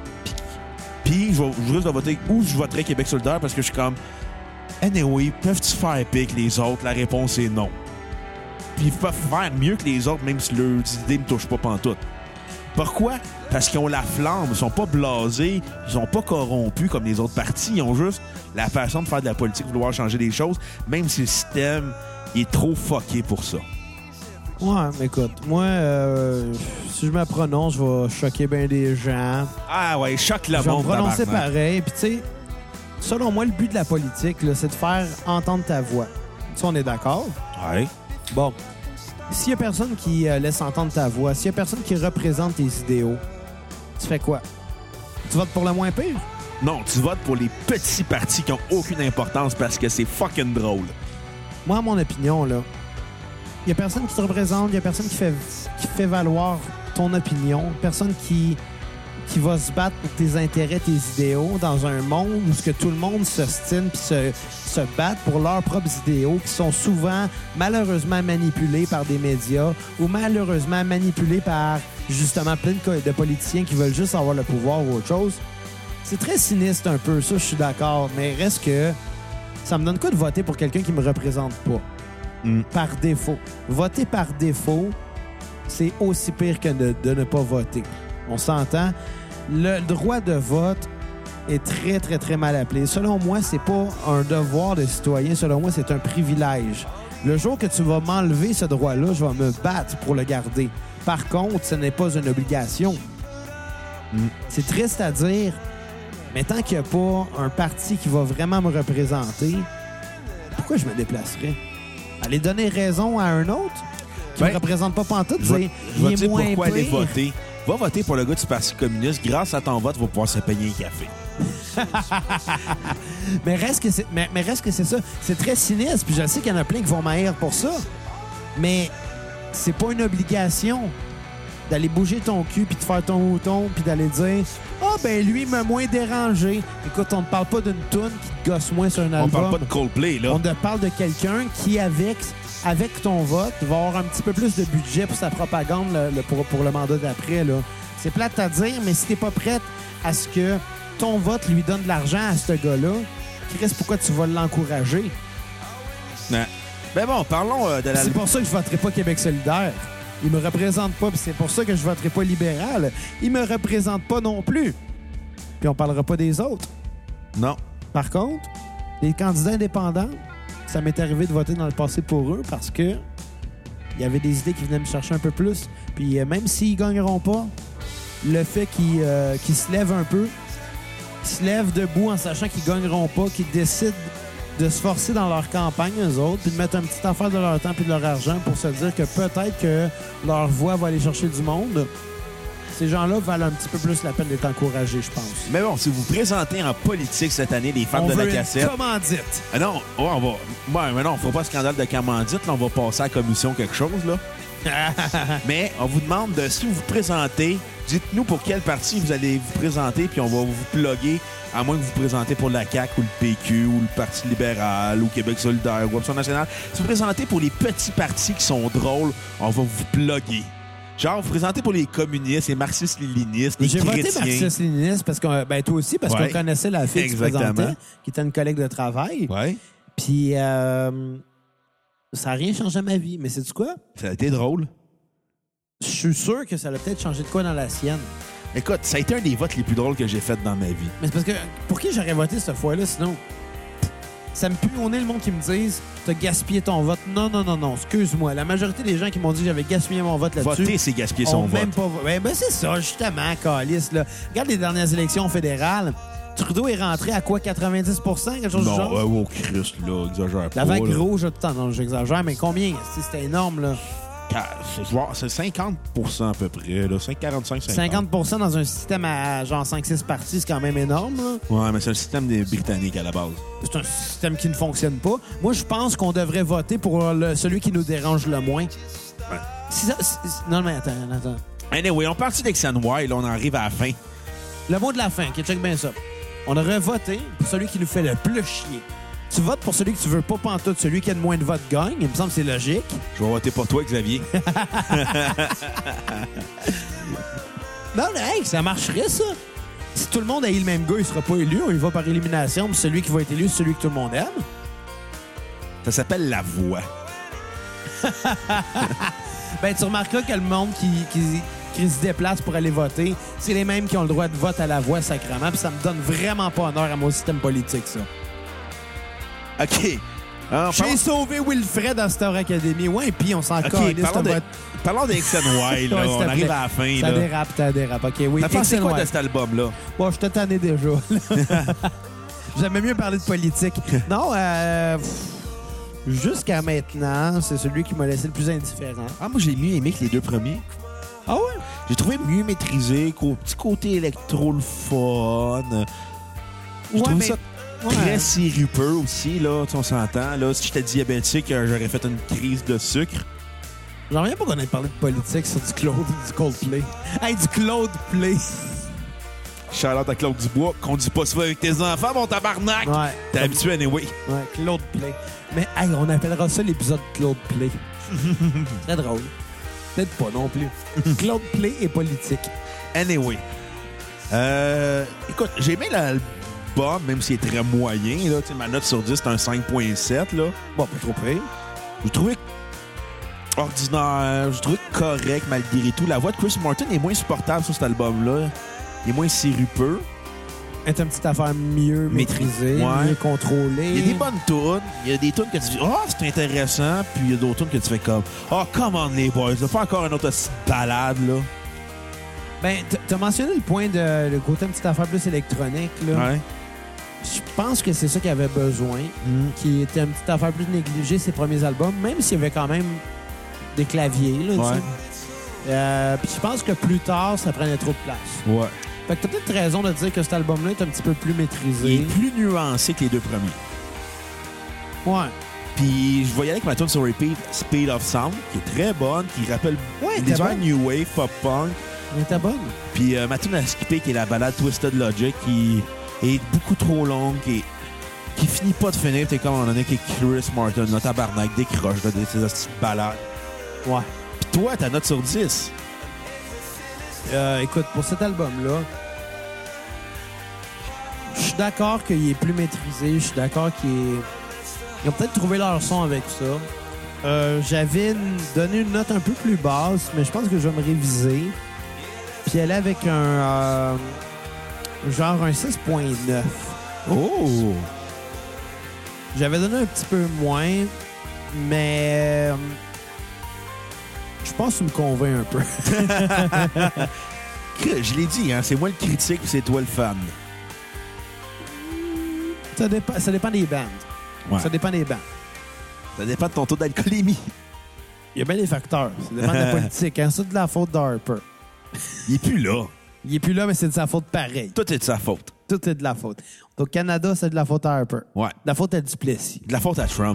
Puis, je vais je risque de voter ou je voterai Québec solidaire parce que je suis comme, anyway, peuvent-tu faire pique les autres? La réponse est non. Puis, ils peuvent faire mieux que les autres, même si leurs idées me touchent pas pantoute. Pourquoi? Parce qu'ils ont la flamme, ils sont pas blasés, ils sont pas corrompus comme les autres partis, ils ont juste la façon de faire de la politique, vouloir changer les choses, même si le système est trop fucké pour ça. Ouais, mais écoute, moi, euh, si je me prononce, je vais choquer bien des gens. Ah ouais, choque le Je vais me monde, prononcer tabarnak. pareil. Puis, tu sais, selon moi, le but de la politique, là, c'est de faire entendre ta voix. Ça, on est d'accord? Ouais. Bon. S'il y a personne qui euh, laisse entendre ta voix, s'il y a personne qui représente tes idéaux, tu fais quoi? Tu votes pour le moins pire? Non, tu votes pour les petits partis qui ont aucune importance parce que c'est fucking drôle. Moi, à mon opinion, là, il y a personne qui te représente, il y a personne qui fait, qui fait valoir ton opinion, personne qui, qui va se battre pour tes intérêts, tes idéaux, dans un monde où ce que tout le monde s'ostine puis se, se battent pour leurs propres idéaux, qui sont souvent malheureusement manipulés par des médias ou malheureusement manipulés par justement plein de, co- de politiciens qui veulent juste avoir le pouvoir ou autre chose. C'est très sinistre un peu, ça, je suis d'accord, mais reste que ça me donne quoi de voter pour quelqu'un qui me représente pas? Mm. Par défaut. Voter par défaut, c'est aussi pire que de, de ne pas voter. On s'entend. Le droit de vote est très, très, très mal appelé. Selon moi, c'est pas un devoir de citoyen. Selon moi, c'est un privilège. Le jour que tu vas m'enlever ce droit-là, je vais me battre pour le garder. Par contre, ce n'est pas une obligation. Mm. C'est triste à dire, mais tant qu'il n'y a pas un parti qui va vraiment me représenter, pourquoi je me déplacerais? Aller donner raison à un autre qui ne Ben, me représente pas pantoute, Je vais dire je vais il te est dire moins pourquoi aller pire. voter. Va voter pour le gars du Parti communiste. Grâce à ton vote, tu vas pouvoir se payer un café. Mais reste que c'est, mais, mais reste que c'est ça. C'est très sinistre, puis je sais qu'il y en a plein qui vont m'haïr pour ça. Mais c'est pas une obligation d'aller bouger ton cul, puis de faire ton mouton, puis d'aller dire « Ah, ben lui, il m'a moins dérangé. » Écoute, on ne parle pas d'une toune qui te gosse moins sur un On album. parle pas de Coldplay, là. On te parle de quelqu'un qui, avec, avec ton vote, va avoir un petit peu plus de budget pour sa propagande le- le- pour, pour le mandat d'après. Là. C'est plate à dire, mais si t'es pas prête à ce que ton vote lui donne de l'argent à ce gars-là, Chris, pourquoi tu vas l'encourager? Ouais. Ben bon, parlons euh, de la... C'est pour ça que je voterai pas Québec solidaire. Il me représente pas, puis c'est pour ça que je voterai pas libéral. Il me représente pas non plus. Puis on parlera pas des autres. Non. Par contre, les candidats indépendants, ça m'est arrivé de voter dans le passé pour eux parce que il y avait des idées qui venaient me chercher un peu plus. Puis euh, même s'ils gagneront pas, le fait qu'ils euh, qu'ils se lèvent un peu, qu'ils se lèvent debout en sachant qu'ils gagneront pas, qu'ils décident de se forcer dans leur campagne, eux autres, puis de mettre un petit affaire de leur temps puis de leur argent pour se dire que peut-être que leur voix va aller chercher du monde. Ces gens-là valent un petit peu plus la peine d'être encouragés, je pense. Mais bon, si vous vous présentez en politique cette année, les fans On de veut la une cassette... commandite. Ah non, ouais, on va... Ouais, mais non, on fera pas scandale de commandite. Là, on va passer à la commission quelque chose, là. Mais on vous demande de, si vous vous présentez, dites-nous pour quel parti vous allez vous présenter, puis on va vous plugger, à moins que vous vous présentez pour la C A Q ou le P Q ou le Parti libéral ou Québec solidaire ou Option nationale. Si vous vous présentez pour les petits partis qui sont drôles, on va vous plugger. Genre, vous vous présentez pour les communistes, les marxistes-léninistes, les J'ai voté chrétiens. marxiste-léniniste parce que, ben toi aussi, parce Ouais. qu'on connaissait la fille qui se Exactement. présentait, qui était une collègue de travail. Ouais, Puis, euh, ça n'a rien changé à ma vie. Mais c'est quoi? ça a été drôle. Je suis sûr que ça a peut-être changé de quoi dans la sienne. Écoute, ça a été un des votes les plus drôles que j'ai fait dans ma vie. Mais c'est parce que, pour qui j'aurais voté cette fois-là, sinon? Ça me pue au nez le monde qui me dise « T'as gaspillé ton vote. » Non, non, non, non, excuse-moi. La majorité des gens qui m'ont dit que j'avais gaspillé mon vote là-dessus... Voter, c'est gaspiller son ont vote. même pas... Ben, ben c'est ça, justement, calice, là. Regarde les dernières élections fédérales. Trudeau est rentré à quoi, quatre-vingt-dix pour cent, quelque chose du Non, genre? euh, oh Christ, là, exagère pas. La vague là. rouge, attends, non, j'exagère, mais combien? C'est- C'était énorme, là. C'est genre- c'est cinquante pour cent à peu près, là. quarante-cinq cinquante. cinquante pour cent dans un système à genre cinq six parties, c'est quand même énorme, là. Ouais, mais c'est un système des Britanniques à la base. C'est un système qui ne fonctionne pas. Moi, je pense qu'on devrait voter pour le- celui qui nous dérange le moins. Ouais. Si ça- si- non, mais attends, attends. Anyway, on partit d'Exanway, là, on arrive à la fin. Le mot de la fin, qui check bien ça. On devrait voter pour celui qui nous fait le plus chier. Tu votes pour celui que tu veux pas pantoute, celui qui a le moins de votes gagne. Il me semble que c'est logique. Je vais voter pour toi, Xavier. Non, mais hey, ça marcherait, ça. Si tout le monde a eu le même gars, il sera pas élu. On y va par élimination. Puis celui qui va être élu, c'est celui que tout le monde aime. Ça s'appelle La Voix. Ben, tu remarqueras que le monde qui, qui, qui se déplace pour aller voter, c'est les mêmes qui ont le droit de vote à la voix sacrément. Puis ça me donne vraiment pas honneur à mon système politique, ça. OK. Alors, J'ai parlons- sauvé Wilfred dans Star Academy. Ouais, puis on s'en OK, calisse, parlons ça de, va être- parlons d'Exanway, là. Ouais, s'il On te arrive plaît. à la fin, Ça là. dérape, ça dérape. OK, oui. T'as pensé Excellent, quoi ouais. de cet album-là? Bon, je te tanné déjà. J'aimais mieux parler de politique. Non, euh, pff, jusqu'à maintenant, c'est celui qui m'a laissé le plus indifférent. Ah, moi, j'ai mieux aimé que les deux premiers. Ah ouais? J'ai trouvé mieux maîtrisé, qu'au petit côté électro, le fun. J'ai Ouais, trouvé mais- ça Ouais. très sirupeux aussi, là. Tu sais, on s'entend. Là, si j'étais diabétique, euh, j'aurais fait une crise de sucre. J'en reviens pas qu'on ait parlé de politique sur du Claude du Coldplay. Hey, du Claude Play. Charlotte à Claude Dubois, qu'on dit pas ça avec tes enfants, mon tabarnak! Ouais. T'es habitué, anyway. Ouais, Claude Play. Mais hey, on appellera ça l'épisode Claude Play. Très drôle. Peut-être pas non plus. Claude Play et politique. Anyway. Euh, écoute, j'ai aimé l'album, même s'il est très moyen. Là. Tu sais, ma note sur dix, c'est un cinq virgule sept. Là. Bon, pas trop près. J'ai trouvé ordinaire, j'ai trouvé correct malgré tout. La voix de Chris Martin est moins supportable sur cet album-là. Il est moins sirupeux. Est une petite affaire mieux maîtrisée, Ouais. mieux contrôlée. Il y a des bonnes tunes. Il y a des tunes que tu dis « Ah, oh, c'est intéressant », puis il y a d'autres tunes que tu fais comme « Ah, oh, come on les boys, là, pas encore une autre balade, là. Ben, t- t'as mentionné le point de le côté une petite affaire plus électronique, » là. Ouais. Je pense que c'est ça qu'il avait besoin, qui était une petite affaire plus négligée ses premiers albums, même s'il y avait quand même des claviers, là, tu Ouais. sais. Euh, Puis je pense que plus tard, ça prenait trop de place. Ouais. Fait que t'as peut-être raison de dire que cet album-là est un petit peu plus Il maîtrisé. est plus nuancé que les deux premiers. Ouais. Puis je vais y aller avec ma tune sur repeat, Speed of Sound, qui est très bonne, qui rappelle Ouais, les t'es airs bonne. New Wave, pop-punk. Elle était bonne. Puis euh, ma tune à skipper, qui est la balade Twisted Logic, qui est beaucoup trop longue, qui, qui finit pas de finir. T'es comme on en a que Chris Martin, là, tabarnak, décroche là, de ces petites balades. Ouais. Puis toi, ta note sur dix? Euh, écoute, pour cet album-là, je suis d'accord qu'il est plus maîtrisé. Je suis d'accord qu'ils Ils ont peut-être trouvé leur son avec ça. Euh, J'avais une- donné une note un peu plus basse, mais je pense que je vais me réviser. Puis aller avec un... euh, genre un six virgule neuf. Oh! J'avais donné un petit peu moins, mais... euh, je pense que tu me convaincs un peu. Je l'ai dit, hein, c'est moi le critique, puis c'est toi le fan. ça, dépend, ça dépend des bandes. Ouais. Ça dépend des bandes. Ça dépend de ton taux d'alcoolémie. Il y a bien des facteurs. Ça dépend de la politique. Hein? C'est de la faute d'Harper. Il est plus là. Il est plus là, mais c'est de sa faute pareil. Tout est de sa faute. Tout est de la faute. Au Canada, c'est de la faute à Harper. Ouais. De la faute à Duplessis. De la faute à Trump.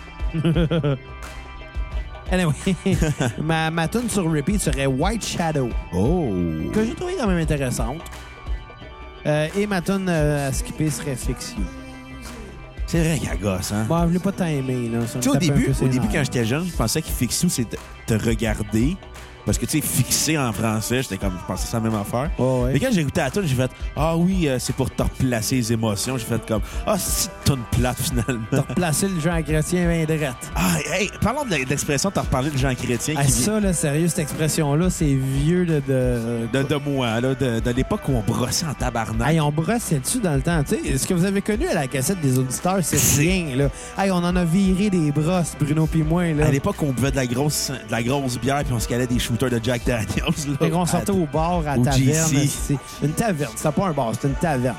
Anyway, ma, ma tune sur repeat serait White Shadow, Oh! que j'ai trouvé quand même intéressante. Euh, et ma tune euh, à skipper serait Fix You. C'est vrai qu'elle gosse, hein? Bon, je l'ai pas tant aimé. Là. Ça me Tu sais, au tape un début, peu ses au début nerfs. quand j'étais jeune, je pensais que fixer, c'est te, te regarder. Parce que, tu sais, fixer en français, j'étais comme, je pensais que c'est la même affaire. Oh, ouais. Mais quand j'ai écouté la tune, j'ai fait, ah oui, euh, c'est pour te replacer les émotions. J'ai fait comme, ah, c'est une tune plate, finalement. T'as replacé le Jean Chrétien bien drette. Ah, hey, parlons de l'expression, t'as reparlé de Jean Chrétien. Ah, qui ça, là, sérieux, cette expression-là, c'est vieux de... de... De, de moi, là, de, de l'époque où on brossait en tabarnak. Hey, on brossait dessus dans le temps. Tu sais, ce que vous avez connu à la cassette des auditeurs, c'est C'est- rien, là. Hey, on en a viré des brosses, Bruno pis moi, là. À l'époque, on buvait de la grosse, de la grosse bière puis on se calait des shooters de Jack Daniels. Là, Fait qu'on sortait au bar, à Au taverne. G C. C'est une taverne. C'était pas un bar, c'était une taverne. Ouais.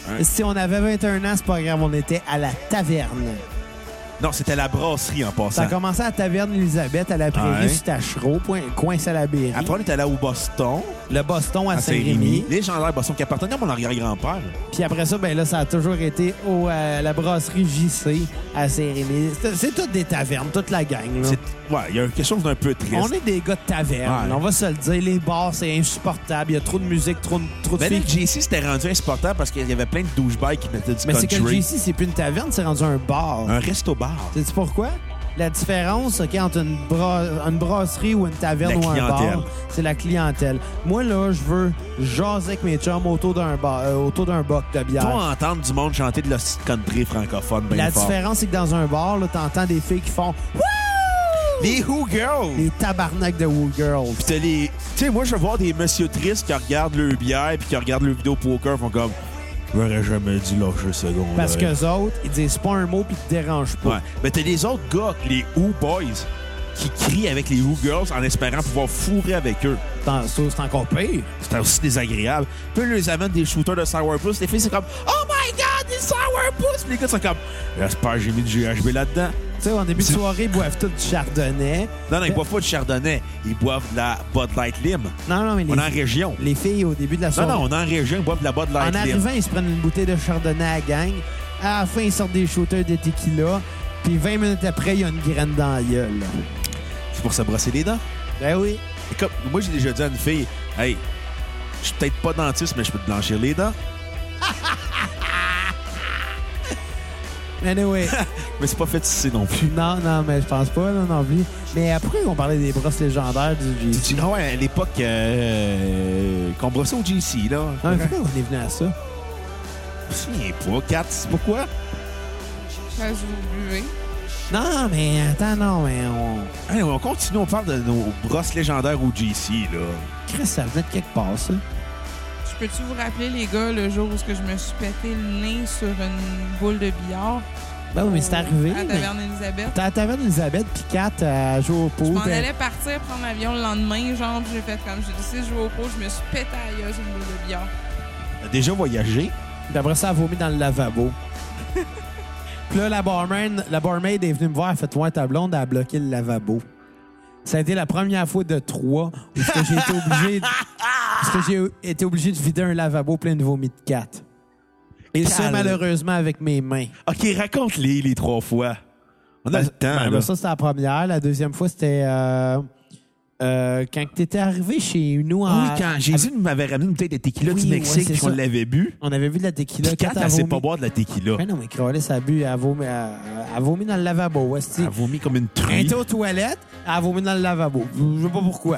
Hein? Si on avait vingt et un ans, c'est pas grave, on était à la taverne. Non, c'était la brasserie en Ça passant. a commencé à la taverne Elisabeth, à la Prairie, Ouais. sur Tachereau, point- coin Salaberry. Après, on est allé au Boston, Le Boston à, à Saint-Rémy. Saint-Rémy. Légendaire Boston qui appartenait à mon arrière-grand-père. Puis après ça, ben là, ça a toujours été au, euh, la brasserie J C à Saint-Rémy. C'est, c'est toutes des tavernes, toute la gang. Là. C'est- Ouais, il y a quelque chose d'un peu triste. On est des gars de taverne, Ouais. on va se le dire. Les bars, c'est insupportable. Il y a trop de musique, trop de, trop de Ben là, filles. le J C, c'était rendu insupportable parce qu'il y avait plein de douchebags qui mettaient du Mais c'est que le country. J C, c'est plus une taverne, c'est rendu un bar. Un resto-bar. Sais-tu pourquoi? La différence OK, entre une, bra- une brasserie ou une taverne La ou un clientèle. bar, c'est la clientèle. Moi, là, je veux jaser avec mes chums autour d'un bar, euh, autour d'un boc de bière. Toi, entendre du monde chanter de la country francophone bien La fort. différence, c'est que dans un bar, là, t'entends des filles qui font Wouh! Les Who Girls! Les tabarnaks de Woo Girls. Puis t'as les... Tu sais, moi, je veux voir des messieurs tristes qui regardent leur bière puis qui regardent leur vidéo poker font comme... J'aurais jamais dû lâcher ce gars. Parce qu'eux autres, ils disent pas un mot puis ils te dérangent pas. Ouais. Mais t'as les autres gars, les Who Boys, qui crient avec les Who Girls en espérant pouvoir fourrer avec eux. Dans- ça, c'est encore pire. C'était aussi désagréable. Puis là, ils amènent des shooters de Sourpuss. Les filles, c'est comme « Oh my God, des Sourpuss! » Puis les gars sont comme « J'espère que j'ai mis du G H B là-dedans. » Tu sais, en début de C'est- soirée, ils boivent tout du chardonnay. Non, non, ils boivent pas du Chardonnay. Ils boivent de la Bud Light Lime. Non, non, mais les, On est en région. les filles, au début de la Non, soirée, non, on est en région. Ils boivent de la Bud Light en Lime. arrivant, ils se prennent une bouteille de chardonnay à la gang. À la fin, ils sortent des shooters de tequila. Puis vingt minutes après, il y a une graine dans la gueule. C'est pour se brosser les dents. Ben oui. Et comme, moi, j'ai déjà dit à une fille, « Hey, je suis peut-être pas dentiste, mais je peux te blanchir les dents. Anyway. » Mais c'est pas fait ici non plus. Non, non, mais je pense pas, là, non plus. Mais après, on parlait des brosses légendaires du G C. Tu dis, ouais, à l'époque euh, qu'on brossait au G C, là. Non, mais pourquoi on est venu à ça? Je me souviens pas, Kat, c'est pourquoi? Parce que vous buvez. Non, mais attends, non, mais on... Hey, on continue, on parle de nos brosses légendaires au G C, là. Chris, ça venait de quelque part, ça. Je peux-tu vous rappeler, les gars, le jour où je me suis pété le nez sur une boule de billard? Ben oui, mais c'est arrivé. À la mais- taverne Elisabeth. T'es à la taverne Elisabeth, puis Kat a joué au Je pot. m'en puis elle- allais partir prendre l'avion le lendemain, genre, puis j'ai fait comme j'ai décidé de jouer au pot, je me suis pété à la gueule sur une boule de billard. On a déjà voyagé. Puis après ça, elle a vomi dans le lavabo. Puis là, la barmaid, la barmaid est venue me voir, elle a fait « Ouais, ta blonde a bloqué le lavabo. » Ça a été la première fois de trois où est-ce que j'ai été obligé de... parce que j'ai été obligé de vider un lavabo plein de vomi de Kat. Et ça, Cal- malheureusement, avec mes mains. OK, raconte-les les trois fois. On a le temps, Ben, là. ben, ça, c'était la première. La deuxième fois, c'était euh, euh, quand tu étais arrivé chez nous. En... Ah oui, quand Jésus m'avait ramené une bouteille de tequila Oui, du ouais, Mexique c'est puis qu'on ça. l'avait bu. On avait vu de la tequila. Puis Kat, Kat a elle sait vomi. pas boire de la tequila. Ben non, mais Carolis a bu, elle a vomi, elle a- elle a vomi dans le lavabo. esti. Elle a vomi comme une Elle truie. était aux toilettes, elle a vomi dans le lavabo. Je sais pas pourquoi.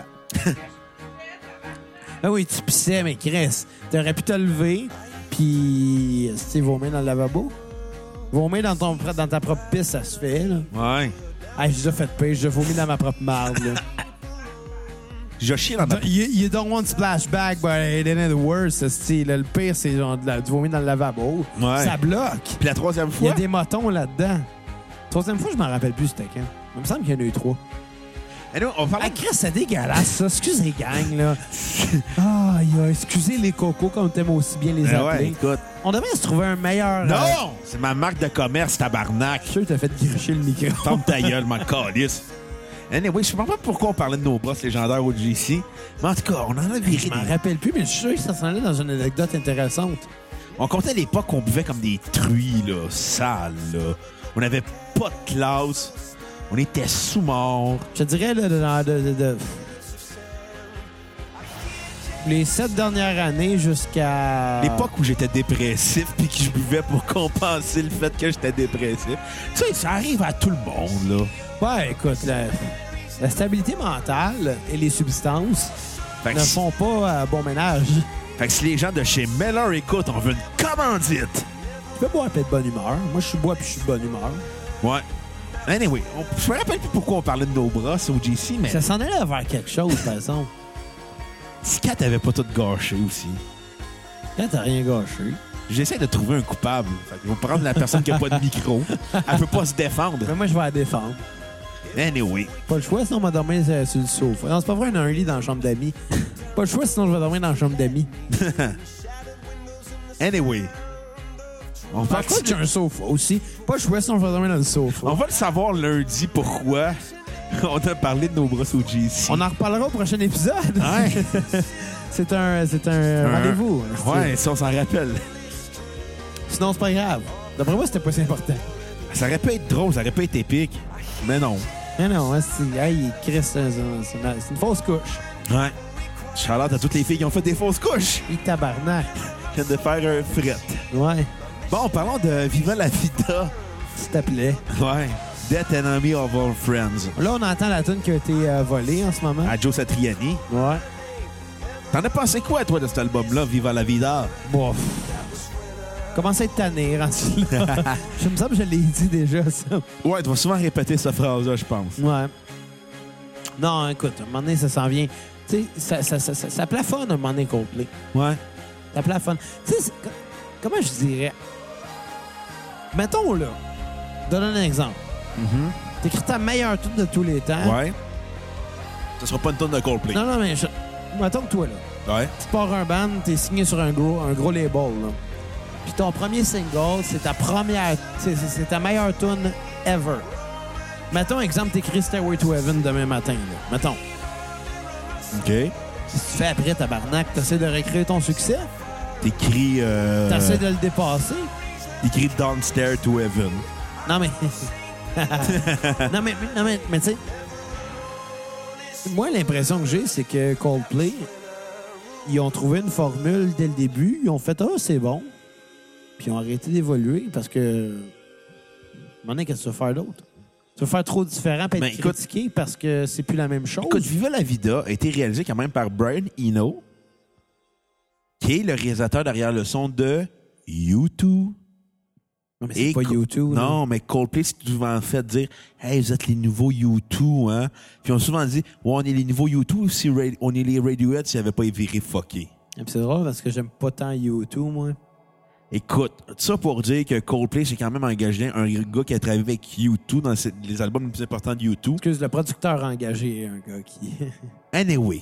Ah oui, tu pissais, mais Chris, t'aurais pu te lever, puis tu vomir dans le lavabo. Vomir dans, ton, dans ta propre pisse, ça se fait, là. Ouais. Ah, j'ai déjà fait pire, j'ai vomi dans ma propre marde, là. J'ai chié dans ma... You, you don't want splashback, but it ain't the worst. esti, là. Le pire, c'est genre de la- du vomi dans le lavabo. Ouais. Ça bloque. Puis la troisième Il y fois... a des motons là-dedans. Troisième fois, je m'en rappelle plus c'était quand. Il me semble qu'il y en a eu trois. Et nous, on parlait... Ah, Chris, c'est dégueulasse, ça. Excusez, gang, là. Ah, yeah, excusez les cocos, comme t'aimes aussi bien les Ben appeler. ouais, écoute. On devrait se trouver un meilleur... Non! euh, C'est ma marque de commerce, tabarnak. Je suis sûr que t'as fait gricher le micro. Ferme ta gueule, ma calisse. Anyway, je sais pas pourquoi on parlait de nos brosses légendaires au G C. Mais en tout cas, on en a viré Je m'en des... rappelle plus, mais je suis sûr que ça s'en allait dans une anecdote intéressante. On comptait l'époque qu'on buvait comme des truies, là, sales, là. On n'avait pas de classe. On était sous-morts. Je te dirais, là, de, de- de- de- les sept dernières années jusqu'à... L'époque où j'étais dépressif puis que je buvais pour compenser le fait que j'étais dépressif. Tu sais, ça arrive à tout le monde, là. Ouais, écoute, la, la stabilité mentale et les substances Fait que, ne si, font pas euh, bon ménage. fait que si les gens de chez Miller écoutent, on veut une commandite. Tu peux boire et être de bonne humeur. Moi, je suis bois puis je suis de bonne humeur. Ouais. Anyway, on, je me rappelle plus pourquoi on parlait de nos brosses au G C, mais Ça s'en allait vers quelque chose, par exemple. si Kat avait pas tout gâché aussi. Quand t'as rien gâché. J'essaie de trouver un coupable. Fait que je vais prendre la personne qui a pas de micro. Elle peut pas se défendre. Mais moi, je vais la défendre. Anyway. Pas le choix, sinon on va dormir sur, sur le sofa. Non, c'est pas vrai, on a un lit dans la chambre d'amis. Pas le choix, sinon je vais dormir dans la chambre d'amis. Anyway. On Par parle contre, j'ai un sofa aussi. Pas jouer sinon je vais dormir dans le sofa. On va le savoir lundi pourquoi on a parlé de nos brosses au G C. On en reparlera au prochain épisode. Ouais. c'est un, c'est un, Un- rendez-vous. Ouais, ça, on s'en rappelle. Sinon, c'est pas grave. D'après moi, c'était pas si important. Ça aurait pu être drôle, ça aurait pu être épique. Mais non. Mais non, hein, c'est, hey, Chris, c'est, c'est une, c'est une fausse couche. Ouais. Charlotte à toutes les filles qui ont fait des fausses couches. Et tabarnak. Je viens de faire un fret. Ouais, Bon, parlons de Viva la Vida. s'il te plaît. Ouais. Death Enemy of All Friends. Là, on entend la tune qui a été euh, volée en ce moment. À Joe Satriani. Ouais. T'en as pensé quoi, toi, de cet album-là, Viva la Vida? Bof. Commence à être tanné, rendu là. Je me semble que je l'ai dit déjà, ça. Ouais, tu vas souvent répéter cette phrase-là, je pense. Ouais. Non, écoute, à un moment donné, ça s'en vient. Tu sais, ça, ça, ça, ça, ça plafonne un moment donné, Coldplay. Ouais. Ça plafonne. Tu sais, c'est- co- comment je dirais? Mettons, là, donne un exemple. Mm-hmm. T'écris ta meilleure tune de tous les temps. Ouais. Ce sera pas une tonne de Coldplay. Non, non, mais je... mettons que toi, là, Ouais. tu pars un band, t'es signé sur un gros, un gros label, là. Puis ton premier single, c'est ta première... C'est, c'est- c'est ta meilleure tune ever. Mettons, exemple, t'écris Stairway to Heaven demain matin, là. Mettons. OK. Qu'est-ce que tu fais après, tabarnak? T'essaies de recréer ton succès? T'écris... Euh... T'essaies de le dépasser? T'écris Downstairs to Heaven. Non, mais... non, mais, non, mais, mais tu sais... Moi, l'impression que j'ai, c'est que Coldplay, ils ont trouvé une formule dès le début. Ils ont fait « Ah, c'est bon. » Puis ils ont arrêté d'évoluer parce que... Maintenant, qu'est-ce que tu veux faire d'autre? Tu veux faire trop différent et être Ben, écoute- critiqué parce que c'est plus la même chose? Écoute, Viva la Vida a été réalisé quand même par Brian Eno, qui est le réalisateur derrière le son de U deux. non, mais c'est Et pas Co- YouTube. Non, mais Coldplay s'est souvent fait dire « Hey, vous êtes les nouveaux U deux, hein? » Puis on a souvent dit « Ouais, on est les nouveaux U deux, si Ra- on est les Radiohead s'ils n'avaient pas viré fucké. Et puis c'est drôle parce que j'aime pas tant YouTube, moi. » Écoute, ça pour dire que Coldplay, c'est quand même engagé un gars qui a travaillé avec U deux dans ses- les albums les plus importants de U deux. Excuse, le producteur a engagé un gars qui... Anyway.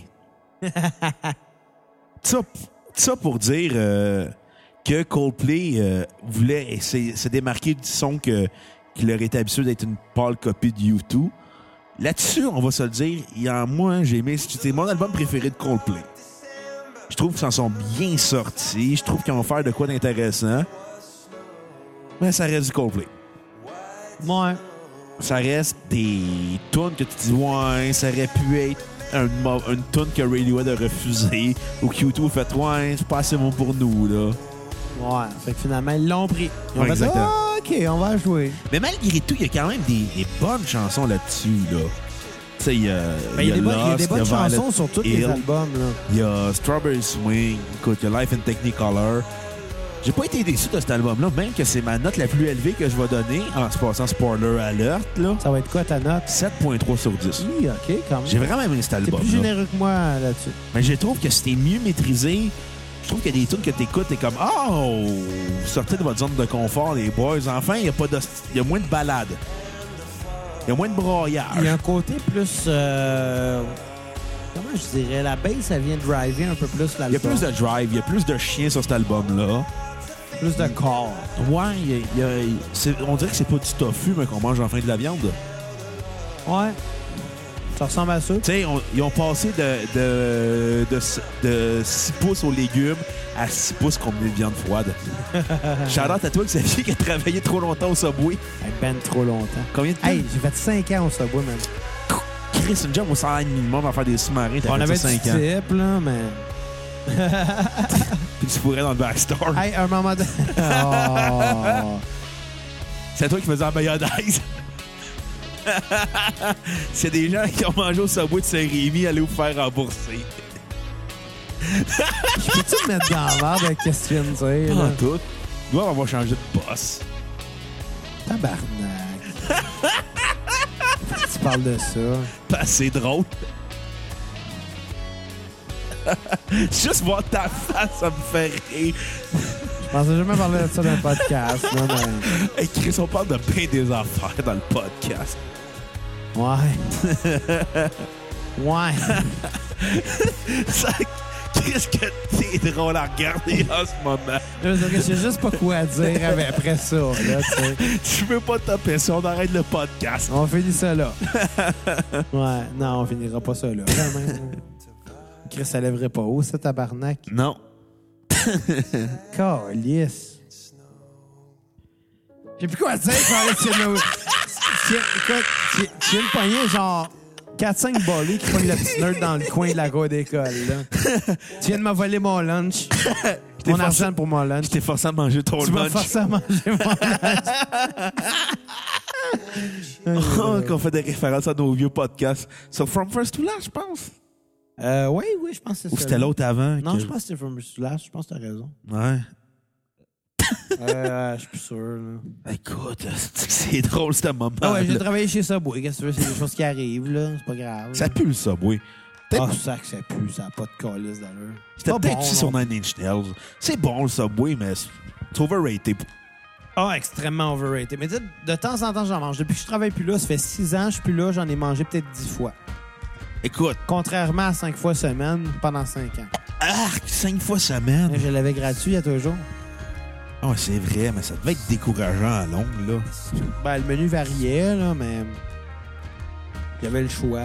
ça, ça pour dire euh, que Coldplay euh, voulait essayer- se démarquer du son que, qu'il aurait été habitué d'être une pâle copie de U deux. Là-dessus, on va se le dire, il y a moi, j'ai aimé, c'est mon album préféré de Coldplay. Je trouve qu'ils s'en sont bien sortis. Je trouve qu'ils vont faire de quoi d'intéressant. Mais ça reste du Coldplay. Ouais. Ça reste des tunes que tu dis, ouais, ça aurait pu être un mo- une tune que Radiohead a refusée ou que U deux a fait, ouais, c'est pas assez bon pour nous, là. Ouais. Fait que finalement, ils l'ont pris. Ils ont Ouais, fait, exactement. ah, OK, on va jouer. Mais malgré tout, il y a quand même des, des bonnes chansons là-dessus, là. Tu sais, il y a, Ben, il y a des, bonnes- il y a Lost, des bonnes Violet chansons sur tous les Hill, albums, là. il y a Strawberry Swing, écoute, il y a Life in Technicolor. J'ai pas été déçu de cet album-là, même que c'est ma note la plus élevée que je vais donner, en se passant spoiler alert, là. Ça va être quoi ta note? sept virgule trois sur dix. Oui, OK, quand même. J'ai vraiment aimé cet T'es album. plus généreux que moi là-dessus. Mais je trouve que c'était mieux maîtrisé. Je trouve qu'il y a des tunes que t'écoutes, t'es comme, oh, vous sortez de votre zone de confort, les boys. Enfin, il y a pas de, il y a moins de balades. Il y a moins de broyage. Il y a un côté plus... euh, Comment je dirais? La bass, ça vient driver un peu plus Il y a l'album. plus de drive, il y a plus de chiens sur cet album-là. Plus de corps. Ouais, il y a- il y a- c'est- on dirait que c'est pas du tofu, mais qu'on mange enfin de la viande. Ouais. Ça ressemble à ça. Tu sais, on- ils ont passé de, de, de, de six pouces aux légumes à six pouces qu'on met de viande froide. Shout-out à toi, Xavier, qui a travaillé trop longtemps au Subway. Hey, ben trop longtemps. Combien de temps? Hey, j'ai fait cinq ans au Subway, man. Chris, une job au salaire minimum à faire des sous-marins. T'as On fait avait ça du cinq ans. type, là, mais... Puis tu pourrais dans le backstore. Hey, un moment donné... Oh. C'est toi qui faisais la mayonnaise. C'est des gens qui ont mangé au Subway de Saint-Rémy, allez vous faire rembourser. Je peux-tu me mettre dans la merde avec ce que tu viens de dire, Pas là? tout. Nous, on va changer de boss. Tabarnak. Pourquoi tu parles de ça? Pas assez drôle. Juste voir ta face, ça me fait rire. Je pensais jamais parler de ça dans le podcast, là, mais... Hey, Chris, on parle de bien des affaires dans le podcast. Ouais. Ouais. Ça- Qu'est-ce que t'es drôle à regarder en ce moment? Je sais juste pas quoi dire après ça. Là, tu veux pas taper ça, on arrête le podcast. On finit ça là. Ouais, non, on finira pas ça là. Vraiment. Chris, ça lèverait pas haut, ça, tabarnak. Non. Calisse. J'ai plus quoi dire quand tu viens de Écoute, tu tu viens de pogner genre quatre cinq bolés qui pognent le petit nerd dans le coin de la cour d'école. Là. Tu viens de me voler mon lunch. Mon forcé... argent pour mon lunch. Je t'ai forcé à manger ton tu lunch. Tu m'as forcé à manger mon lunch. Oh, qu'on fait des références à nos vieux podcasts. Sur From First to Last, je pense. Euh, oui, oui, je pense que c'est ça. Ou c'était l'autre avant? Non, que... je pense que c'était From First to Last. Je pense que t'as raison. Ouais. euh, je suis plus sûr. Là. Écoute, c'est drôle, ce moment. Ah ouais, j'ai travaillé chez Subway. Qu'est-ce que tu veux? C'est des choses qui arrivent, là. C'est pas grave. Ça pue, le Subway. Ah, oh, ça que ça pue. Ça n'a pas de calice d'allure. C'était peut-être bon, sur Nine Inch Nails. C'est bon, le Subway, mais c'est overrated. Ah, extrêmement overrated. Mais de, de temps en temps, j'en mange. Depuis que je travaille plus là, ça fait six ans que je suis plus là, j'en ai mangé peut-être dix fois. Écoute. Contrairement à cinq fois semaine pendant cinq ans. Ah, cinq fois semaine? Je l'avais gratuit il y a toujours. Ah, oh, c'est vrai, mais ça devait être décourageant à longue, là. Ben, le menu variait, là, mais il y avait le choix.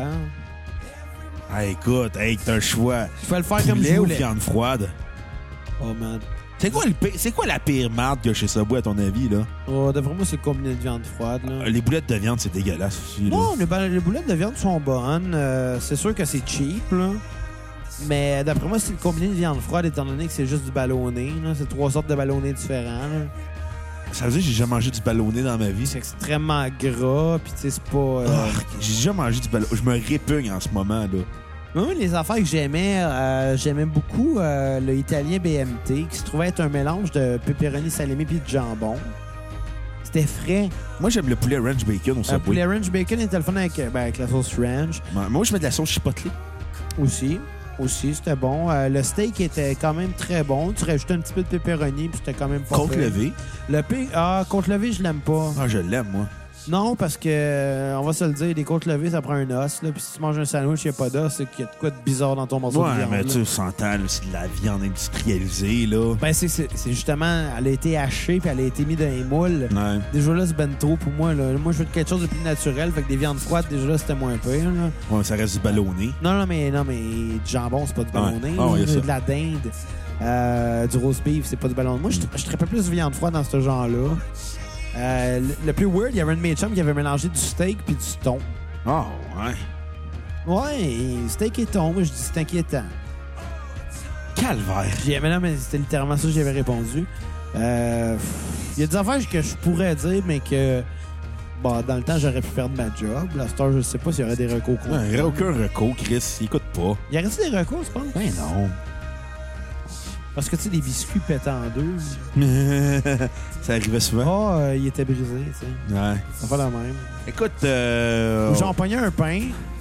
Ah, écoute, hey, t'as un choix. Je peux le faire Poulet comme je ou voulais. Viande froide? Oh, man. C'est quoi, le pire, c'est quoi la pire marque qu'il y a chez Subway, à ton avis, là? Oh, d'après moi, c'est le combiné de viande froide, là. Les boulettes de viande, c'est dégueulasse aussi, là. Non, les, les boulettes de viande sont bonnes. Euh, c'est sûr que c'est cheap, là. Mais d'après moi, c'est le combiné de viande froide, étant donné que c'est juste du ballonné, là. C'est trois sortes de ballonnés différents, là. Ça veut dire que j'ai déjà mangé du ballonné dans ma vie. C'est extrêmement gras, puis tu sais, c'est pas... Euh... Oh, j'ai déjà mangé du ballonné. Je me répugne en ce moment, là. Moi, les affaires que j'aimais, euh, j'aimais beaucoup euh, le italien B M T, qui se trouvait être un mélange de pepperoni salami puis de jambon. C'était frais. Moi, j'aime le poulet ranch bacon au Subway. Le poulet ranch bacon était le fun avec, ben, avec la sauce ranch. Moi, je mets de la sauce chipotle. Aussi. Aussi, c'était bon. Euh, le steak était quand même très bon. Tu rajoutais un petit peu de pepperoni, puis c'était quand même pas Côte levée. Le pig... Ah, côte levée, je l'aime pas. Ah, je l'aime, moi. Non, parce que, euh, on va se le dire, des côtes levées, ça prend un os. Là. Puis si tu manges un sandwich, il n'y a pas d'os, c'est qu'il y a de quoi de bizarre dans ton morceau ouais, de viande. mais là. tu s'entends, c'est de la viande industrialisée, là. Ben, c'est, c'est, c'est justement, elle a été hachée, puis elle a été mise dans les moules. Ouais. Déjà là, c'est ben trop pour moi. Là. Moi, je veux quelque chose de plus naturel. Fait que des viandes froides, déjà là, c'était moins pire. Là. Ouais, ça reste du ballonné. Non, non, mais, non, mais du jambon, c'est pas du ballonné. Ouais. Oh, là. y a ça. De la dinde. Euh, du roast beef, c'est pas du ballonné. Moi, je, je trappais plus de viande froide dans ce genre-là. Euh, le, le plus weird, il y avait un de mes chums qui avait mélangé du steak puis du thon. Ah, oh, ouais. Ouais, steak et thon, moi, je dis c'est inquiétant. Calvaire. J'ai, mais non, mais c'était littéralement ça que j'avais répondu. Euh, il y a des affaires que je pourrais dire, mais que bon, dans le temps, j'aurais pu perdre ma job. La star, je sais pas s'il y aurait des recours. Non, il n'y aurait aucun recours, Chris. Il écoute pas. Y aurait-il des recours, tu penses? Ben non. Parce que, tu sais, des biscuits pétés en deux. Ça arrivait souvent. Ah, euh, il était brisé, tu sais. Ouais. Ça fait la même. Écoute, euh... Ou j'en pognais un pain,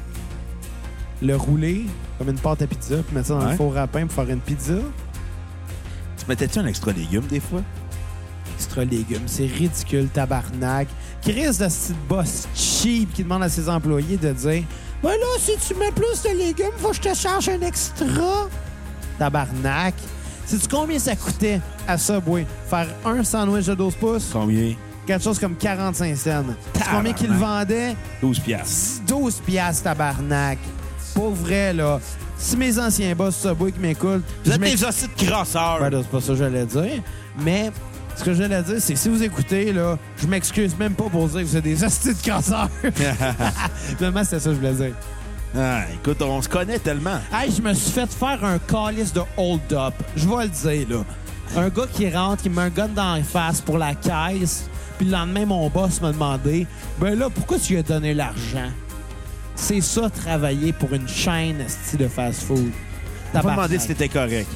le rouler comme une pâte à pizza, puis mettre ça dans Ouais. le four à pain pour faire une pizza. tu mettais-tu un extra légume des fois? Extra légumes, c'est ridicule, tabarnak. Chris de ce petit boss cheap qui demande à ses employés de dire « Ben là, si tu mets plus de légumes, faut que je te charge un extra. » Tabarnak. Sais-tu combien ça coûtait à Subway faire un sandwich de douze pouces? Combien? Quelque chose comme quarante-cinq cents. Sais-tu combien qu'ils le vendaient? douze piastres. douze piastres, tabarnak. Pour vrai, là. Si mes anciens boss Subway qui m'écoutent... Vous je êtes m'ex- des hosties de crasseurs. Ben là, c'est pas ça que j'allais dire. Mais ce que j'allais dire, c'est que si vous écoutez, là, je m'excuse même pas pour dire que vous êtes des hosties de casseurs. Finalement, c'était ça que je voulais dire. Ah, écoute, on se connaît tellement. Hey, je me suis fait faire un calice de hold-up. Je vais le dire, là. Un gars qui rentre, qui me met un gun dans la face pour la caisse, puis le lendemain, mon boss m'a demandé « Ben là, pourquoi tu lui as donné l'argent? » C'est ça, travailler pour une chaîne style de fast-food. T'as pas demandé si t'étais correct.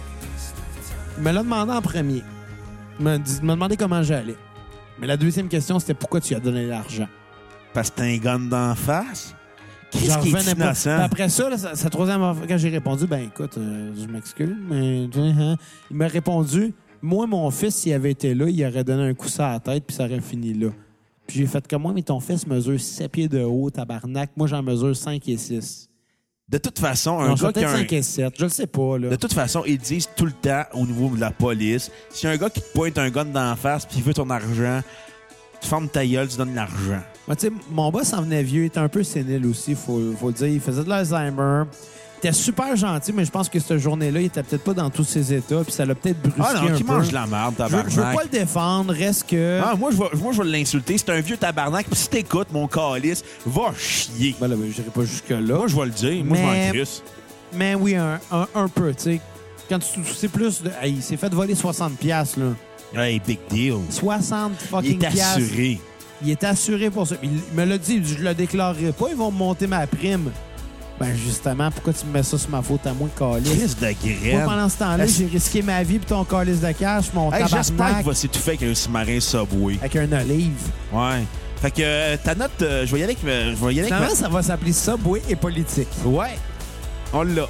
Il me l'a demandé en premier. Il m'a dit- il m'a demandé comment j'allais. Mais la deuxième question, c'était pourquoi tu lui as donné l'argent? Parce que t'as un gun d'en face? Qu'est-ce J'en qui est revenais pas. innocent? Puis après ça, là, sa, sa troisième fois, quand j'ai répondu, ben écoute, euh, je m'excuse, mais hein, il m'a répondu, moi, mon fils, s'il avait été là, il aurait donné un coup sur la tête, puis ça aurait fini là. Puis j'ai fait comme moi, mais ton fils mesure sept pieds de haut, tabarnak. Moi, j'en mesure cinq et six. De toute façon, un Non, gars qui a un... cinq et sept, je le sais pas, là. De toute façon, ils disent tout le temps au niveau de la police, si un gars qui te pointe un gun dans la face puis il veut ton argent, tu fermes ta gueule, tu donnes l'argent. Ouais, tu sais, mon boss en venait vieux, il était un peu sénile aussi, faut, faut le dire. Il faisait de l'Alzheimer. Il était super gentil, mais je pense que cette journée-là, il était peut-être pas dans tous ses états, puis ça l'a peut-être brusqué Ah non, un qui peu. mange de la merde, Je veux, tabarnak. je veux pas le défendre, reste que... Ah, moi, je vais, moi, je vais l'insulter. C'est un vieux tabarnak. Puis si t'écoutes, mon calice, va chier. Ben là, ben, je dirais pas jusque-là. Moi, je vais le dire. Moi, Mais- je m'en crisse. Mais oui, un, un, un peu, tu sais. Quand tu c'est plus de... Hey, il s'est fait voler soixante piastres, là. Hey, big deal. soixante Il fucking est piastres. assuré. Il est assuré pour ça. Il me l'a dit, je le déclarerai pas, ils vont me monter ma prime. Ben justement, pourquoi tu me mets ça sur ma faute à moi, calice? Crise de Moi, graine. pendant ce temps-là, Est-ce- j'ai risqué ma vie pour ton calice de cash, mon Hey, j'espère tabarnak, qu'il va s'étouffer avec un sous-marin Subway. avec un olive. Ouais. Fait que euh, ta note, euh, je vais y aller avec... euh, Je vais y aller avec Finalement, ça va s'appeler Subway et politique. ma- Ouais. On l'a.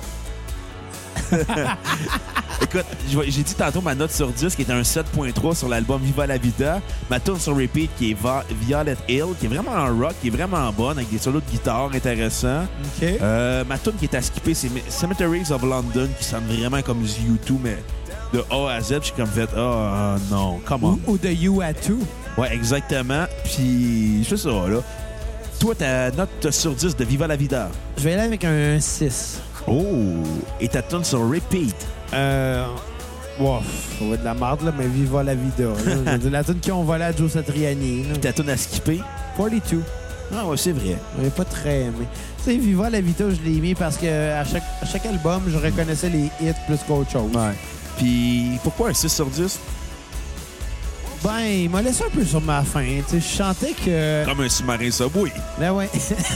Écoute, je vais- j'ai dit tantôt ma note sur dix qui est un sept point trois sur l'album Viva la Vida. Ma tune sur repeat qui est Va- Violet Hill, qui est vraiment un rock, qui est vraiment bonne, avec des solos de guitare intéressants. OK. Euh, ma tune qui est à skipper, c'est Cemeteries of London, qui sonne vraiment comme du U deux, mais de A à Z, je suis comme fait, oh non, come on. Ou, ou de You at Two. Ouais, exactement. Puis, c'est ça, là. Toi, ta note sur dix de Viva la Vida. Je vais aller avec un six. Oh! Et ta tune sur repeat. Euh... Wow, ça va être de la merde, là, mais Viva la Vida. Là. Je veux dire, la tune qui ont volé à Joe Satriani. là. Ta tune à skipper. quarante-deux. Ah ouais, c'est vrai. On n'est pas très aimé. Tu sais, Viva la Vida, je l'ai mis parce que à chaque, à chaque album, je reconnaissais les hits plus qu'autre chose. Ouais. Puis, pourquoi un six sur dix? Ben, il m'a laissé un peu sur ma faim. Tu sais, je chantais que... Comme un sous-marin Subway. Ben ouais.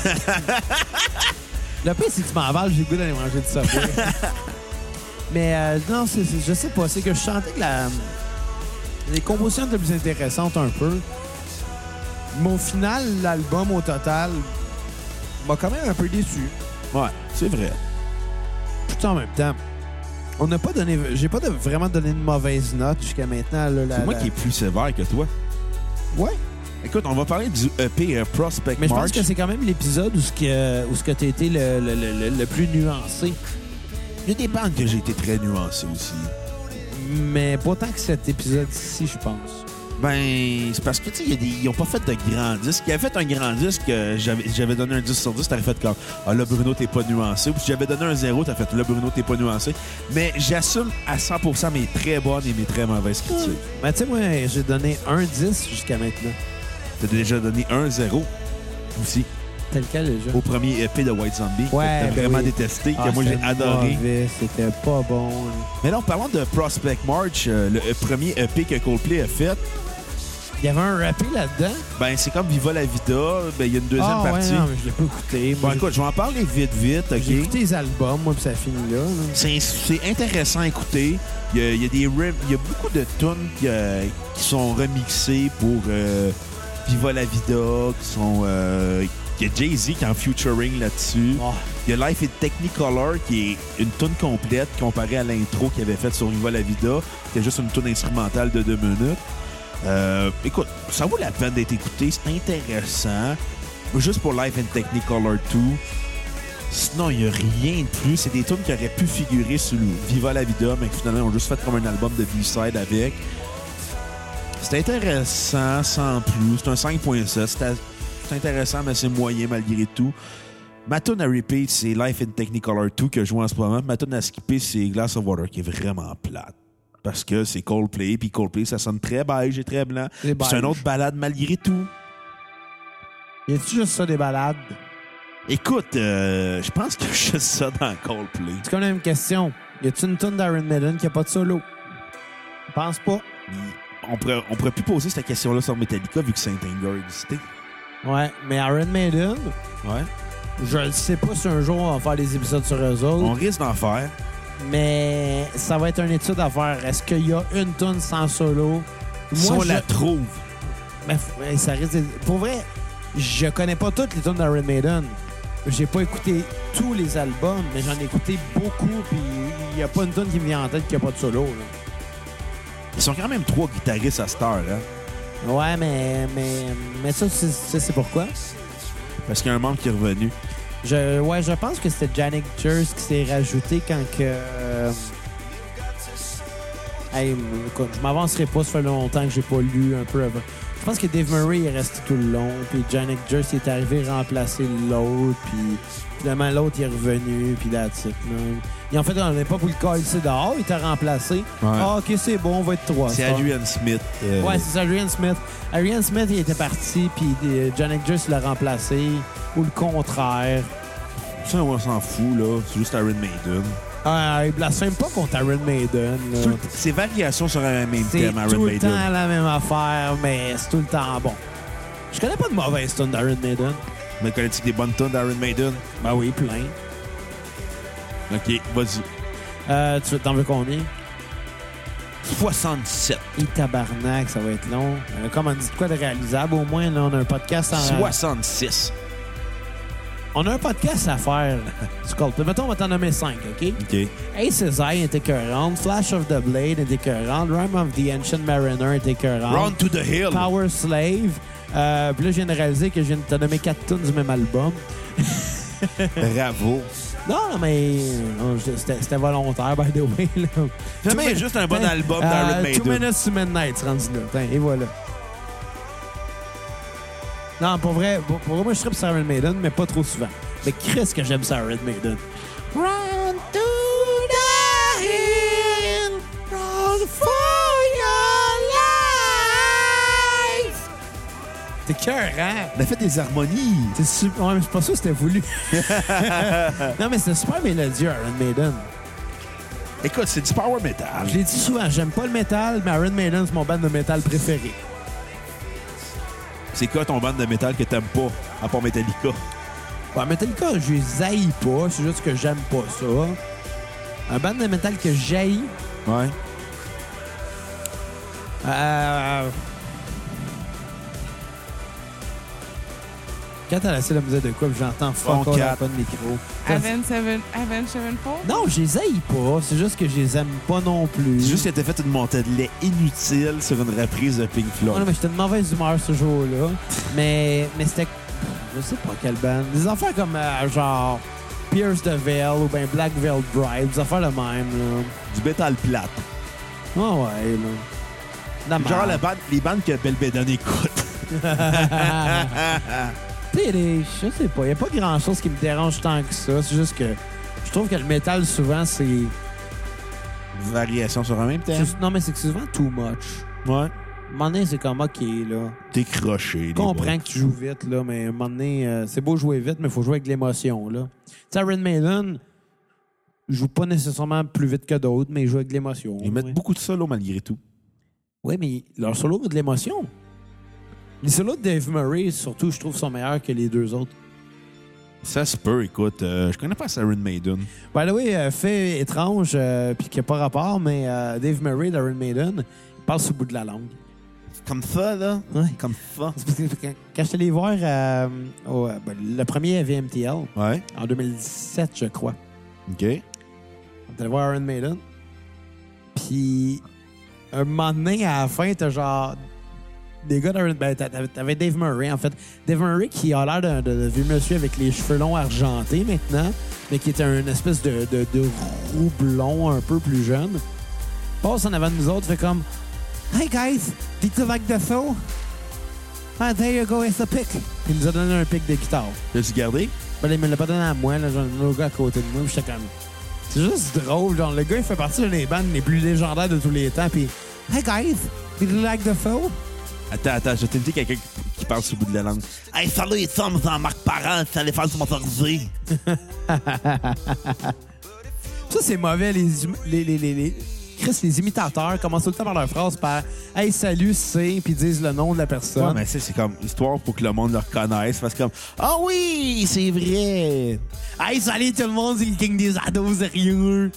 Le pire, c'est que tu m'avales, j'ai le goût d'aller manger du Subway. Mais euh, non, c'est, c'est- je sais pas. C'est que je chantais que la... les compositions étaient plus intéressantes un peu. Mais au final, l'album, au total, m'a quand même un peu déçu. Ouais, c'est vrai. Tout en même temps. On n'a pas donné... J'ai pas de- vraiment donné une mauvaise note jusqu'à maintenant. Là, la, C'est moi la- qui est plus sévère que toi. Ouais. Écoute, on va parler du E P euh, Prospect Mais je pense March. que c'est quand même l'épisode où ce que, où ce que t'as été le, le, le, le- le plus nuancé. Il y a des bandes que j'ai été très nuancé aussi. Mais pas tant que cet épisode-ci, je pense. Ben, c'est parce que, tu sais, il y a des- ils ont pas fait de grand disque. Ils avaient fait un grand disque, euh, j'avais j'avais donné un dix sur dix, t'aurais fait comme, ah là, Bruno, t'es pas nuancé. Puis si j'avais donné un zéro, t'as fait, là, Bruno, t'es pas nuancé. Mais j'assume à cent pour cent mes très bonnes et mes très mauvaises critiques. Mais tu sais, moi, j'ai donné un dix jusqu'à maintenant. T'as déjà donné un zéro aussi Tel quel, déjà. au premier E P de White Zombie. Ouais, que t'as ben vraiment oui. détesté, que Ah, moi j'ai c'était adoré. mauvais, c'était pas bon. là. Mais là, parlons de Prospect March, euh, le euh, premier E P que Coldplay a fait. Il y avait un rappé là-dedans. Ben, c'est comme Viva la Vida. Ben, il y a une deuxième ah, partie. Ouais, non, mais je l'ai pas écouté. Bon, Moi, j'ai- écoute, je vais en parler vite, vite, OK? j'ai écouté les albums, moi, puis ça finit là. là. C'est c'est intéressant à écouter. Il y a, il y a des rem- il y a beaucoup de tunes qui, euh, qui sont remixées pour euh, Viva la Vida, qui sont... euh, il y a Jay-Z qui est en featuring là-dessus. Oh. Il y a Life in Technicolor qui est une tune complète comparée à l'intro qu'il avait faite sur Viva la Vida, qui est juste une tune instrumentale de deux minutes. Euh, écoute, ça vaut la peine d'être écouté, c'est intéressant. Juste pour Life in Technicolor deux. Sinon, il n'y a rien de plus. C'est des tunes qui auraient pu figurer sur le Viva la Vida, mais qui finalement ont juste fait comme un album de B-side avec. C'est intéressant, sans plus. C'est un cinq point sept. C'est, à- c'est intéressant, mais c'est moyen malgré tout. Ma tune à repeat, c'est Life in Technicolor deux que je joue en ce moment. Ma tune à skipper, c'est Glass of Water, qui est vraiment plate. Parce que c'est Coldplay, puis Coldplay, ça sonne très beige et très blanc. C'est Puis c'est une beige. autre balade malgré tout. Y a-tu juste ça, des balades? Écoute, euh, je pense que je suis ça dans Coldplay. C'est comme la même question. Y a-tu une tune d'Iron Maiden qui a pas de solo? Je pense pas. On pourrait, on pourrait plus poser cette question-là sur Metallica vu que Saint-Anger existait. Ouais, mais Iron Maiden, Ouais. je ne sais pas si un jour on va faire des épisodes sur eux autres, On risque d'en faire. mais ça va être une étude à faire. Est-ce qu'il y a une tune sans solo? Si on je... la trouve. Mais, f- ouais, ça risque d'être- Pour vrai, je connais pas toutes les tunes d'Iron Maiden. J'ai pas écouté tous les albums, mais j'en ai écouté beaucoup, puis il y a pas une tune qui me vient en tête qui a pas de solo. là. Ils sont quand même trois guitaristes à cette heure, hein? Ouais, mais, mais, mais ça, c'est, ça, c'est pourquoi? Parce qu'il y a un membre qui est revenu. Je, ouais, je pense que c'était Janik Jers qui s'est rajouté quand que... Euh, hey, écoute, je m'avancerai pas, ça fait longtemps que j'ai pas lu un peu avant. Je pense que Dave Murray est resté tout le long, puis Janik Jers est arrivé à remplacer l'autre, puis finalement l'autre il est revenu, puis that's it. Man. Et en fait, on n'est pas pour le cas ici dehors, il t'a remplacé. Ouais. Ah, ok, c'est bon, on va être trois. C'est ça. Adrian Smith. Euh... Ouais, c'est ça, Adrian Smith. Adrian Smith, il était parti, puis euh, Janik Jers l'a remplacé, ou le contraire. Ça, on s'en fout, là. C'est juste Iron Maiden. Ah, il blasphème pas contre Iron Maiden. Là. Tout- C'est variation sur un même C'est thème, Iron tout le Maiden. temps la même affaire, mais c'est tout le temps bon. Je connais pas de mauvaise tune d'Iron Maiden. Mais connais-tu des bonnes tonnes d'Iron Maiden? Ben oui, plein. OK, vas-y. Euh, tu t'en veux combien? soixante-sept. Et tabarnak, ça va être long. Euh, comme on dit de quoi de réalisable, au moins, là, on a un podcast en... soixante-six. On a un podcast à faire. Sculpt. Mettons, on va t'en nommer cinq, OK? OK. Ace High est écœurante. Flash of the Blade est écœurante. Rime of the Ancient Mariner est écœurante. Run to the hill. Power Slave. Euh, Puis là, je viens de réaliser que je viens de te nommer quatre tunes du même album. Bravo. Non, non, mais non, je- c'était c'était volontaire, by the way. Là. Finalement, il y a juste un bon Tiens, album euh, d'Iron Two Maiden. Minutes to Midnight, c'est rendu là. Tiens, et voilà. Non, pour vrai, pour, pour vrai, moi, je tripe sur Iron Maiden, mais pas trop souvent. Mais Chris, que j'aime ça, Iron Maiden. Run to the hill, run for your life. T'es cœur, hein? On a fait des harmonies. C'est super. Ouais, mais je suis pas sûr que c'était voulu. Non, mais c'était super mélodieux, Iron Maiden. Écoute, c'est du power metal. Je l'ai dit souvent, j'aime pas le métal, mais Iron Maiden, c'est mon band de métal préféré. C'est quoi ton band de métal que t'aimes pas, à part Metallica? Ouais, Metallica, je les haïs pas, c'est juste que j'aime pas ça. Un band de métal que j'haïs, Ouais. euh... Quand t'as laissé la musique de quoi, puis j'entends fuck Bon, all, quatre. pas de micro. Avenged Seven- Avenged Sevenfold? Non, je les haïs pas, c'est juste que je les aime pas non plus. C'est juste que t'as fait une montée de lait inutile sur une reprise de Pink Ouais, non, Floyd. mais j'étais de mauvaise humeur ce jour-là. mais mais c'était... Je sais pas quelle band. Des affaires comme euh, genre Pierce the Veil ou ben Black Veil Bride, des affaires de même, là. Du métal plate. Ah ouais, là. La Genre merde. la bande, les bandes que Belbédon écoute. Tu sais, les- je sais pas, il a pas grand-chose qui me dérange tant que ça. C'est juste que je trouve que le métal, souvent, c'est... Variation sur un même thème. c'est- Non, mais c'est que c'est souvent too much. Ouais. À un moment donné, c'est comme, OK, là. Décroché. Je comprends que tu joues vite, là, mais à un moment donné, euh, c'est beau jouer vite, mais il faut jouer avec l'émotion, là. Tu sais, Iron Maiden joue pas nécessairement plus vite que d'autres, mais il joue avec de l'émotion. Ils mettent ouais. beaucoup de solo malgré tout. Oui, mais leur solo a de l'émotion. Les solos de Dave Murray, surtout, je trouve, sont meilleurs que les deux autres. Ça se peut, écoute. euh, je connais pas Iron Maiden. By the way, euh, fait étrange, euh, puis qui n'a pas rapport, mais euh, Dave Murray d'Iron Maiden, il parle sur le bout de la langue. Comme ça, là. Ouais. Comme ça. C'est parce que Quand, quand je suis allé voir euh, au, euh, ben, le premier V M T L, Ouais. en deux mille dix-sept, je crois, OK. on est allé voir Iron Maiden, puis un moment donné, à la fin, t'as genre... Des gars d'Iron ben, t'avais t'avais Dave Murray, en fait. Dave Murray qui a l'air d'un de, de vieux monsieur avec les cheveux longs argentés maintenant, mais qui était un espèce de, de, de roux blond un peu plus jeune. Passe en avant de nous autres, fait comme Hey guys, did you like the show? Ah, there you go, it's a pick. Il nous a donné un pick de guitare. L'as-tu gardé? Ben, il me l'a pas donné à moi, là, genre, un autre gars à côté de moi. J'étais comme. C'est juste drôle, genre, le gars, il fait partie d'une des bandes les plus légendaires de tous les temps, puis Hey guys, did you like the show? Attends, attends, je t'ai dit quelqu'un qui, qui parle sur le bout de la langue. Hey, salut, les sommes en Marc Parent, ça allait faire sponsorisé. Ça, c'est mauvais, les, hum- les, les, les, les... Chris, les imitateurs commencent tout le temps par leur phrase par Hey, salut, c'est, puis ils disent le nom de la personne. Ouais, mais ça, c'est comme histoire pour que le monde le reconnaisse. Parce que comme, ah oui, c'est vrai. Hey, salut tout le monde, c'est le King des ados, sérieux.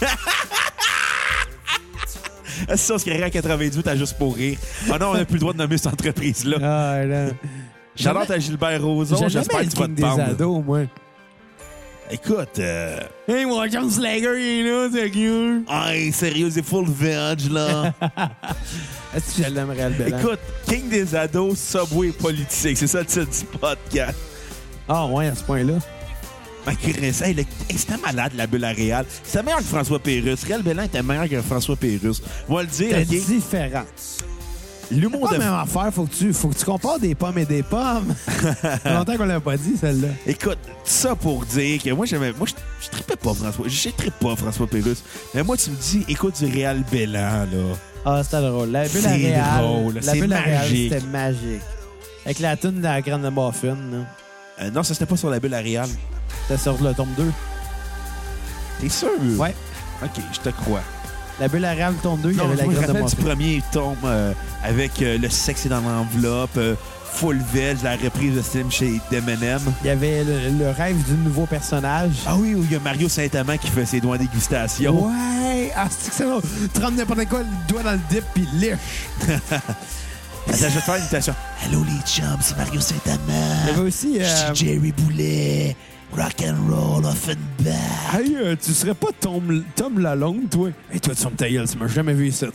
C'est ça, ce qui arrive à quatre-vingt-dix-huit à juste pour rire. Ah non, on n'a plus le droit de nommer cette entreprise-là. Ah, là. Shout-out à Gilbert Rozon, J'ai j'espère jamais que le tu vas King te des pendre. ados, moi. Écoute, euh... Hey, mon John Slager, il est là, sérieux. hey, sérieux, c'est full veg, là. Est-ce que je l'aimerais, le bel Écoute, King des ados, Subway politique. C'est ça le titre du podcast. Ah, ouais, à ce point-là. Malgré ça, hey, le- hey, c'était malade, la bulle à Réal. C'était meilleur que François Pérusse. Réal Bellan était meilleur que François Pérusse. On va le dire, C'est OK? différent. L'humour Pas de... la même affaire, faut que tu, faut que tu compares des pommes et des pommes. Ça fait longtemps qu'on l'a pas dit, celle-là. Écoute, ça pour dire que moi, j'aimais... Moi, je, je trippais pas François... Je trippe pas François Pérusse. Mais moi, tu me dis, écoute du Réal Bellan, là. Ah, c'était drôle. La bulle à C'est Réal. drôle, La c'est bulle à Réal, magique. c'était magique. Avec la toune de la grande muffin, là. Euh, non, ça, c'était pas sur la bulle à Réal. C'était sur le tome deux. T'es sûr? Ouais. OK, je te crois. La bulle à Réal, tome deux, il y Non, avait je la me grande rappelle muffin. du premier tome euh, avec euh, le sexe est dans l'enveloppe, euh, Full Veg, la reprise de Slim chez Eminem. Il y avait le, le rêve du nouveau personnage. Ah oui, où il y a Mario Saint-Amand qui fait ses doigts en dégustation. Ouais! Ah, c'est que c'est bon. Trempe n'importe quoi, le doigt dans le dip, puis liche. Attends, je vais te faire une imitation. Allô les chums, c'est Mario Il y Saint-Amand. avait aussi... Je euh, suis Jerry Boulet. Rock and roll, Offenbach. Hey, euh, tu serais pas Tom, Tom Lalonde, toi? Hey, toi, tu me ta gueule, tu m'as jamais vu ici.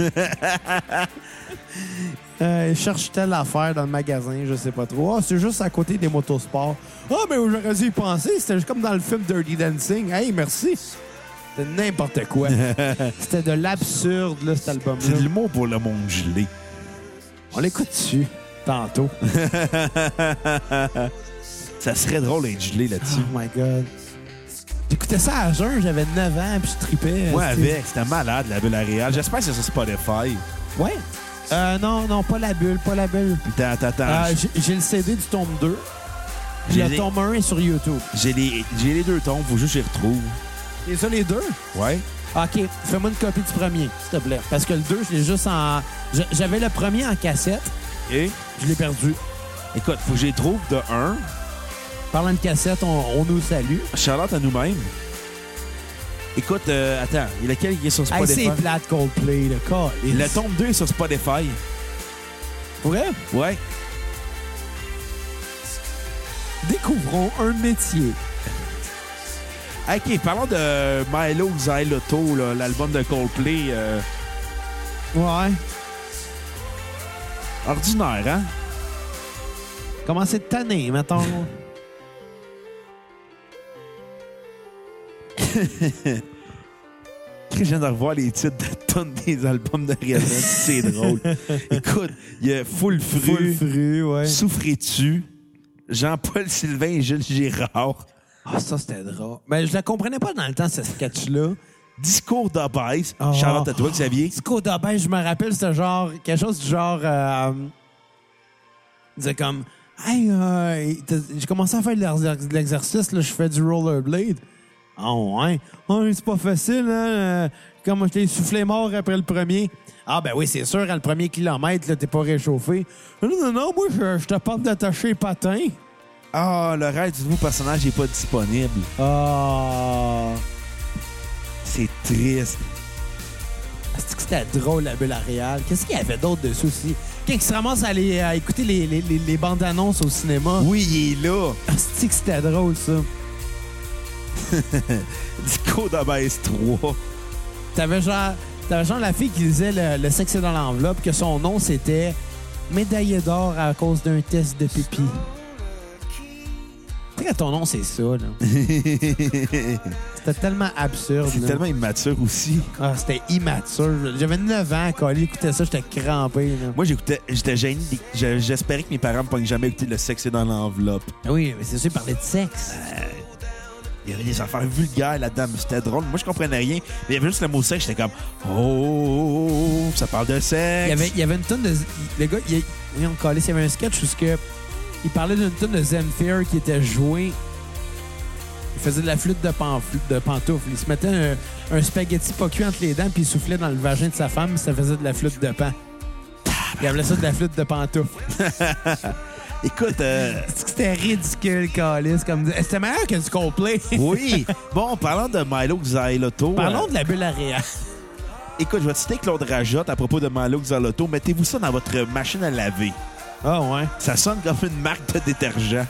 euh, je cherche telle affaire dans le magasin, je sais pas trop. Ah, c'est juste à côté des motosports. Ah, mais j'aurais dû y penser. C'était juste comme dans le film Dirty Dancing. Hey, merci. C'était n'importe quoi. C'était de l'absurde, là, cet C'est album-là. de l'humour pour le monde gelé. On l'écoute dessus, tantôt. Ça serait drôle d'être gelé là-dessus. Oh my God. J'écoutais ça à jeun, j'avais neuf ans, puis je tripais. Moi, euh, avec, c'était malade, la bulle à Réal. J'espère que c'est sur Spotify. Ouais. Euh, non, non, pas la bulle, pas la bulle. Attends, attends, attends. Euh, j'ai- j'ai le C D du tome deux. Puis J'ai le les- tome un est sur YouTube. J'ai les, j'ai les deux tombes, faut juste que je les retrouve. C'est ça, les deux? Ouais. OK, fais-moi une copie du premier, s'il te plaît. Parce que le deux, je l'ai juste en... je- J'avais le premier en cassette. Et, Je l'ai perdu. écoute, faut que je les trouve de un. Parlant de cassette, on, on nous salue. Charlotte à nous-mêmes. Écoute, euh, attends, il y a lequel qui est sur Hey, Spotify? c'est plate Coldplay, le cas. Le tome deux est sur Spotify. Vrai? Ouais. Découvrons un métier. OK, parlons de Milo Xyloto, là, l'album de Coldplay. euh, Ouais. ordinaire, hein? Comment c'est de tanner, mettons? Je viens de revoir les titres de tonnes des albums de Rihanna. C'est drôle. Écoute, il y a Full Fru, Full fru, ouais. Souffrais-tu, Jean-Paul Sylvain et Gilles Girard, Ah, ça, c'était drôle. Mais je la comprenais pas dans le temps, ce sketch-là. Discours d'Abaisse, Oh. Charlotte à toi, Xavier. Disco d'Aubin, je me rappelle, c'était genre... Quelque chose du genre... Euh, il disait comme... Hey, euh, t'as- j'ai commencé à faire de l'exer- de l'exercice, là, je fais du rollerblade. Ah ouais? Oh, c'est pas facile, hein? euh, Comme je t'ai soufflé mort après le premier. Ah ben oui, c'est sûr, à le premier kilomètre, là, t'es pas réchauffé. Non, non, non, moi, je, je te parle d'attacher les patins. Ah, le reste du nouveau personnage n'est pas disponible. Ah... C'est triste. C'est que c'était drôle, la bulle à Réal. Qu'est-ce qu'il y avait d'autre dessus aussi? Quand il se ramasse à, aller, à écouter les, les, les, les bandes annonces au cinéma. Oui, il est là. C'est que c'était drôle, ça. Discours d'Abaisse trois. T'avais genre, t'avais genre la fille qui disait le, le sexe est dans l'enveloppe, que son nom, c'était médaillé d'or à cause d'un test de pipi. Tu sais, ton nom, c'est ça, là. C'était tellement absurde. C'est là. tellement immature aussi. Ah, c'était immature. J'avais neuf ans quand il écoutait ça, j'étais crampé. Là. Moi, j'écoutais, j'étais gêné. Je- J'espérais que mes parents ne pognent jamais écouter Le sexe est dans l'enveloppe. Oui, mais c'est sûr, il parlait de sexe. Il y avait des affaires vulgaires là-dedans, mais c'était drôle. Moi, je comprenais rien. Mais il y avait juste le mot sexe, j'étais comme oh, ça parle de sexe. Il y avait, il y avait une tonne de... Le gars, il, oui, on calait, il y avait un sketch où ce que, il parlait d'une tonne de Zenfire qui était jouée. Il faisait de la flûte de, panfl- de pantoufle. Il se mettait un, un spaghetti pas cuit entre les dents puis il soufflait dans le vagin de sa femme, ça faisait de la flûte de pan. Il appelait ça de la flûte de pantoufle. Écoute, euh, C'est que c'était ridicule, Calis. Comme... C'était meilleur que du Coldplay. oui. Bon, parlant de Milo Xyloto. Parlons euh, de la bulle à Réal. Écoute, je vais te citer Claude Rajotte à propos de Milo Xyloto. Mettez-vous ça dans votre machine à laver. Ah ouais. Ça sonne comme une marque de détergent.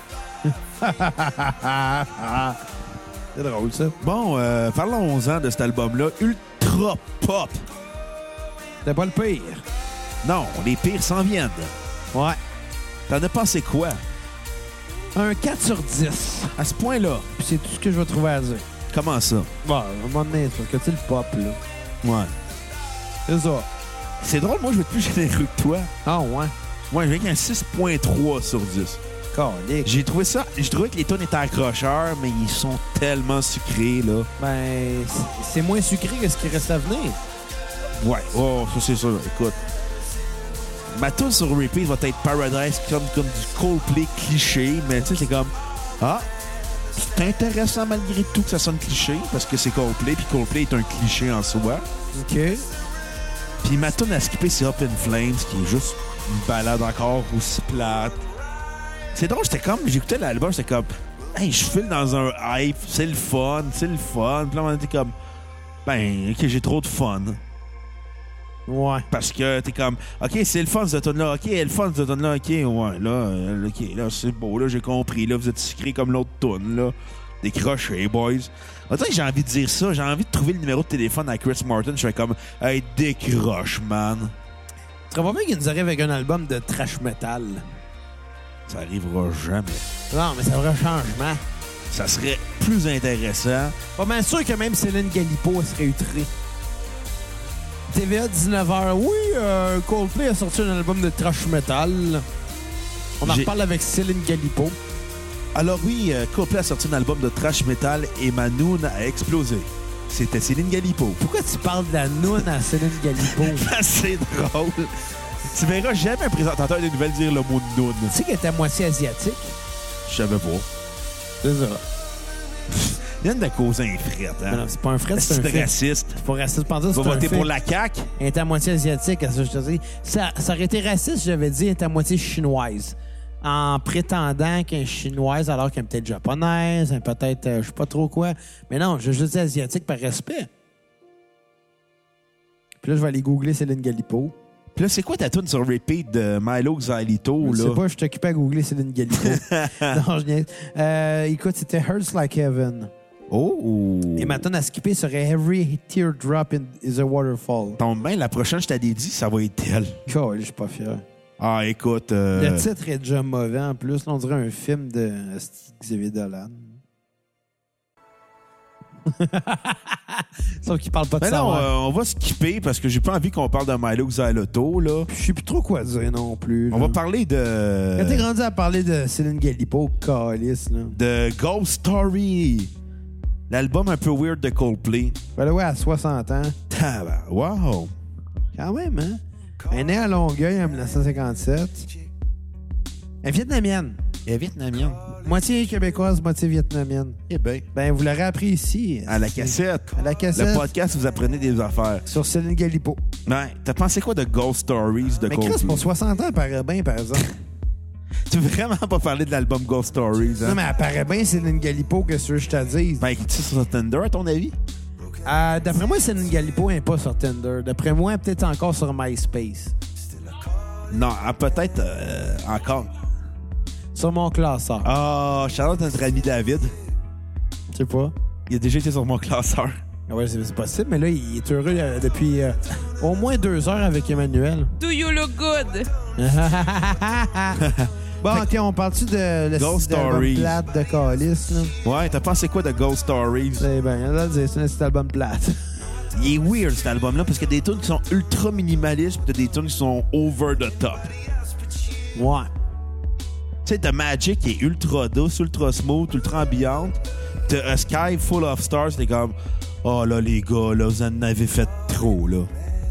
C'est drôle, ça. Bon, euh, parlons-en de cet album-là. Ultra pop. C'était pas le pire. Non, les pires s'en viennent. Ouais. T'en as pensé quoi? Un quatre sur dix. À ce point-là. Puis c'est tout ce que je vais trouver à dire. Comment ça? Bon, à un moment donné, c'est parce que tu sais, le pop, là. Ouais. C'est ça. C'est drôle, moi, je vais être plus généreux que toi. Ah, ouais. Moi, je viens qu'un six virgule trois sur dix. Calique. J'ai trouvé ça... J'ai trouvé que les tunes étaient accrocheurs, mais ils sont tellement sucrés, là. Ben, c'est- c'est moins sucré que ce qui reste à venir. Ouais. Oh, ça, c'est sûr. Écoute. Ma tune sur repeat va être Paradise, comme, comme du Coldplay cliché, mais tu sais, c'est comme... Ah, c'est intéressant malgré tout que ça sonne cliché, parce que c'est Coldplay, puis Coldplay est un cliché en soi. OK. Puis ma tune à skipper, c'est Up in Flames, qui est juste une balade encore aussi plate. C'est drôle, j'étais comme... J'écoutais l'album, j'étais comme... Hey, je file dans un hype, c'est le fun, c'est le fun. Puis là, on était comme... Ben, OK, j'ai trop de fun. Ouais. Parce que t'es comme, OK, c'est le fun, cette tune-là. OK, c'est le fun, cette tune-là. OK, ouais, là, euh, OK, là, c'est beau, là, j'ai compris. Là, vous êtes sucrés comme l'autre tune, là. Décrochez, boys. On dirait que j'ai envie de dire ça. J'ai envie de trouver le numéro de téléphone à Chris Martin. Je fais comme, hey, décroche, man. Tu serais pas bien qu'il nous arrive avec un album de trash metal. Ça arrivera jamais. Non, mais ça ferait un changement. Ça serait plus intéressant. Pas bien sûr que même Céline Galipo elle serait outrée. T V A dix-neuf heures. Oui, euh, Coldplay a sorti un album de trash metal. On en J'ai- reparle avec Céline Galipo. Alors oui, euh, Coldplay a sorti un album de trash metal et ma noune a explosé. C'était Céline Galipo. Pourquoi tu parles de la noune à Céline Galipo? C'est drôle. Tu verras jamais un présentateur de nouvelles dire le mot de noune. Tu sais qu'elle est à moitié asiatique? Je savais pas. C'est ça. Il vient de causer un fret, Mais hein? non, c'est pas un fret, c'est un C'est fait. raciste. C'est pas raciste. Pendant Tu vas c'est un voter fait. pour la C A Q? Elle est à moitié asiatique, à ça je te dis. Ça, ça aurait été raciste si j'avais dit elle est à moitié chinoise. En prétendant qu'elle est chinoise alors qu'elle est peut-être japonaise, elle est peut-être euh, je sais pas trop quoi. Mais non, je juste dit asiatique par respect. Puis là, je vais aller googler Céline Galipo. Puis là, c'est quoi ta tune sur repeat de Milo Xylito, Je là? sais pas, je t'occupais à googler Céline Galipo. non, je niaise. Euh, écoute, c'était Hurts Like Heaven. Oh! Et ma tune à skipper serait Every Teardrop in- is a Waterfall. Tombe bien, la prochaine, je t'avais dit, ça va être elle. Cool, je suis pas fier. Ah, écoute... euh, Le titre est déjà mauvais en plus. Là, on dirait un film de euh, Xavier Dolan. Sauf qu'il parle pas de Ben ça. non, euh, on va skipper parce que j'ai pas envie qu'on parle de Milo Xylito, là. Je sais plus trop quoi dire non plus. On là. va parler de... Quand t'es rendu à parler de Céline Galipo, calice, là. de Ghost Story. L'album un peu weird de Coldplay. Ben là, ouais, à soixante ans. Tabar- Wow! Quand même, hein? Elle est née à Longueuil en dix-neuf cinquante-sept. Elle est vietnamienne. Elle est vietnamienne. Moitié québécoise, moitié vietnamienne. Eh bien. Ben, vous l'aurez appris ici. À la cassette. À la cassette. Le podcast, vous apprenez des affaires. Sur Céline Galipo. Ouais. T'as pensé quoi de Ghost Stories de Mais Coldplay? Chris, pour soixante ans, elle paraît bien, par exemple. Tu veux vraiment pas parler de l'album Ghost Stories, hein? Non, mais elle paraît bien, Céline Galipo, que ce que je te dise. Ben, écoute-tu sur Tinder, à ton avis? Euh, D'après moi, Céline Galipo n'est pas sur Tinder. D'après moi, elle est peut-être encore sur MySpace. Non, ah, peut-être euh, encore. Sur mon classeur. Ah, Charlotte, notre ami David. Je sais pas. Il a déjà été sur mon classeur. Ah ouais, c'est c'est possible, mais là, il est heureux euh, depuis euh, au moins deux heures avec Emmanuel. Do you look good? Bon, OK, on parle-tu de le Ghost site d'album Stories. plate de Calice, là? Ouais, t'as pensé quoi de Ghost Stories? C'est bien, là, c'est un petit album plate. Il est weird, cet album-là, parce qu'il y a des tunes qui sont ultra minimalistes puis t'as des tunes qui sont over the top. Ouais. Tu sais, t'as Magic qui est ultra douce, ultra smooth, ultra ambiante. T'as A Sky Full of Stars, t'es comme... Oh là, les gars, là, vous en avez fait trop, là.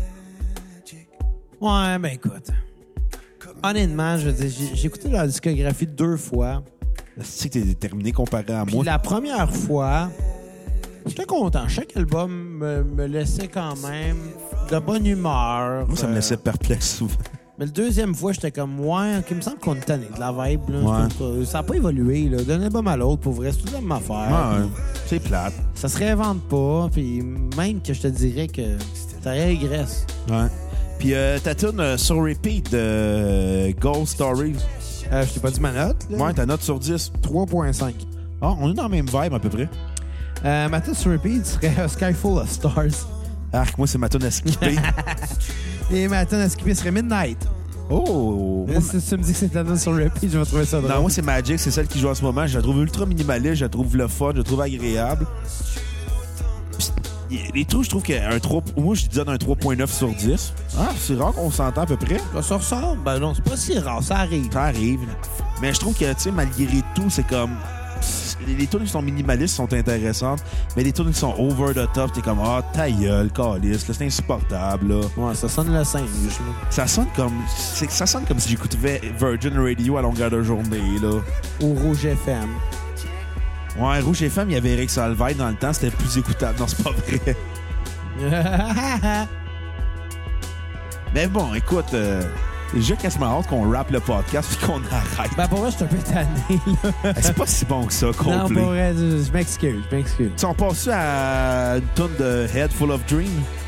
Ouais, ben écoute. Honnêtement, je veux dire, j'ai j'ai écouté leur discographie deux fois. Tu sais que t'es déterminé comparé à Puis moi. la première fois, j'étais content. Chaque album me, me laissait quand même de bonne humeur. Moi, ça me Euh, laissait perplexe souvent. Mais la deuxième fois, j'étais comme, ouais, ok, il me semble qu'on est tanné de la vibe. Là. Ouais. C'est tout, ça n'a pas évolué. Là. D'un album à l'autre, pour vrai, c'est tout la même affaire. Ouais, c'est plate. Ça se réinvente pas. Puis même que je te dirais que ça régresse. Ouais. Puis euh, ta tune euh, sur repeat de euh, Ghost Stories. Euh, je t'ai pas dit ma note. Là. Ouais, ta note sur dix. trois virgule cinq. Ah, on est dans la même vibe à peu près. Euh, ma tune sur repeat serait A Sky Full of Stars. Arc, moi, c'est ma tune à skipper. Et ma tune à skipper serait Midnight. Oh! Mais si tu me dis que c'est ta note sur repeat, je vais trouver ça drôle. Non, moi, c'est Magic, c'est celle qui joue en ce moment. Je la trouve ultra minimaliste, je la trouve le fun, je la trouve agréable. Puis, les trous, je trouve qu'un trois... Moi, je donne un trois virgule neuf sur dix. Ah, c'est rare qu'on s'entend à peu près. Ça ressemble? Ben non, c'est pas si rare, ça arrive. Ça arrive. Mais je trouve que, tu sais, malgré tout, c'est comme... Les tunes qui sont minimalistes sont intéressantes, mais les tunes qui sont over the top, t'es comme, ah, ta gueule, calice, là, c'est insupportable, là. Ouais, ça sonne le singe, là. Ça sonne comme... c'est- Ça sonne comme si j'écoutais Virgin Radio à longueur de journée, là. Au Rouge F M. Ouais, Rouge F M, il y avait Eric Salvaille dans le temps, c'était plus écoutable. Non, c'est pas vrai. Mais bon, écoute, euh, j'ai déjà quasiment hâte qu'on rappe le podcast puis qu'on arrête. Ben pour vrai, je suis un peu tanné, là. C'est pas si bon que ça, Non, complet. pour vrai, je, je m'excuse, je m'excuse. Tu on passe à une tonne de Head Full of Dream?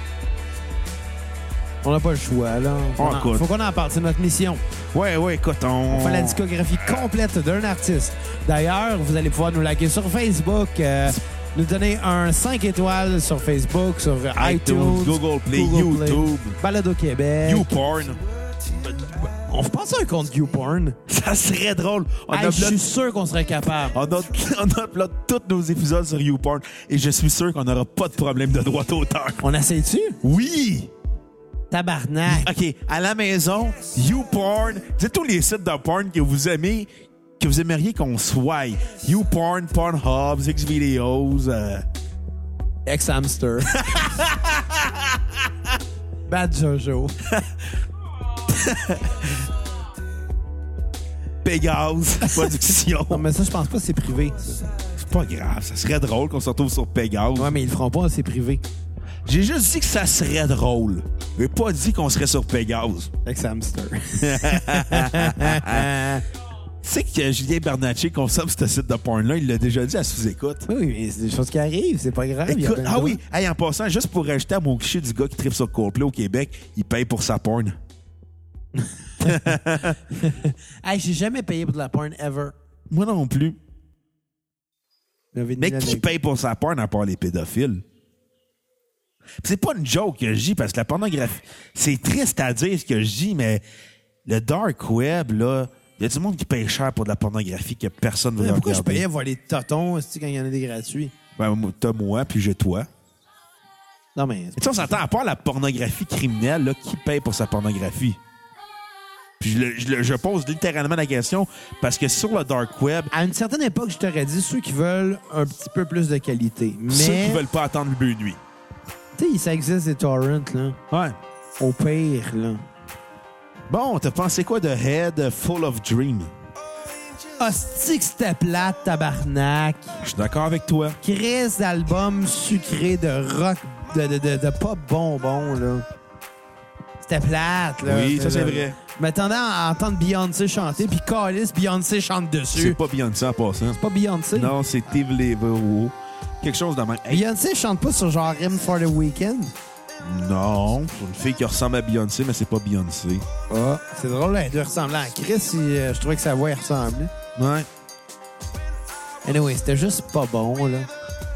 On n'a pas le choix, là. Faut, On en- écoute. faut qu'on en parle, c'est notre mission. Ouais, ouais, écoute, on... On fait la discographie complète d'un artiste. D'ailleurs, vous allez pouvoir nous liker sur Facebook, euh, nous donner un cinq étoiles sur Facebook, sur iTunes, iTunes, Google Play, Google Play, YouTube, Balado Québec. YouPorn. On pense à un compte YouPorn. Ça serait drôle. On Hey, a je suis upload- sûr qu'on serait capable. on a, on upload tous nos épisodes sur YouPorn et je suis sûr qu'on n'aura pas de problème de droit d'auteur. On essaie-tu? Oui! Tabarnak. OK, à la maison, YouPorn, c'est tous les sites de porn que vous aimez, que vous aimeriez qu'on swipe. YouPorn, Pornhub, Xvideos, euh... Ex-hamster. Bad Jojo. Pégase, Production. Non, mais ça, je pense pas que c'est privé. ça. C'est pas grave, ça serait drôle qu'on se retrouve sur Pégase. Ouais, mais ils le feront pas, c'est privé. J'ai juste dit que ça serait drôle. J'ai pas dit qu'on serait sur Pégase. Ex-hamster. Tu sais que Julien Bernatchez consomme ce site de porn-là, il l'a déjà dit à sous-écoute. Oui, mais c'est des choses qui arrivent, c'est pas grave. il y a Écoute, plein de ah oui, gens. hey, en passant, juste pour rajouter à mon cliché du gars qui tripe sur Coldplay au Québec, il paye pour sa porn. Hey, j'ai jamais payé pour de la porn ever. Moi non plus. J'avais Mais une qui anecdote. paye pour sa porn à part les pédophiles? Puis c'est pas une joke que je dis, parce que la pornographie... C'est triste à dire ce que je dis, mais le dark web, là, il y a du monde qui paye cher pour de la pornographie que personne ne veut Mais pourquoi je regarder. payais voir les totons est-ce que, quand il y en a des gratuits? Ben, moi, t'as moi, puis j'ai toi. Non, mais... Et tu sais, on s'entend à part la pornographie criminelle, là, qui paye pour sa pornographie? Puis je, le- je le- je pose littéralement la question parce que sur le dark web, À une certaine époque, je t'aurais dit ceux qui veulent un petit peu plus de qualité. Mais, ceux qui veulent pas attendre le but de nuit. tu sais, ça existe des torrents, là. Ouais. Au pire, là. Bon, t'as pensé quoi de Head Full of Dream? Hostie que c'était plate, tabarnak. Je suis d'accord avec toi. Crise d'album sucré de rock, de, de, de, de pop bonbon, là. C'était plate, là. Oui, ça, c'est Je- vrai. Je m'attendais à entendre Beyoncé chanter, puis Callis, Beyoncé chante C'est dessus. pas Beyoncé en passant. C'est pas Beyoncé. Non, c'est Steve Levo. Quelque chose de même. Hey, Beyoncé chante pas sur genre Hymn for the Weekend. non, c'est une fille qui ressemble à Beyoncé, mais c'est pas Beyoncé. Ah, c'est drôle, elle doit ressembler à Chris. Si, euh, je trouvais que sa voix y ressemblait. Ouais. Anyway, c'était juste pas bon, là.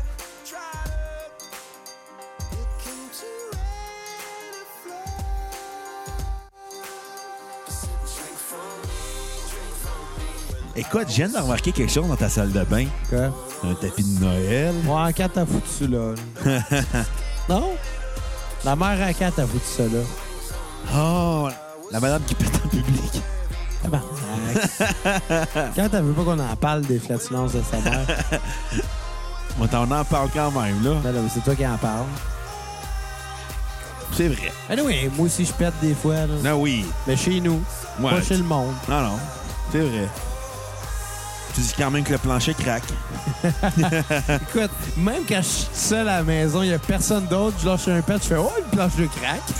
Écoute, je viens de remarquer quelque chose dans ta salle de bain. Quoi? Un tapis de Noël. Ouais, quand t'as foutu ça, là. là. Non? La mère à quatre a foutu ça, là. Oh, la madame qui pète en public. Tabarnak. Quand t'as vu pas qu'on en parle des flatulences de sa mère, Bon, on en parle quand même, là. ben là, c'est toi qui en parles. C'est vrai. Anyway, moi aussi, je pète des fois, là. Non, oui. Mais chez nous, Ouais, pas tu- chez le monde. Non, non. C'est vrai. Tu dis quand même que le plancher craque. Écoute, même quand je suis seul à la maison, il y a personne d'autre, je lâche un pet, je fais « Oh, le plancher craque! »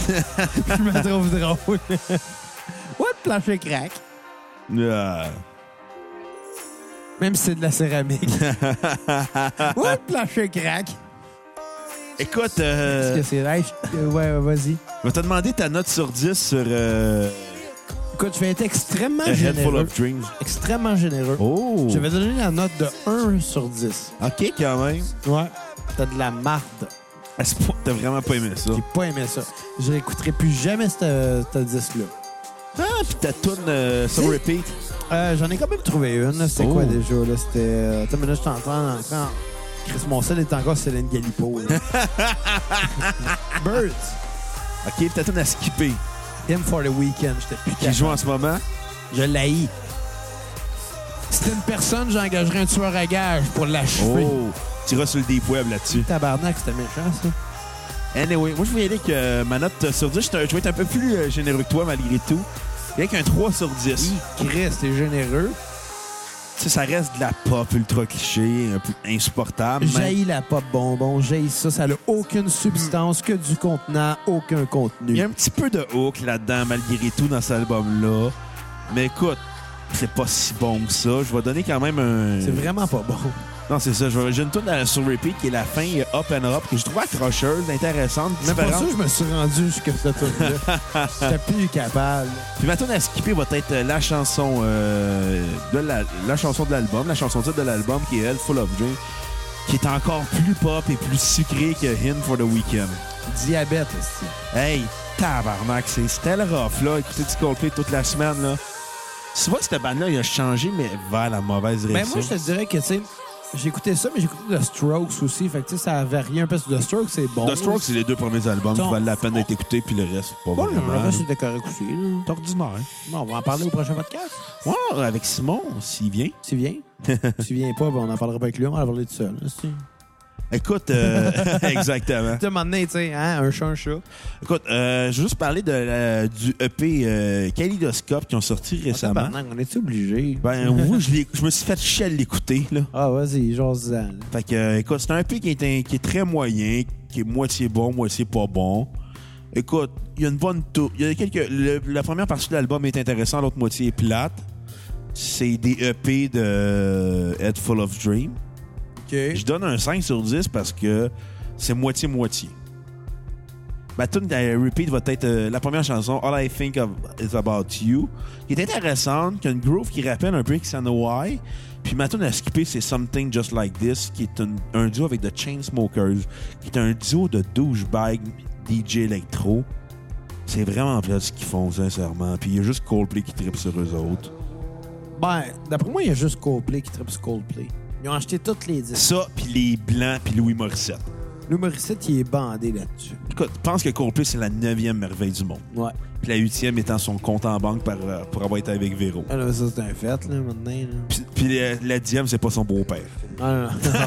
Je me trouve drôle. « Ouais, le plancher craque! Euh, » Même si c'est de la céramique. « Ouais, le plancher craque! » Écoute, Qu'est-ce euh, que c'est? Hey, je- euh, ouais, ouais, vas-y. je vais te demander ta note sur dix sur euh, Écoute, je vais être extrêmement A Head Full généreux. of Dreams. Extrêmement généreux. Oh! Je vais donner la note de un sur dix. OK, quand même. Ouais. T'as de la marde. À ce point, t'as vraiment pas aimé ça. J'ai pas aimé ça. Je n'écouterai plus jamais ce ce disque-là. Ah, puis ta toune euh, sur C'est- repeat. Euh, J'en ai quand même trouvé une. là. C'était Oh. quoi déjà? Là? C'était... Euh, attends, mais là, je suis en train... Encore... Chris Moncel est encore Céline Galipo. là. Birds. OK, puis ta toune à skipper. Him for the Weekend. J'étais plus Qui capable. joue en ce moment. Je l'haïs. Si c'était une personne, j'engagerais un tueur à gage pour l'achever. Oh, tu iras sur le deep web là-dessus. Tabarnak, c'était méchant, ça. Anyway, moi, je vais y aller avec euh, ma note sur dix. Je te- je vais être un peu plus euh, généreux que toi, malgré tout. Avec un trois sur dix. Hi, Chris, t'es généreux. Tu sais, ça reste de la pop ultra cliché, un peu insupportable. mais- J'haïs la pop bonbon, j'haïs ça. Ça n'a aucune substance, que du contenant, aucun contenu. Il y a un petit peu de hook là-dedans, malgré tout, dans cet album-là. Mais écoute, c'est pas si bon que ça. Je vais donner quand même un... C'est vraiment pas bon. Non, c'est ça. Je vais- J'ai une tune à- sur repeat qui est la fin euh, Up and Up, que je trouve accrocheuse, intéressante, Mais pour ça, différente. je me suis rendu jusqu'à cette tune-là. J'étais plus capable. Puis ma tune à skipper va être euh, la chanson euh, de la, la chanson de l'album, la chanson titre de l'album, qui est elle, Full of Dream, qui est encore plus pop et plus sucrée que Hymn for the Weekend. Diabète, aussi. Hey, tabarnak, c'est c'était le rough, là. Écoutez du Coldplay toute la semaine, là. Tu vois que cette bande-là, il a changé, mais vers la mauvaise Mais direction. moi, je te dirais que, tu sais, j'écoutais ça, mais j'écoutais The Strokes aussi. Fait que, tu sais, ça a varié un peu. The Strokes, c'est bon. The Strokes, c'est les deux premiers albums qui Ton- valent la peine d'être écoutés, puis le reste, pas Bon, le vraiment. reste, c'était correct aussi. là. C'est ordinaire. Bon, on va en parler au prochain podcast. Ouais, avec Simon, s'il vient. Tu viens? Tu viens pas, ben, on en parlera pas avec lui, on va en parler tout seul. là, c'est- Écoute, euh, exactement. Tu sais, maintenant, tu sais, hein, un chat, un chat. Écoute, euh, je veux juste parler de la- du E P euh, Kaleidoscope qui ont sorti récemment. Tabarnak, on est obligé? Ben oui, je, l'ai- je me suis fait chier à l'écouter, là. Ah, vas-y, genre là. Fait que, euh, écoute, c'est un E P qui est, un- qui est très moyen, qui est moitié bon, moitié pas bon. Écoute, il y a une bonne tour. Il y a quelques. le- la première partie de l'album est intéressante, l'autre moitié est plate. C'est des E P de Head Full of Dream. OK. Je donne un cinq sur dix parce que c'est moitié-moitié. Ma tune de repeat va être euh, la première chanson, All I Think of Is About You, qui est intéressante, qui a une groove qui rappelle un peu X and Y. Puis ma tune à skipper, c'est Something Just Like This, qui est un, un duo avec The Chainsmokers, qui est un duo de douchebag D J électro. C'est vraiment plat ce qu'ils font, sincèrement. Puis il y a juste Coldplay qui tripe sur eux autres. Ben, d'après moi, il y a juste Coldplay qui tripe sur Coldplay. Ils ont acheté toutes les disques. Ça, puis les Blancs, puis Louis Morissette. Louis Morissette, il est bandé là-dessus. Écoute, je pense que Coldplay, c'est la neuvième merveille du monde. Ouais. Puis la huitième étant son compte en banque par, euh, pour avoir été avec Véro. Ah, là, ça, c'est un fait, là, maintenant. Là. Puis, puis la, la dixième, c'est pas son beau-père. Ah,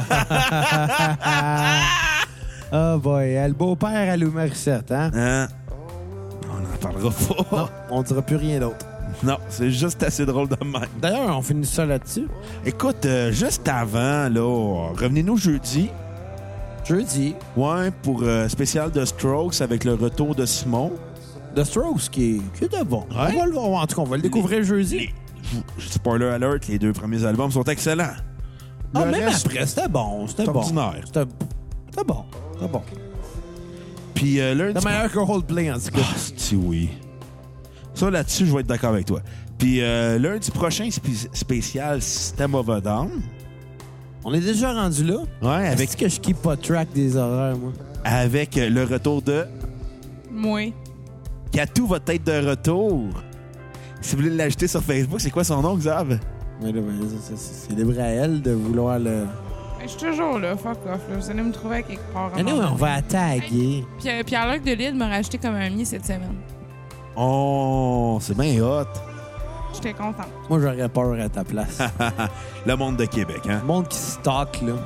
non. Oh boy, le beau-père à Louis Morissette, hein? Hein? On n'en parlera pas. Non, on dira plus rien d'autre. Non, c'est juste assez drôle de même. D'ailleurs, on finit ça là-dessus. Écoute, euh, juste avant, là, revenez-nous jeudi. Jeudi, Ouais, pour euh, spécial de Strokes avec le retour de Simon. The Strokes, qui est, qui est de bon. Ouais. On va le voir. En tout cas, on va le découvrir jeudi. Les- Spoiler alert, les deux premiers albums sont excellents. Ah, Le même reste, après, c'était bon. C'était c'est bon. ordinaire. C'était c'était bon. C'était bon. Puis euh, lundi... C'était meilleur que Coldplay, en tout cas. Ah, si oui. Ça, là-dessus, je vais être d'accord avec toi. Puis euh, lundi prochain, spé- spécial System of a Down. On est déjà rendu là. Ouais, Avec avec, que je keep pas track des horaires, moi. avec euh, le retour de... Moi. Katou va être de retour. Si vous voulez l'ajouter sur Facebook, c'est quoi son nom, Xav? Ouais, là, ben, c'est- c'est c'est libre à elle de vouloir le. Ben, je suis toujours là, fuck off. Là. Vous allez me trouver à quelque part. Ah non, on va la taguer. Pierre- Pierre-Luc Delisle m'a rajouté comme ami cette semaine. Oh, c'est bien hot. J'étais contente. Moi, j'aurais peur à ta place. Le monde de Québec, hein? Le monde qui stocke, là.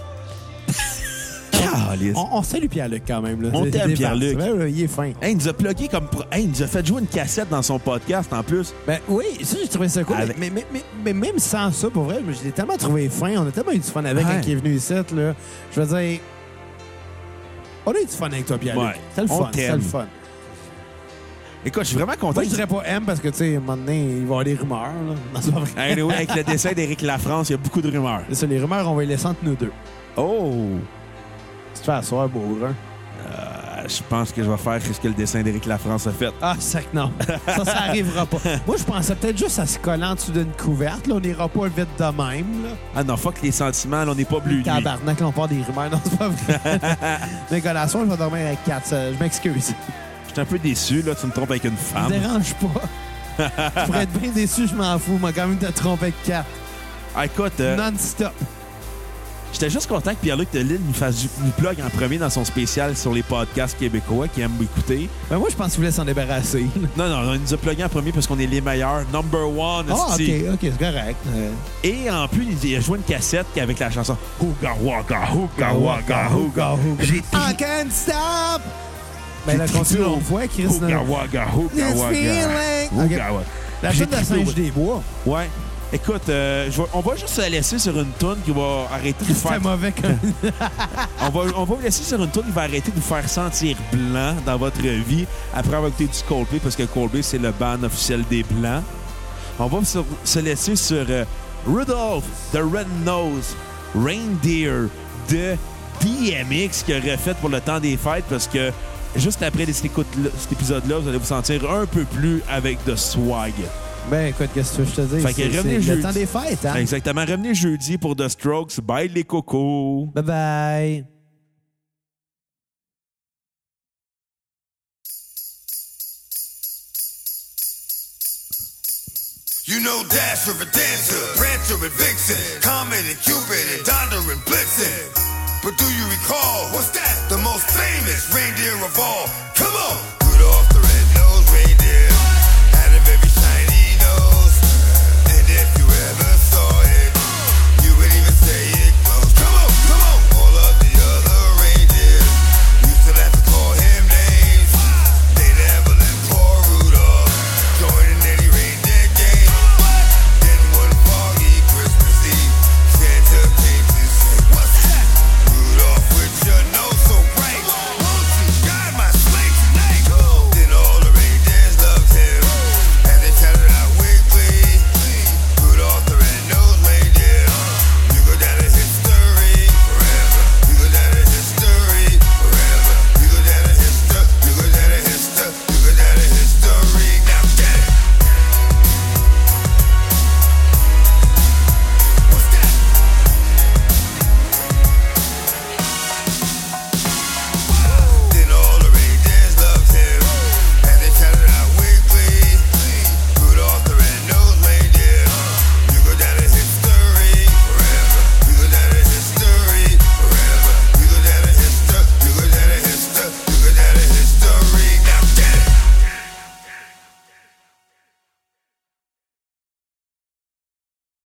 Calice. On, on salue Pierre-Luc quand même, là. On C'est- t'aime, c'est Pierre-Luc. parti. Ouais, ouais, il est fin. Hey, il nous a plugué comme... pro- Hey, il nous a fait jouer une cassette dans son podcast, en plus. Ben oui, ça, j'ai trouvé ça cool. Avec- Mais, mais, mais, mais même sans ça, pour vrai, je l'ai tellement trouvé fin. On a tellement eu du fun avec Ouais. quand il est venu ici, là. Je veux dire. On a eu du fun avec toi, Pierre-Luc. Ouais. C'était le On fun. C'était t'aime. le fun. Écoute, je suis vraiment content. Moi, je dirais pas M parce que, tu sais, à un moment donné, il va y avoir des rumeurs, là. Non, c'est pas vrai. Hey, oui, avec le décès d'Éric Lafrance, il y a beaucoup de rumeurs. C'est ça, les rumeurs, on va les laisser entre nous deux. Oh! Tu te fais asseoir, beau brun. Euh, je pense que je vais faire ce que le dessin d'Éric Lafrance a fait. Ah, sac, non. Ça, ça arrivera pas. Moi, je pensais peut-être juste à se coller en dessous d'une couverte. Là, on n'ira pas vite de même. Là. Ah non, fuck les sentiments, là, on n'est pas bleu. Tabarnak, là, on part des rumeurs. Non, c'est pas vrai. Nicolas, je vais dormir avec quatre. ça, Je m'excuse. Je suis un peu déçu, là, tu me trompes avec une Ça femme. me dérange pas. Je pourrais être bien déçu, je m'en fous. Moi, quand même, te tromper de quatre. Ah, écoute, euh, Non-stop. j'étais juste content que Pierre-Luc Delisle nous fasse du nous plug en premier dans son spécial sur les podcasts québécois qu'il aime écouter. Ben moi, je pense qu'il voulait s'en débarrasser. Non, non, il nous a plugué en premier parce qu'on est les meilleurs. Number one, Ah, OK, esti. OK, c'est correct. Euh, Et en plus, il a joué une cassette avec la chanson Hooga Waka, Hooga Waka, Hooga. J'ai I can't stop! Ben là, J'ai continue triplé au- une fois, Chris. Hooga non? Waka, Hooga This Waka. feeling. Hooga OK. Waka. La J'ai chute de triplé au- Singe des Bois. Ouais. Écoute, euh, je vais- on va juste se laisser sur une toune qui va arrêter de vous C'était faire... mauvais comme... On va, on va vous laisser sur une toune qui va arrêter de vous faire sentir blanc dans votre vie après avoir écouté du Coldplay, parce que Coldplay, c'est le band officiel des Blancs. On va se, se laisser sur euh, Rudolph the Red-Nosed Reindeer de D M X qui a refait pour le temps des fêtes, parce que juste après cet, écoute- cet épisode-là, vous allez vous sentir un peu plus avec de swag. Ben, écoute, qu'est-ce que je te dis? Fait que C'est- revenez c'est jeudi. le temps des fêtes, hein? Exactement. Revenez jeudi pour The Strokes. Bye les cocos. Bye-bye. You know Dasher and Dancer, Prancer and Vixen, Comet and Cupid and Donder and Blitzen. But do you recall, what's that? The most famous reindeer of all. Come on!